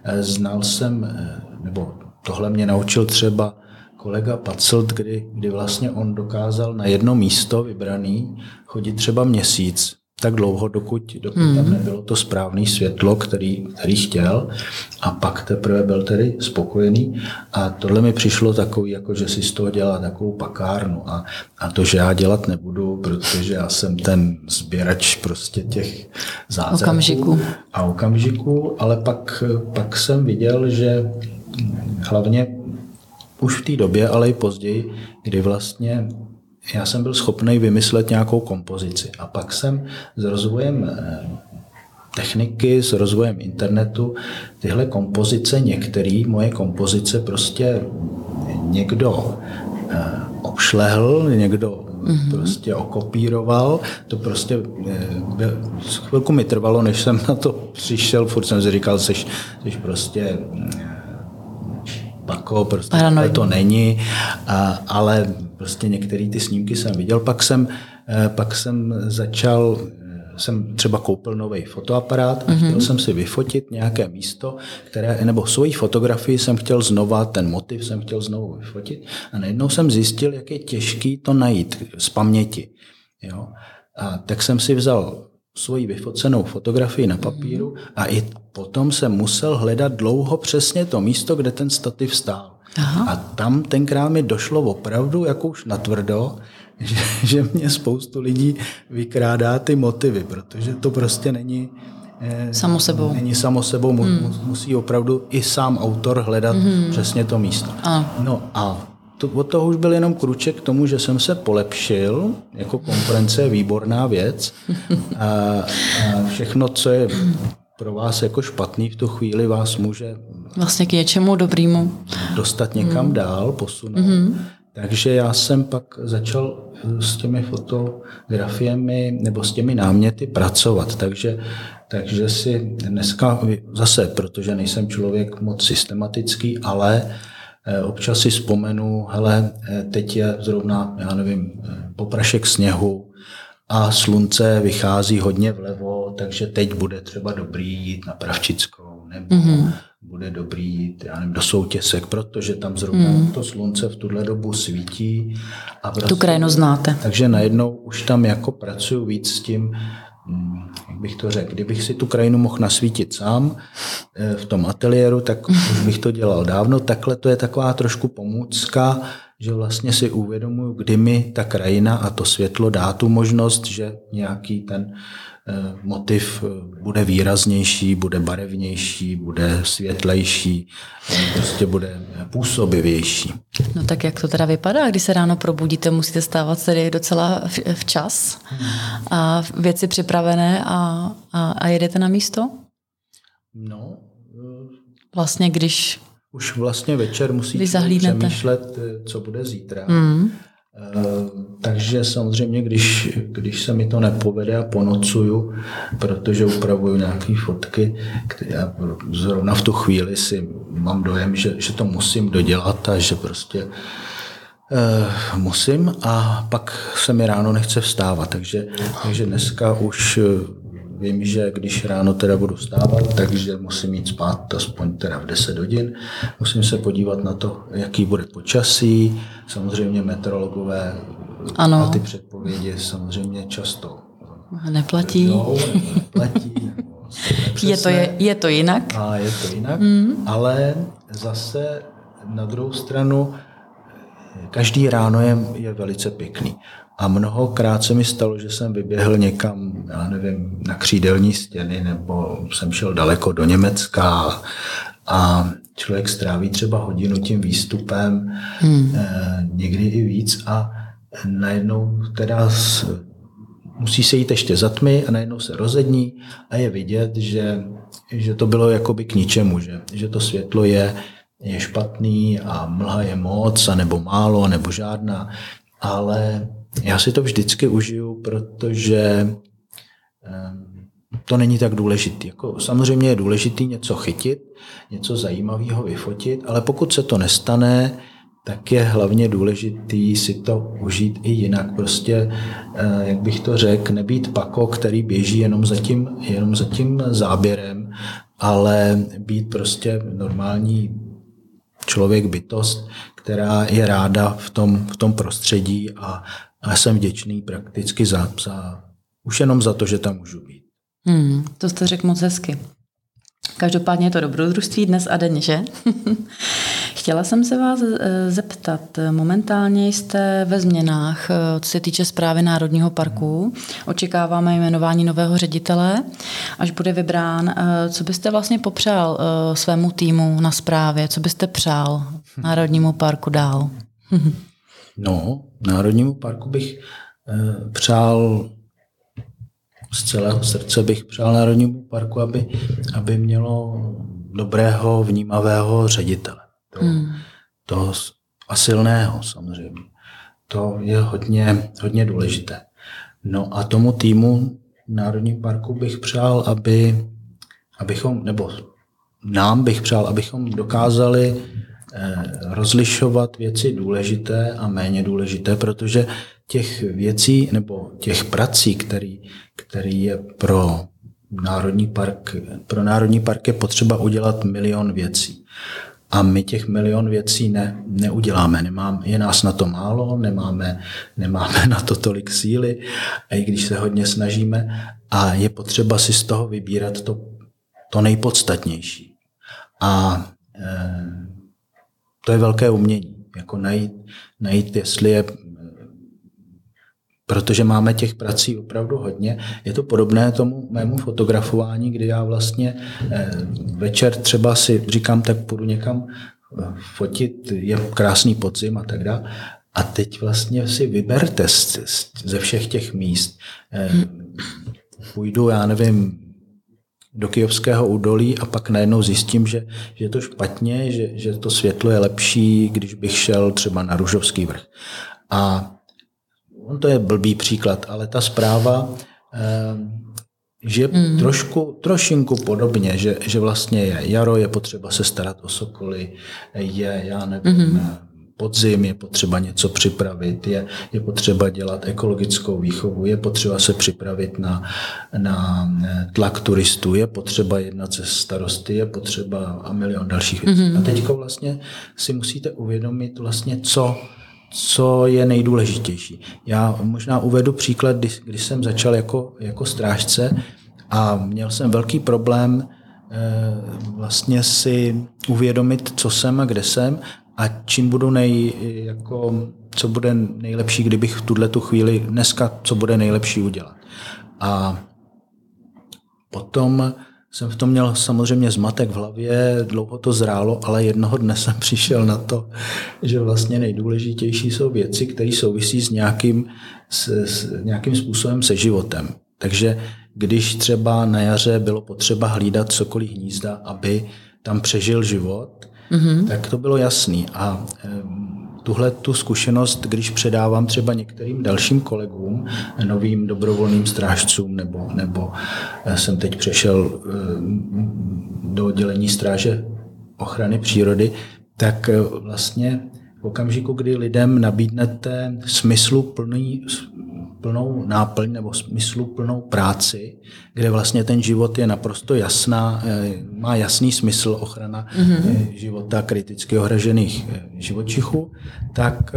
nebo tohle mě naučil třeba kolega Paclt, kdy vlastně on dokázal na jedno místo vybraný chodit třeba měsíc, tak dlouho, dokud tam nebylo to správné světlo, který chtěl, a pak teprve byl tedy spokojený. A tohle mi přišlo takový, jako že si z toho dělá takovou pakárnu. A to, že já dělat nebudu, protože já jsem ten sběrač prostě těch zázraků a okamžiků, ale pak jsem viděl, že hlavně už v té době, ale i později, kdy vlastně já jsem byl schopný vymyslet nějakou kompozici. A pak jsem s rozvojem techniky, s rozvojem internetu tyhle kompozice, některé moje kompozice prostě někdo obšlehl, někdo prostě okopíroval. To prostě chvilku mi trvalo, než jsem na to přišel. Furt jsem si říkal, jsi prostě Pako, prostě to není, ale prostě některé ty snímky jsem viděl. Pak jsem jsem třeba koupil nový fotoaparát a chtěl jsem si vyfotit nějaké místo, nebo svoji fotografii jsem chtěl znova, ten motiv jsem chtěl znovu vyfotit a najednou jsem zjistil, jak je těžký to najít z paměti. Jo? A tak jsem si vzal svoji vyfocenou fotografii na papíru a i potom jsem musel hledat dlouho přesně to místo, kde ten stativ stál. Aha. A tam tenkrát mi došlo opravdu, jako už natvrdo, že mě spoustu lidí vykrádá ty motivy, protože to prostě není samo sebou. Musí opravdu i sám autor hledat přesně to místo. No a od toho už byl jenom kruček k tomu, že jsem se polepšil, jako konkurence je výborná věc a všechno, co je pro vás jako špatný v tu chvíli, vás může vlastně k něčemu dobrýmu dostat někam dál, posunout. Takže já jsem pak začal s těmi fotografiemi nebo s těmi náměty pracovat. Takže si dneska zase, protože nejsem člověk moc systematický, ale občas si vzpomenu, hele, teď je zrovna, poprašek sněhu a slunce vychází hodně vlevo, takže teď bude třeba dobrý jít na Pravčickou, nebo bude dobrý jít, do Soutěsek, protože tam zrovna to slunce v tuhle dobu svítí. A prostě, tu krajinu znáte. Takže najednou už tam jako pracuju víc s tím, jak bych to řekl, kdybych si tu krajinu mohl nasvítit sám v tom ateliéru, tak už bych to dělal dávno. Takhle to je taková trošku pomůcka, že vlastně si uvědomuji, kdy mi ta krajina a to světlo dá tu možnost, že nějaký ten motiv bude výraznější, bude barevnější, bude světlejší, prostě bude působivější. No tak jak to teda vypadá, když se ráno probudíte, musíte stávat tedy docela včas a věci připravené a jedete na místo? No, vlastně, když... Už vlastně večer musí přemýšlet, co bude zítra. Takže samozřejmě, když se mi to nepovede a ponocuju, protože upravuju nějaké fotky, které zrovna v tu chvíli si mám dojem, že to musím dodělat a že prostě musím a pak se mi ráno nechce vstávat. Takže dneska už vím, že když ráno teda budu vstávat, takže musím jít spát aspoň teda v 10 hodin. Musím se podívat na to, jaký bude počasí. Samozřejmě meteorologové a ty předpovědi samozřejmě často neplatí. Je to jinak. A je to jinak, ale zase na druhou stranu každý ráno je velice pěkný. A mnohokrát se mi stalo, že jsem vyběhl někam, já nevím, na křídelní stěny, nebo jsem šel daleko do Německa a člověk stráví třeba hodinu tím výstupem, někdy i víc a najednou teda musí se jít ještě za tmy a najednou se rozední a je vidět, že to bylo jakoby k ničemu, že to světlo je špatný a mlha je moc, a nebo málo, nebo žádná, ale já si to vždycky užiju, protože to není tak důležitý. Jako, samozřejmě je důležitý něco chytit, něco zajímavého vyfotit, ale pokud se to nestane, tak je hlavně důležitý si to užít i jinak. Prostě, jak bych to řekl, nebýt pako, který běží jenom za tím záběrem, ale být prostě normální člověk, bytost, která je ráda v tom prostředí a jsem vděčný prakticky už jenom za to, že tam můžu být. To jste řekl moc hezky. Každopádně je to dobrodružství dnes a denně, že? Chtěla jsem se vás zeptat, momentálně jste ve změnách, co se týče správy Národního parku. Očekáváme jmenování nového ředitele, až bude vybrán. Co byste vlastně popřál svému týmu na správě? Co byste přál Národnímu parku dál? No, Národnímu parku bych přál z celého srdce bych přál Národnímu parku, aby mělo dobrého, vnímavého ředitele. To a silného samozřejmě. To je hodně důležité. No a tomu týmu Národního parku bych přál, abychom dokázali rozlišovat věci důležité a méně důležité, protože těch věcí nebo těch prací, který je pro Národní park je potřeba udělat milion věcí. A my těch milion věcí neuděláme. Je nás na to málo, nemáme na to tolik síly, a i když se hodně snažíme, a je potřeba si z toho vybírat to nejpodstatnější. A to je velké umění, jako najít, jestli je, protože máme těch prací opravdu hodně. Je to podobné tomu mému fotografování, kdy já vlastně večer třeba si říkám, tak půjdu někam fotit, je krásný podzim a tak dále. A teď vlastně si vyberte ze všech těch míst. Půjdu, já nevím, do Kyjovského údolí a pak najednou zjistím, že je to špatně, že to světlo je lepší, když bych šel třeba na Ružovský vrch. A to je blbý příklad, ale ta zpráva, že trošinku podobně, že vlastně je jaro, je potřeba se starat o sokoly, podzim, je potřeba něco připravit, je potřeba dělat ekologickou výchovu, je potřeba se připravit na tlak turistů, je potřeba jednat se starosty, je potřeba a milion dalších věcí. A teďka vlastně si musíte uvědomit vlastně, co je nejdůležitější. Já možná uvedu příklad, když jsem začal jako strážce a měl jsem velký problém vlastně si uvědomit, co jsem a kde jsem a čím budu co bude nejlepší, kdybych v tuhletu chvíli dneska, co bude nejlepší udělat. A potom jsem v tom měl samozřejmě zmatek v hlavě, dlouho to zrálo, ale jednoho dne jsem přišel na to, že vlastně nejdůležitější jsou věci, které souvisí s nějakým způsobem se životem. Takže když třeba na jaře bylo potřeba hlídat sokolí hnízda, aby tam přežil život, tak to bylo jasný. A tuhle tu zkušenost, když předávám třeba některým dalším kolegům, novým dobrovolným strážcům, nebo jsem teď přešel do oddělení stráže ochrany přírody, tak vlastně v okamžiku, kdy lidem nabídnete plnou náplň nebo smysluplnou práci, kde vlastně ten život je naprosto jasná, má jasný smysl ochrana života kriticky ohrožených živočichů, tak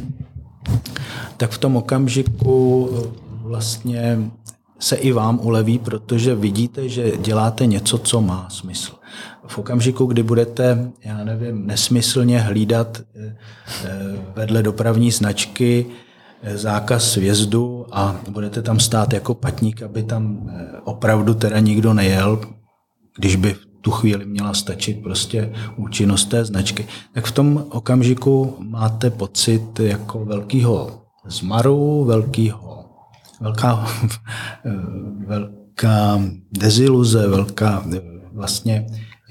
v tom okamžiku vlastně se i vám uleví, protože vidíte, že děláte něco, co má smysl. V okamžiku, kdy budete, nesmyslně hlídat vedle dopravní značky zákaz vjezdu a budete tam stát jako patník, aby tam opravdu teda nikdo nejel, když by v tu chvíli měla stačit prostě účinnost té značky, tak v tom okamžiku máte pocit jako velkého zmaru, velká deziluze, vlastně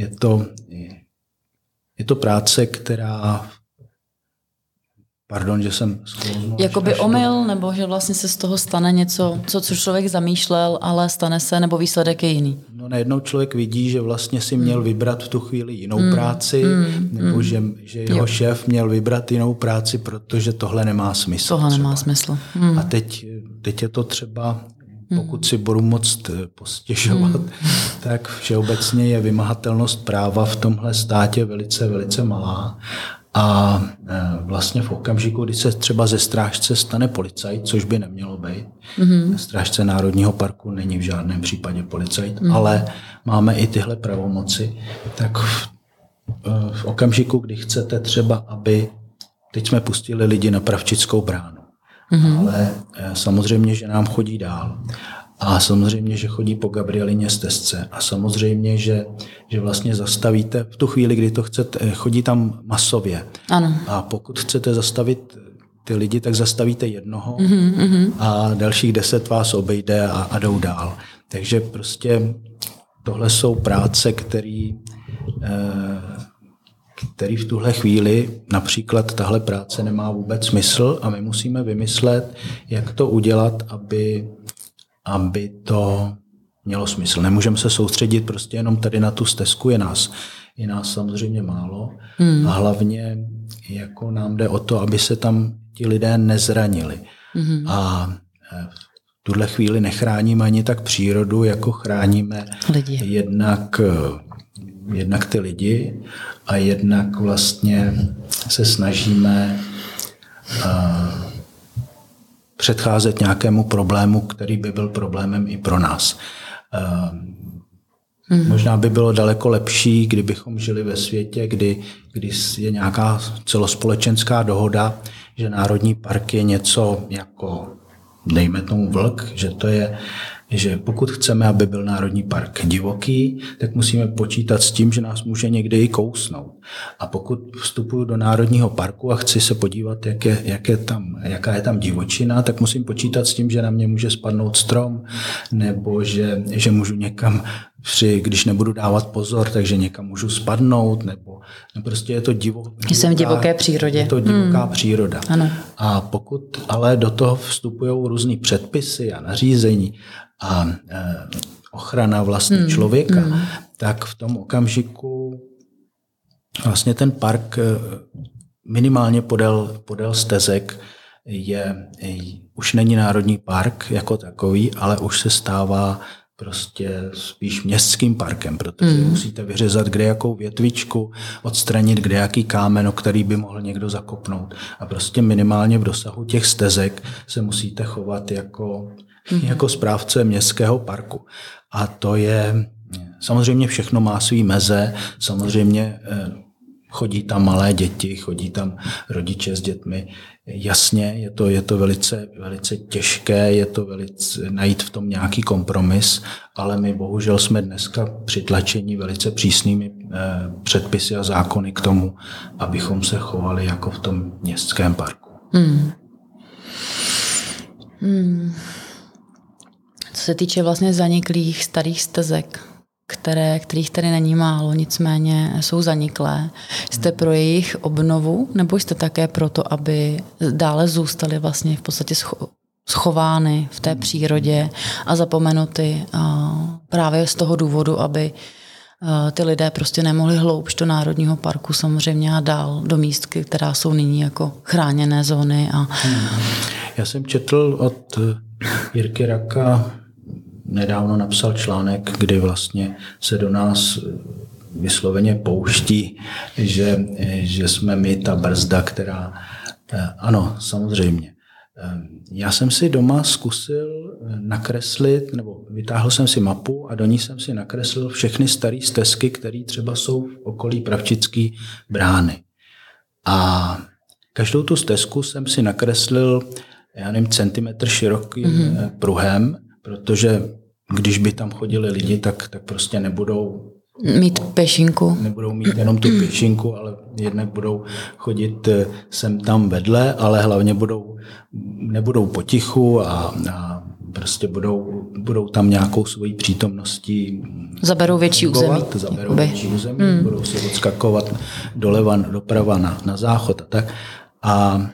je to práce, která, pardon, že jsem sklouznul. Jakoby omyl, nebo že vlastně se z toho stane něco, co člověk zamýšlel, ale stane se, nebo výsledek je jiný? No najednou člověk vidí, že vlastně si měl vybrat v tu chvíli jinou práci, nebo že jeho šéf měl vybrat jinou práci, protože tohle nemá smysl. Tohle nemá smysl. A teď je to třeba, pokud si budu moct postěžovat, tak všeobecně je vymahatelnost práva v tomhle státě velice, velice malá. A vlastně v okamžiku, kdy se třeba ze strážce stane policajt, což by nemělo být, strážce Národního parku není v žádném případě policajt, ale máme i tyhle pravomoci, tak v okamžiku, kdy chcete třeba, aby teď jsme pustili lidi na Pravčickou bránu, ale samozřejmě, že nám chodí dál. A samozřejmě, že chodí po Gabrielině stezce. A samozřejmě, že vlastně zastavíte v tu chvíli, kdy to chcete, chodí tam masově. Ano. A pokud chcete zastavit ty lidi, tak zastavíte jednoho a dalších 10 vás obejde a jdou dál. Takže prostě tohle jsou práce, které v tuhle chvíli, například tahle práce nemá vůbec smysl a my musíme vymyslet, jak to udělat, aby to mělo smysl. Nemůžeme se soustředit prostě jenom tady na tu stezku, je nás samozřejmě málo a hlavně jako nám jde o to, aby se tam ti lidé nezranili. A v tuhle chvíli nechráníme ani tak přírodu, jako chráníme lidi. Jednak ty lidi a jednak vlastně se snažíme předcházet nějakému problému, který by byl problémem i pro nás. Možná by bylo daleko lepší, kdybychom žili ve světě, kdy je nějaká celospolečenská dohoda, že národní park je něco jako, dejme tomu vlk, že pokud chceme, aby byl národní park divoký, tak musíme počítat s tím, že nás může někdy i kousnout. A pokud vstupuju do národního parku a chci se podívat, jaká je tam divočina, tak musím počítat s tím, že na mě může spadnout strom, nebo že můžu někam, když nebudu dávat pozor, takže někam můžu spadnout, nebo prostě je to jsem v divoké přírodě. Je to divoká příroda. Ano. A pokud ale do toho vstupují různý předpisy a nařízení a ochrana vlastně člověka, tak v tom okamžiku vlastně ten park minimálně podél stezek už není národní park jako takový, ale už se stává prostě spíš městským parkem, protože musíte vyřezat kdejakou větvičku, odstranit kdejaký kámen, o který by mohl někdo zakopnout. A prostě minimálně v dosahu těch stezek se musíte chovat jako správce městského parku. A to je, samozřejmě všechno má svý meze, samozřejmě chodí tam malé děti, chodí tam rodiče s dětmi. Jasně, je to velice, velice těžké, je to najít v tom nějaký kompromis, ale my bohužel jsme dneska přitlačeni velice přísnými předpisy a zákony k tomu, abychom se chovali jako v tom městském parku. Co se týče vlastně zaniklých starých stezek, kterých tady není málo, nicméně jsou zaniklé. Jste pro jejich obnovu, nebo jste také proto, aby dále zůstaly vlastně v podstatě schovány v té přírodě a zapomenuty právě z toho důvodu, aby ty lidé prostě nemohli hloubš do národního parku samozřejmě a dál do místky, která jsou nyní jako chráněné zóny. Já jsem četl od Jirky Raka, nedávno napsal článek, kdy vlastně se do nás vysloveně pouští, že jsme my ta brzda, která... Ano, samozřejmě. Já jsem si doma zkusil nakreslit, nebo vytáhl jsem si mapu a do ní jsem si nakreslil všechny staré stezky, které třeba jsou v okolí Pravčické brány. A každou tu stezku jsem si nakreslil, já nevím, centimetr širokým pruhem, protože když by tam chodili lidi, tak prostě nebudou mít pěšinku. Nebudou mít jenom tu pěšinku, ale jednak budou chodit sem tam vedle, ale hlavně nebudou potichu a prostě budou tam nějakou svojí přítomností. Zaberou větší území. Budou si odskakovat doleva, doprava na záchod a tak. A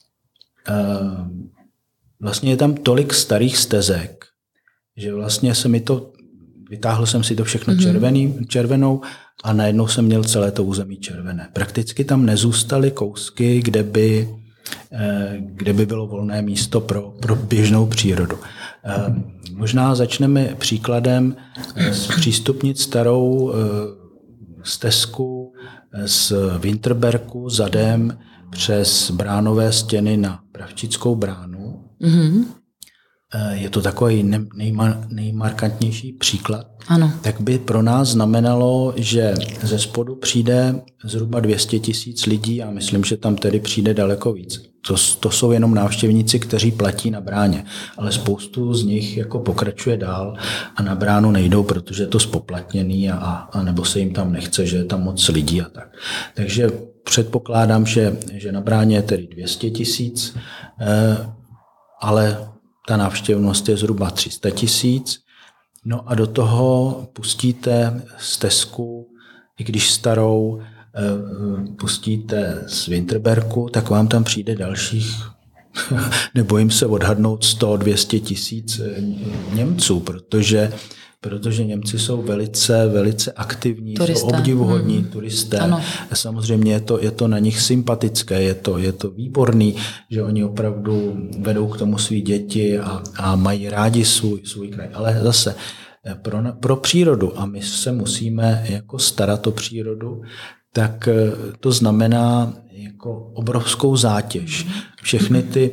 vlastně je tam tolik starých stezek, že vlastně vytáhl jsem si to všechno červenou a najednou jsem měl celé to území červené. Prakticky tam nezůstaly kousky, kde by bylo volné místo pro běžnou přírodu. Možná začneme příkladem zpřístupnit starou stezku z Winterberku zadem přes bránové stěny na Pravčickou bránu. Je to takový nejmarkantnější příklad. Ano. Tak by pro nás znamenalo, že ze spodu přijde zhruba 200 000 lidí a myslím, že tam tedy přijde daleko víc. To jsou jenom návštěvníci, kteří platí na bráně, ale spoustu z nich jako pokračuje dál a na bránu nejdou, protože je to spoplatněný a nebo se jim tam nechce, že je tam moc lidí a tak. Takže předpokládám, že na bráně je tedy 200 000, ale ta návštěvnost je zhruba 300 000. No a do toho pustíte stezku, i když starou pustíte z Winterberku, tak vám tam přijde dalších, nebojím se odhadnout, 100-200 000 Němců, protože Němci jsou velice aktivní, turisté. Jsou obdivuhodní turisté. Ano. Samozřejmě je to na nich sympatické, je to výborný, že oni opravdu vedou k tomu svý děti a mají rádi svůj kraj. Ale zase pro přírodu, a my se musíme jako starat o přírodu, tak to znamená jako obrovskou zátěž. Všechny ty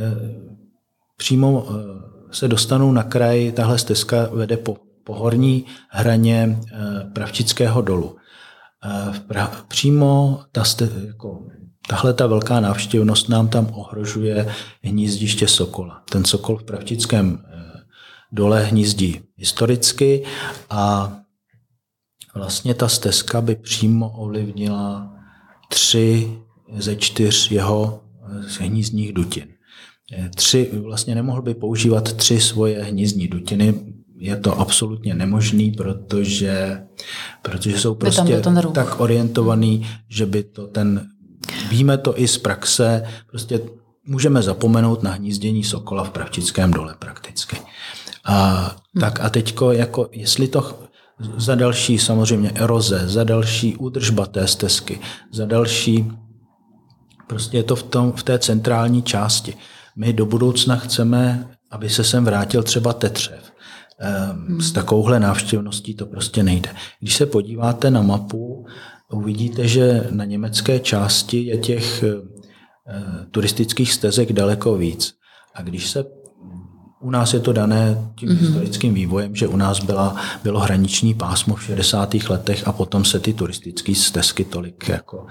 přímo se dostanou na kraj, tahle stezka vede po horní hraně Pravčického dolu. Přímo tahle ta velká návštěvnost nám tam ohrožuje hnízdiště sokola. Ten sokol v Pravčickém dole hnízdí historicky a vlastně ta stezka by přímo ovlivnila 3 ze 4 jeho hnízdních dutin. 3 vlastně nemohl by používat 3 svoje hnízdní dutiny. Je to absolutně nemožný, protože jsou prostě tak orientovaný, že by to víme to i z praxe, prostě můžeme zapomenout na hnízdění sokola v Pravčickém dole prakticky. A teďko, jako jestli to za další samozřejmě eroze, za další údržba té stezky, za další, prostě je to v té centrální části. My do budoucna chceme, aby se sem vrátil třeba tetřev. S takovouhle návštěvností to prostě nejde. Když se podíváte na mapu, uvidíte, že na německé části je těch turistických stezek daleko víc. A u nás je to dané tím historickým vývojem, že u nás bylo hraniční pásmo v 60. letech a potom se ty turistické stezky tolik jako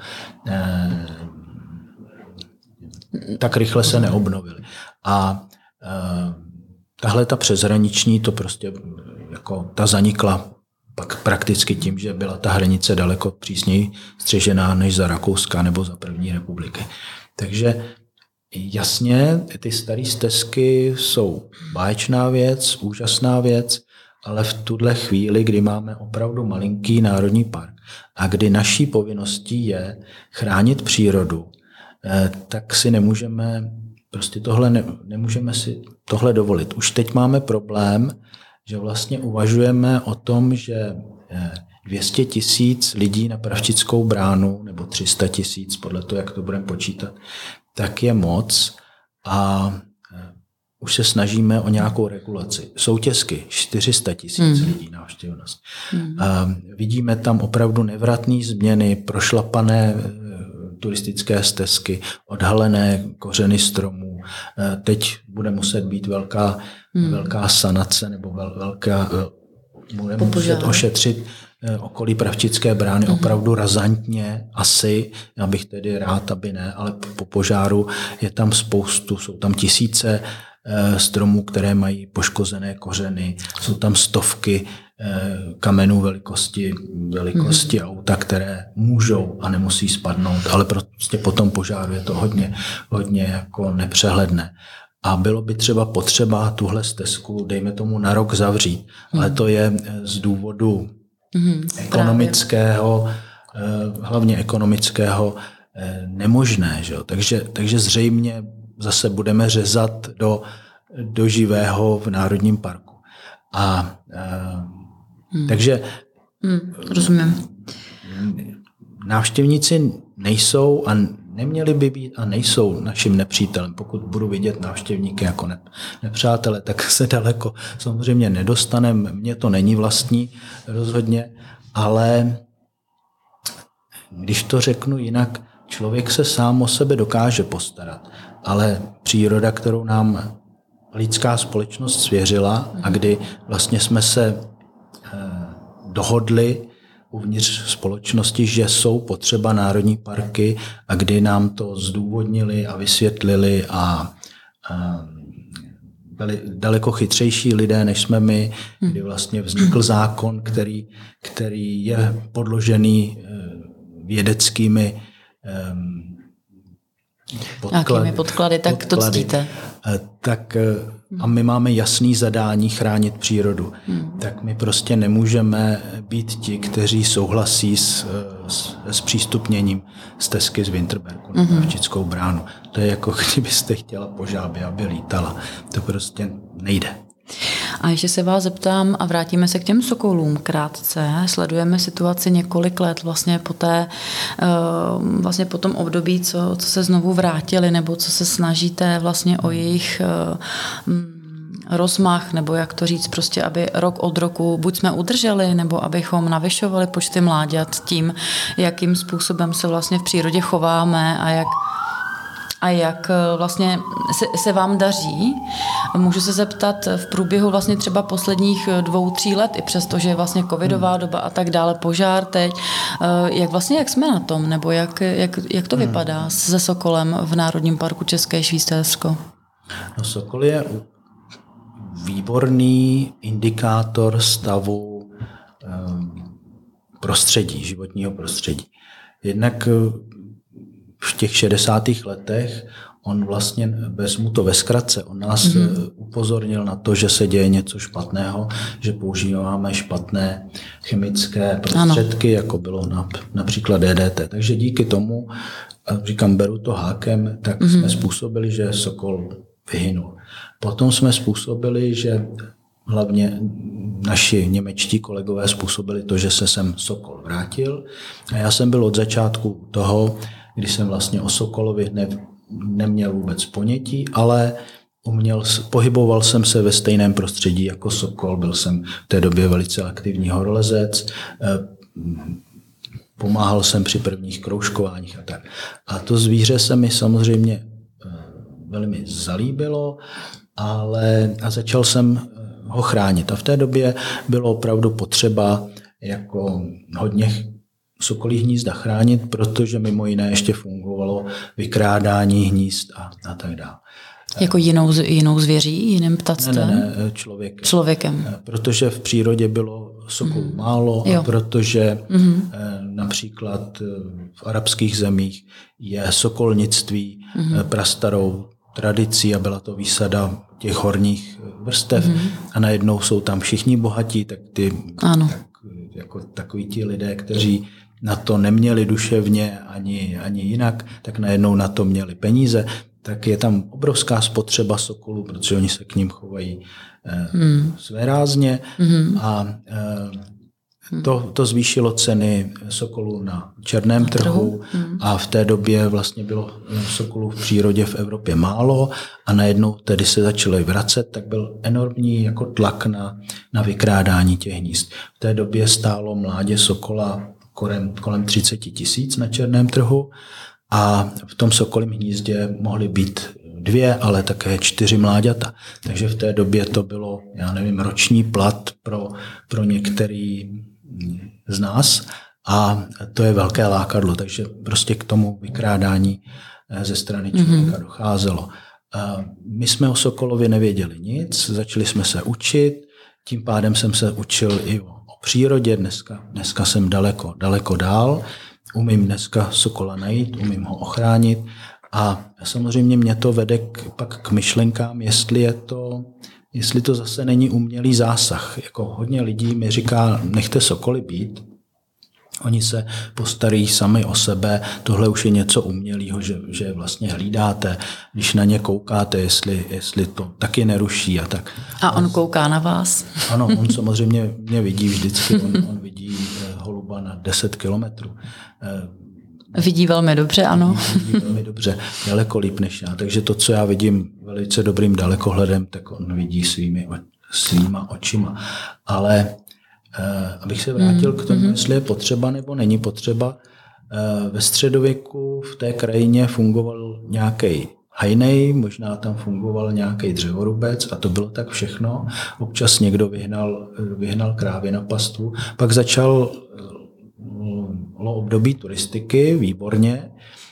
tak rychle se neobnovily. A tahle ta přeshraniční, to prostě jako ta zanikla pak prakticky tím, že byla ta hranice daleko přísněji střežená než za Rakouska nebo za první republiky. Takže jasně, ty staré stezky jsou báječná věc, úžasná věc, ale v tuhle chvíli, kdy máme opravdu malinký národní park a kdy naší povinností je chránit přírodu, tak si nemůžeme si tohle dovolit. Už teď máme problém, že vlastně uvažujeme o tom, že 200 000 lidí na Pravčickou bránu, nebo 300 000, podle toho, jak to budeme počítat, tak je moc a už se snažíme o nějakou regulaci. Soutězky 400 000 lidí návštěvnost. Vidíme tam opravdu nevratné změny, prošlapané turistické stezky, odhalené kořeny stromů. Teď bude muset být velká sanace nebo budeme muset ošetřit okolí Pravčické brány opravdu razantně, asi, já bych tedy rád, aby ne, ale po požáru je tam jsou tam tisíce stromů, které mají poškozené kořeny, jsou tam stovky kamenů velikosti auta, které můžou a nemusí spadnout, ale prostě po tom požáru je to hodně jako nepřehledné. A bylo by třeba potřeba tuhle stezku, dejme tomu, na rok zavřít, ale to je z důvodu ekonomického, hlavně ekonomického, nemožné. Že? Takže zřejmě zase budeme řezat do živého v Národním parku. Takže rozumím. Návštěvníci nejsou a neměli by být a nejsou naším nepřítelem. Pokud budu vidět návštěvníky jako nepřátele, tak se daleko samozřejmě nedostaneme. Mně to není vlastní rozhodně, ale když to řeknu jinak, člověk se sám o sebe dokáže postarat, ale příroda, kterou nám lidská společnost svěřila a kdy vlastně jsme se dohodli uvnitř společnosti, že jsou potřeba národní parky a kdy nám to zdůvodnili a vysvětlili a byli daleko chytřejší lidé, než jsme my, kdy vlastně vznikl zákon, který je podložený vědeckými podklady, tak to ctíte. A my máme jasný zadání chránit přírodu. Tak my prostě nemůžeme být ti, kteří souhlasí s přístupněním stezky z Winterbergu na Pravčickou bránu. To je jako kdybyste chtěla po žábě, aby lítala. To prostě nejde. A ještě se vás zeptám a vrátíme se k těm sokolům krátce. Sledujeme situaci několik let vlastně po tom období, co se znovu vrátili, nebo co se snažíte vlastně o jejich rozmach, nebo jak to říct, prostě aby rok od roku buď jsme udrželi, nebo abychom navyšovali počty mláďat tím, jakým způsobem se vlastně v přírodě chováme a jak vlastně se vám daří. Můžu se zeptat v průběhu vlastně třeba posledních 2-3 let, i přesto, že je vlastně covidová doba a tak dále, požár teď, jak jsme na tom, nebo jak to vypadá se sokolem v Národním parku České Švýcarsko? No, sokol je výborný indikátor stavu životního prostředí. Jednak v těch 60. letech on vlastně, vezmu to ve zkratce, on nás upozornil na to, že se děje něco špatného, že používáme špatné chemické prostředky, jako bylo například DDT. Takže díky tomu, říkám, beru to hákem, tak jsme způsobili, že sokol vyhynul. Potom jsme způsobili, že hlavně naši němečtí kolegové způsobili to, že se sem sokol vrátil. A já jsem byl od začátku toho, když jsem vlastně o sokolovi neměl vůbec ponětí, ale pohyboval jsem se ve stejném prostředí jako sokol. Byl jsem v té době velice aktivní horolezec, pomáhal jsem při prvních kroužkováních a tak. A to zvíře se mi samozřejmě velmi zalíbilo, a začal jsem ho chránit. A v té době bylo opravdu potřeba jako hodně sokolí hnízda chránit, protože mimo jiné ještě fungovalo vykrádání hnízd a tak dále. Jako jinou zvěří, jiným ptactvem? Ne, člověkem. Protože v přírodě bylo sokolů málo a protože například v arabských zemích je sokolnictví prastarou tradicí a byla to výsada těch horních vrstev a najednou jsou tam všichni bohatí, tak jako takoví ti lidé, kteří na to neměli duševně ani jinak, tak najednou na to měli peníze, tak je tam obrovská spotřeba sokolů, protože oni se k ním chovají svérázně a to zvýšilo ceny sokolů na černém trhu a v té době vlastně bylo sokolů v přírodě v Evropě málo a najednou tedy se začaly vracet, tak byl enormní jako tlak na vykrádání těch hnízd. V té době stálo mládě sokola kolem 30 000 na černém trhu a v tom sokolím hnízdě mohly být 2, ale také 4 mláďata. Takže v té době to bylo, já nevím, roční plat pro některý z nás a to je velké lákadlo, takže prostě k tomu vykrádání ze strany člověka docházelo. My jsme o sokolovi nevěděli nic, začali jsme se učit, tím pádem jsem se učil i o přírodě, dneska jsem daleko dál, umím dneska sokola najít, umím ho ochránit a samozřejmě mě to vede pak k myšlenkám, jestli to zase není umělý zásah. Jako hodně lidí mi říká, nechte sokoly být, oni se postarají sami o sebe, tohle už je něco umělého, že vlastně hlídáte, když na ně koukáte, jestli to taky neruší a tak. A on kouká na vás? Ano, on samozřejmě mě vidí vždycky, on vidí holuba na 10 kilometrů. Vidí velmi dobře, ano. Vidí velmi dobře, daleko líp než já. Takže to, co já vidím velice dobrým dalekohledem, tak on vidí svýma očima. Ale abych se vrátil k tomu, jestli je potřeba nebo není potřeba, ve středověku v té krajině fungoval nějaký hajnej, možná tam fungoval nějaký dřevorubec a to bylo tak všechno. Občas někdo vyhnal krávy na pastvu. Pak začalo období turistiky, výborně.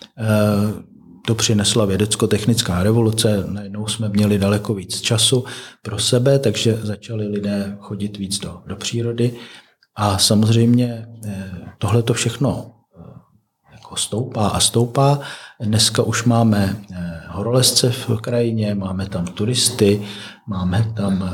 To přinesla vědecko-technická revoluce, najednou jsme měli daleko víc času pro sebe, takže začali lidé chodit víc do přírody a samozřejmě tohle to všechno jako stoupá. Dneska už máme horolezce v krajině, máme tam turisty, máme tam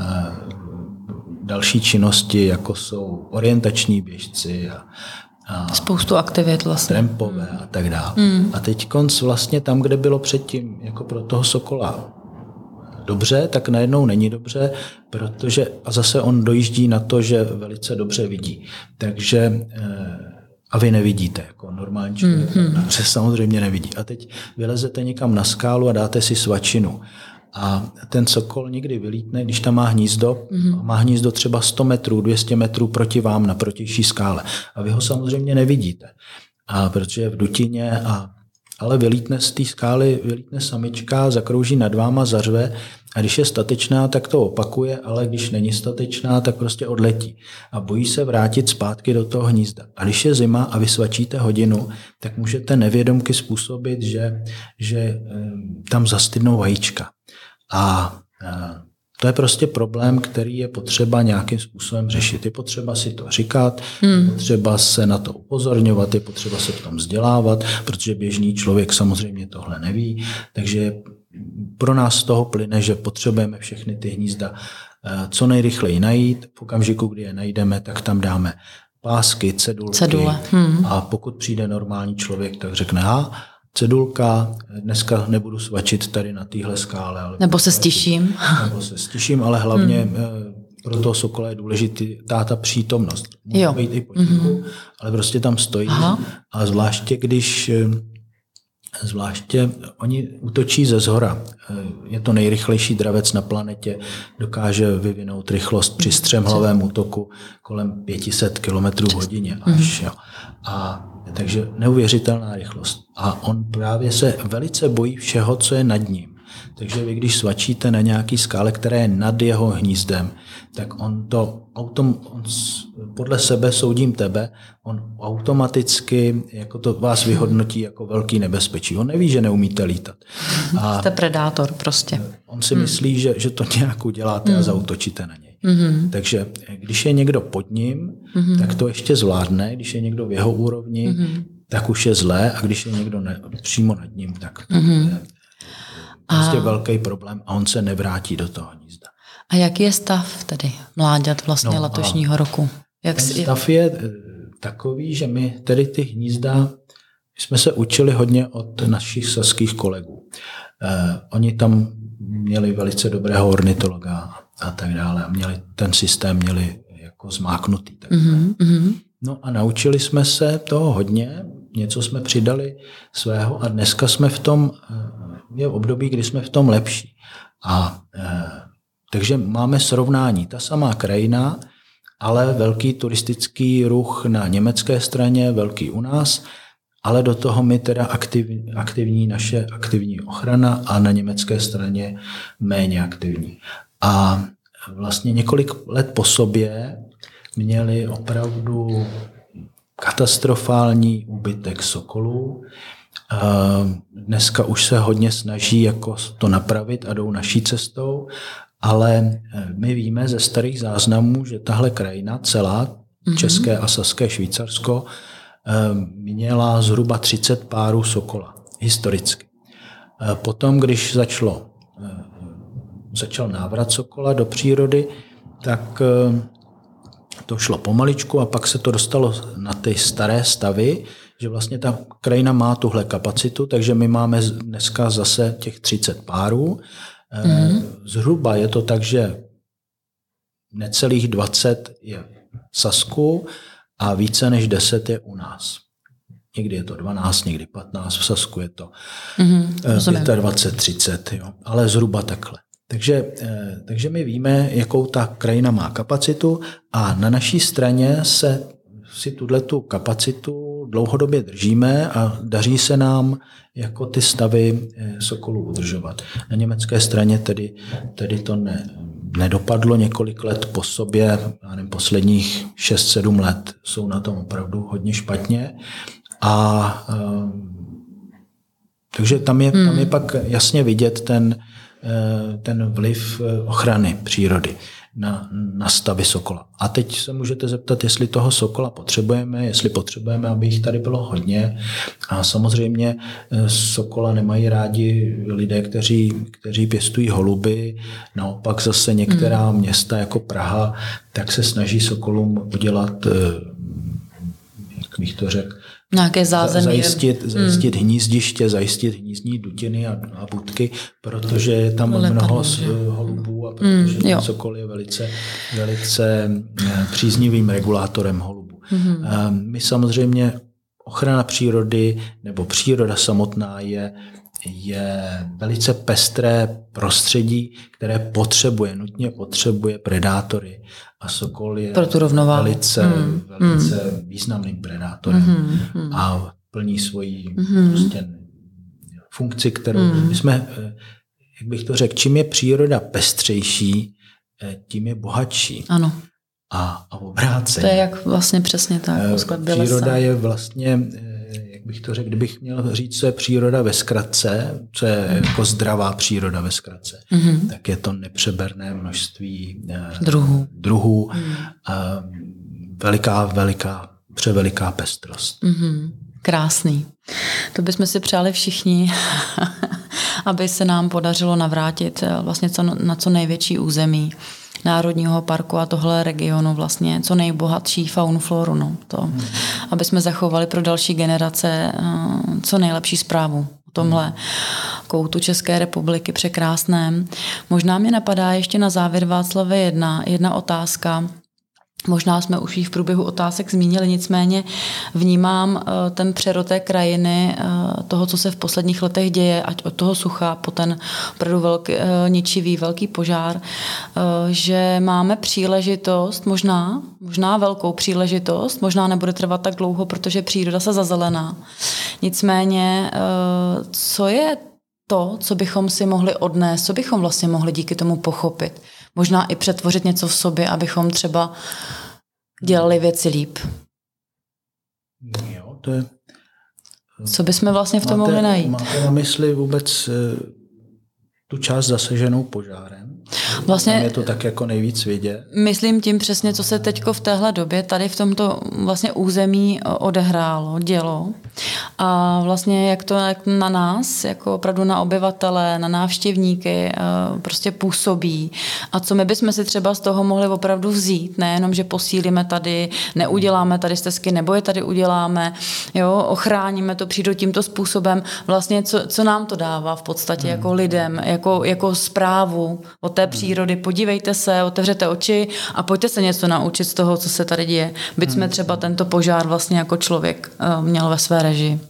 další činnosti, jako jsou orientační běžci a spoustu aktivit vlastně. Trampové a tak dále. A teď konc vlastně tam, kde bylo předtím jako pro toho sokola dobře, tak najednou není dobře, protože a zase on dojíždí na to, že velice dobře vidí. Takže a vy nevidíte, jako normální člověk, samozřejmě nevidí. A teď vylezete někam na skálu a dáte si svačinu. A ten sokol někdy vylítne, když tam má hnízdo, má hnízdo třeba 100 metrů, 200 metrů proti vám na protější skále. A vy ho samozřejmě nevidíte. A protože je v dutině, ale vylítne z té skály, vylítne samička, zakrouží nad váma, zařve a když je statečná, tak to opakuje, ale když není statečná, tak prostě odletí. A bojí se vrátit zpátky do toho hnízda. A když je zima a vy svačíte hodinu, tak můžete nevědomky způsobit, že tam zastydnou vajíčka. A to je prostě problém, který je potřeba nějakým způsobem řešit. Je potřeba si to říkat, je potřeba se na to upozorňovat, je potřeba se v tom vzdělávat, protože běžný člověk samozřejmě tohle neví. Takže pro nás z toho plyne, že potřebujeme všechny ty hnízda co nejrychleji najít. V okamžiku, kdy je najdeme, tak tam dáme pásky, cedule. A pokud přijde normální člověk, tak řekne cedulka, dneska nebudu svačit tady na téhle skále. Ale nebo se stiším. Ale hlavně pro toho sokola je důležitý ta přítomnost. Může být i potichu, ale prostě tam stojí. A zvláště oni útočí ze zhora. Je to nejrychlejší dravec na planetě, dokáže vyvinout rychlost při střemhlavém útoku kolem 500 km hodině až. Takže neuvěřitelná rychlost. A on právě se velice bojí všeho, co je nad ním. Takže vy, když svačíte na nějaký skále, která je nad jeho hnízdem, tak on podle sebe soudím tebe, on automaticky jako to vás vyhodnotí jako velký nebezpečí. On neví, že neumíte lítat. Jste predátor prostě. On si myslí, že to nějak uděláte a zaútočíte na něj. Takže když je někdo pod ním, tak to ještě zvládne, když je někdo v jeho úrovni, tak už je zlé a když je někdo přímo nad ním, tak prostě je velký problém a on se nevrátí do toho hnízda. A jaký je stav tedy mláďat vlastně letošního roku? Ten stav je takový, že my tedy ty hnízda jsme se učili hodně od našich saských kolegů. Oni tam měli velice dobrého ornitologa a tak dále. A ten systém měli jako zmáknutý. No a naučili jsme se toho hodně, něco jsme přidali svého a dneska jsme v tom, je období, kdy jsme v tom lepší. Takže máme srovnání. Ta samá krajina, ale velký turistický ruch na německé straně, velký u nás, ale do toho my teda aktivní naše aktivní ochrana a na německé straně méně aktivní. A vlastně několik let po sobě měli opravdu katastrofální úbytek sokolů. Dneska už se hodně snaží jako to napravit a jdou naší cestou, ale my víme ze starých záznamů, že tahle krajina celá, České a Saské Švýcarsko, měla zhruba 30 párů sokola, historicky. Potom, když začal návrat sokola do přírody, tak to šlo pomaličku a pak se to dostalo na ty staré stavy, že vlastně ta krajina má tuhle kapacitu, takže my máme dneska zase těch 30 párů. Zhruba je to tak, že necelých 20 je v Sasku a více než 10 je u nás. Někdy je to 12, někdy 15, v Sasku je to 25, 30, jo, ale zhruba takhle. Takže my víme, jakou ta krajina má kapacitu a na naší straně si tuto kapacitu dlouhodobě držíme a daří se nám jako ty stavy sokolů udržovat. Na německé straně tedy to nedopadlo několik let po sobě, posledních 6-7 let jsou na tom opravdu hodně špatně. Takže tam je pak jasně vidět ten vliv ochrany přírody na stavy sokola. A teď se můžete zeptat, jestli toho sokola potřebujeme, jestli potřebujeme, aby jich tady bylo hodně. A samozřejmě sokola nemají rádi lidé, kteří pěstují holuby. Naopak zase některá města jako Praha, tak se snaží sokolům udělat, jak bych to řekl, nějaké zázemí. Zajistit hnízdiště, zajistit hnízdní dutiny a budky, protože je tam mnoho holubů a protože sokol je velice příznivým regulátorem holubů. My samozřejmě ochrana přírody nebo příroda samotná je velice pestré prostředí, které nutně potřebuje predátory. A sokol je velice významným predátorem a plní svoji funkci, kterou my jsme, jak bych to řekl, čím je příroda pestřejší, tím je bohatší. Ano. A obráceně. To je jak vlastně přesně tak. Příroda je vlastně, jak bych to řekl, kdybych měl říct, co je příroda ve zkratce, co je jako zdravá příroda ve zkratce, tak je to nepřeberné množství druhů a převeliká pestrost. Krásný. To bychom si přáli všichni, aby se nám podařilo navrátit vlastně na co největší území národního parku a tohle regionu vlastně co nejbohatší faunu, floru. No, aby jsme zachovali pro další generace co nejlepší zprávu o tomhle koutu České republiky překrásném. Možná mě napadá ještě na závěr, Václave, jedna otázka. Možná jsme už ji v průběhu otázek zmínili, nicméně vnímám ten přerod té krajiny, toho, co se v posledních letech děje, ať od toho sucha po ten opravdu ničivý velký požár, že máme příležitost, možná velkou příležitost, možná nebude trvat tak dlouho, protože příroda se zazelená. Nicméně, co je to, co bychom si mohli odnést, co bychom vlastně mohli díky tomu pochopit? Možná i přetvořit něco v sobě, abychom třeba dělali věci líp. Jo, to je... Co bychom vlastně v tom mohli najít? Máte na mysli vůbec tu část zasaženou požárem? Vlastně, tam je to tak jako nejvíc vidět. Myslím tím přesně, co se teďko v téhle době tady v tomto vlastně území odehrálo, dělo. A vlastně jak na nás, jako opravdu na obyvatele, na návštěvníky prostě působí a co my bychom si třeba z toho mohli opravdu vzít, nejenom, že posílíme tady, neuděláme tady stezky, nebo je tady uděláme, jo, ochráníme to přírodu tímto způsobem, vlastně co nám to dává v podstatě jako lidem, jako zprávu od té přírody. Podívejte se, otevřete oči a pojďte se něco naučit z toho, co se tady děje. Byť jsme třeba tento požár vlastně jako člověk měl ve své režii.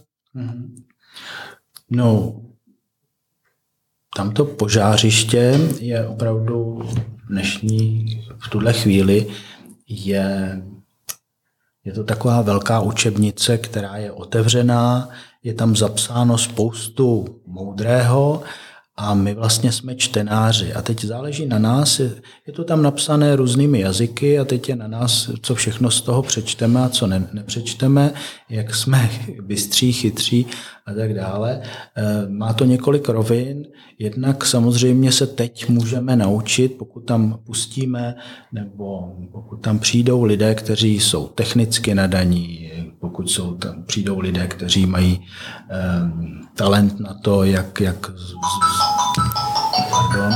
No, tamto požářiště je opravdu v tuhle chvíli je to taková velká učebnice, která je otevřená, je tam zapsáno spoustu moudrého a my vlastně jsme čtenáři. A teď záleží na nás, je to tam napsané různými jazyky a teď je na nás, co všechno z toho přečteme a co nepřečteme, jak jsme bystří, chytří a tak dále. Má to několik rovin. Jednak samozřejmě se teď můžeme naučit, pokud tam pustíme, nebo pokud tam přijdou lidé, kteří jsou technicky nadaní, pokud tam přijdou lidé, kteří mají talent na to, jak pardon.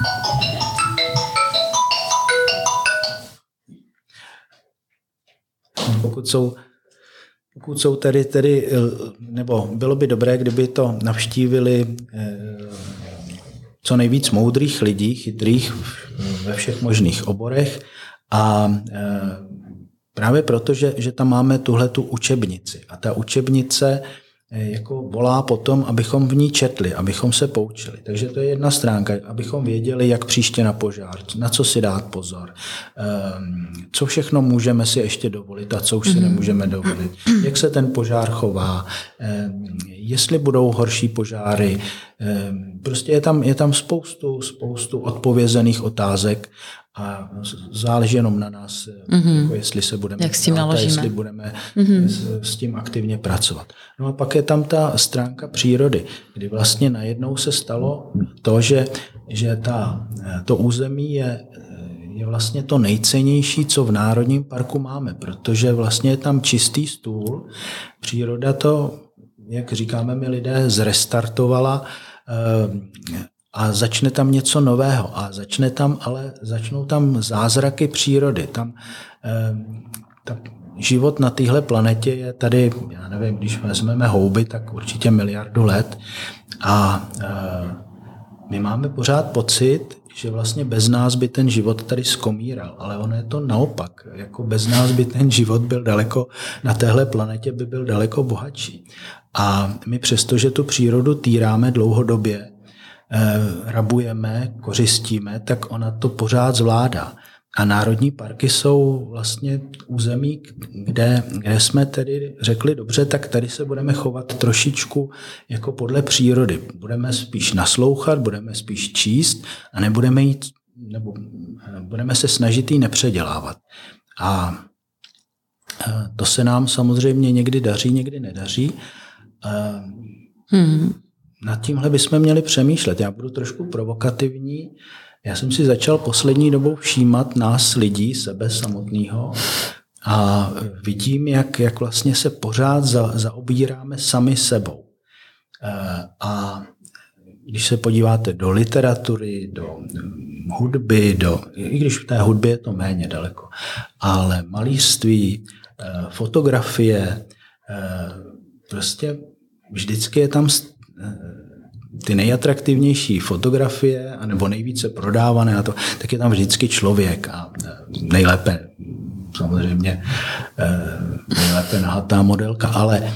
Pokud jsou tedy, nebo bylo by dobré, kdyby to navštívili co nejvíc moudrých lidí, chytrých ve všech možných oborech a právě proto, že tam máme tuhletu učebnici a ta učebnice jako volá potom, abychom v ní četli, abychom se poučili. Takže to je jedna stránka, abychom věděli, jak příště na požár, na co si dát pozor, co všechno můžeme si ještě dovolit a co už si nemůžeme dovolit, jak se ten požár chová, jestli budou horší požáry. Prostě je tam spoustu odpovězených otázek a záleží jenom na nás, jako jestli se budeme jak s tím naložíme. Jestli budeme s tím aktivně pracovat. No a pak je tam ta stránka přírody, kdy vlastně najednou se stalo to, že to území je vlastně to nejcennější, co v Národním parku máme, protože vlastně je tam čistý stůl. Příroda to, jak říkáme my lidé, zrestartovala a začne tam něco nového a začnou tam zázraky přírody. Tam život na téhle planetě je tady, já nevím, když vezmeme houby, tak určitě 1 miliardu let a my máme pořád pocit, že vlastně bez nás by ten život tady skomíral, ale ono je to naopak. Jako bez nás by ten život byl daleko, na téhle planetě by byl daleko bohatší. A my přesto, že tu přírodu týráme dlouhodobě, rabujeme, kořistíme, tak ona to pořád zvládá. A národní parky jsou vlastně území, kde jsme tedy řekli, dobře, tak tady se budeme chovat trošičku jako podle přírody. Budeme spíš naslouchat, budeme spíš číst a budeme se snažit jí nepředělávat. A to se nám samozřejmě někdy daří, někdy nedaří. Nad tímhle bychom měli přemýšlet. Já budu trošku provokativní. Já jsem si začal poslední dobou všímat nás lidí, sebe samotného a vidím, jak vlastně se pořád zaobíráme sami sebou. A když se podíváte do literatury, do hudby, i když v té hudbě je to méně daleko, ale malířství, fotografie, prostě vždycky je tam ty nejatraktivnější fotografie, anebo nejvíce prodávané, a to, tak je tam vždycky člověk a nejlépe samozřejmě nejlépe nahatá modelka, ale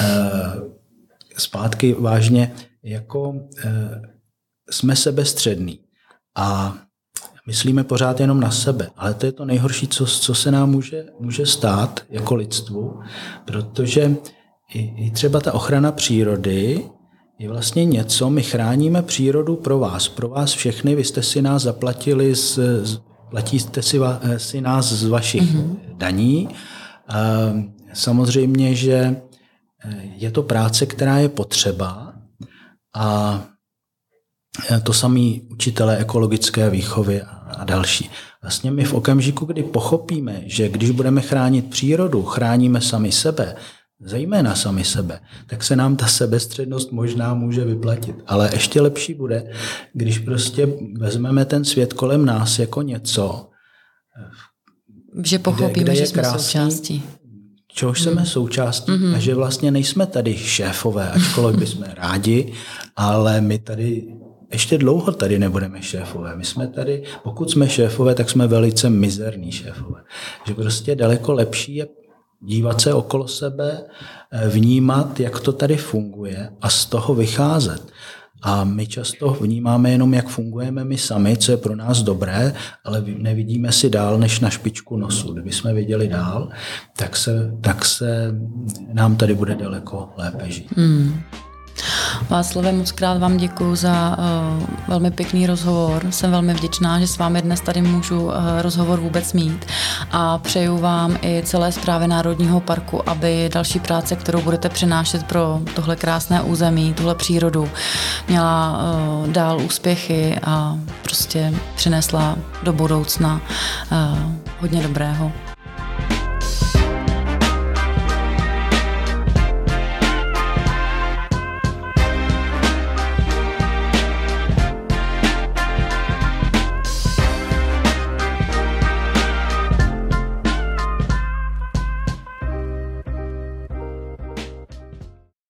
zpátky vážně, jako jsme sebestřední a myslíme pořád jenom na sebe, ale to je to nejhorší, co se nám může stát jako lidstvu, protože i třeba ta ochrana přírody je vlastně něco, my chráníme přírodu pro vás všechny, vy jste si nás zaplatili, platíte si nás z vašich daní. Samozřejmě, že je to práce, která je potřeba a to samý učitelé ekologické výchovy a další. Vlastně my v okamžiku, kdy pochopíme, že když budeme chránit přírodu, chráníme sami sebe, zejména sami sebe, tak se nám ta sebestřednost možná může vyplatit. Ale ještě lepší bude, když prostě vezmeme ten svět kolem nás jako něco, že pochopíme, kde že jsme krásný, součástí. Čehož jsme součástí a že vlastně nejsme tady šéfové, ačkoliv bychom rádi, ale my tady ještě dlouho tady nebudeme šéfové. My jsme tady, pokud jsme šéfové, tak jsme velice mizerní šéfové. Že prostě daleko lepší je dívat se okolo sebe, vnímat, jak to tady funguje a z toho vycházet. A my často vnímáme jenom, jak fungujeme my sami, co je pro nás dobré, ale nevidíme si dál než na špičku nosu. Kdyby jsme viděli dál, tak se nám tady bude daleko lépe žít. Václave, moc krát vám děkuji za velmi pěkný rozhovor. Jsem velmi vděčná, že s vámi dnes tady můžu rozhovor vůbec mít a přeju vám i celé správě Národního parku, aby další práce, kterou budete přinášet pro tohle krásné území, tuhle přírodu, měla dál úspěchy a prostě přinesla do budoucna hodně dobrého.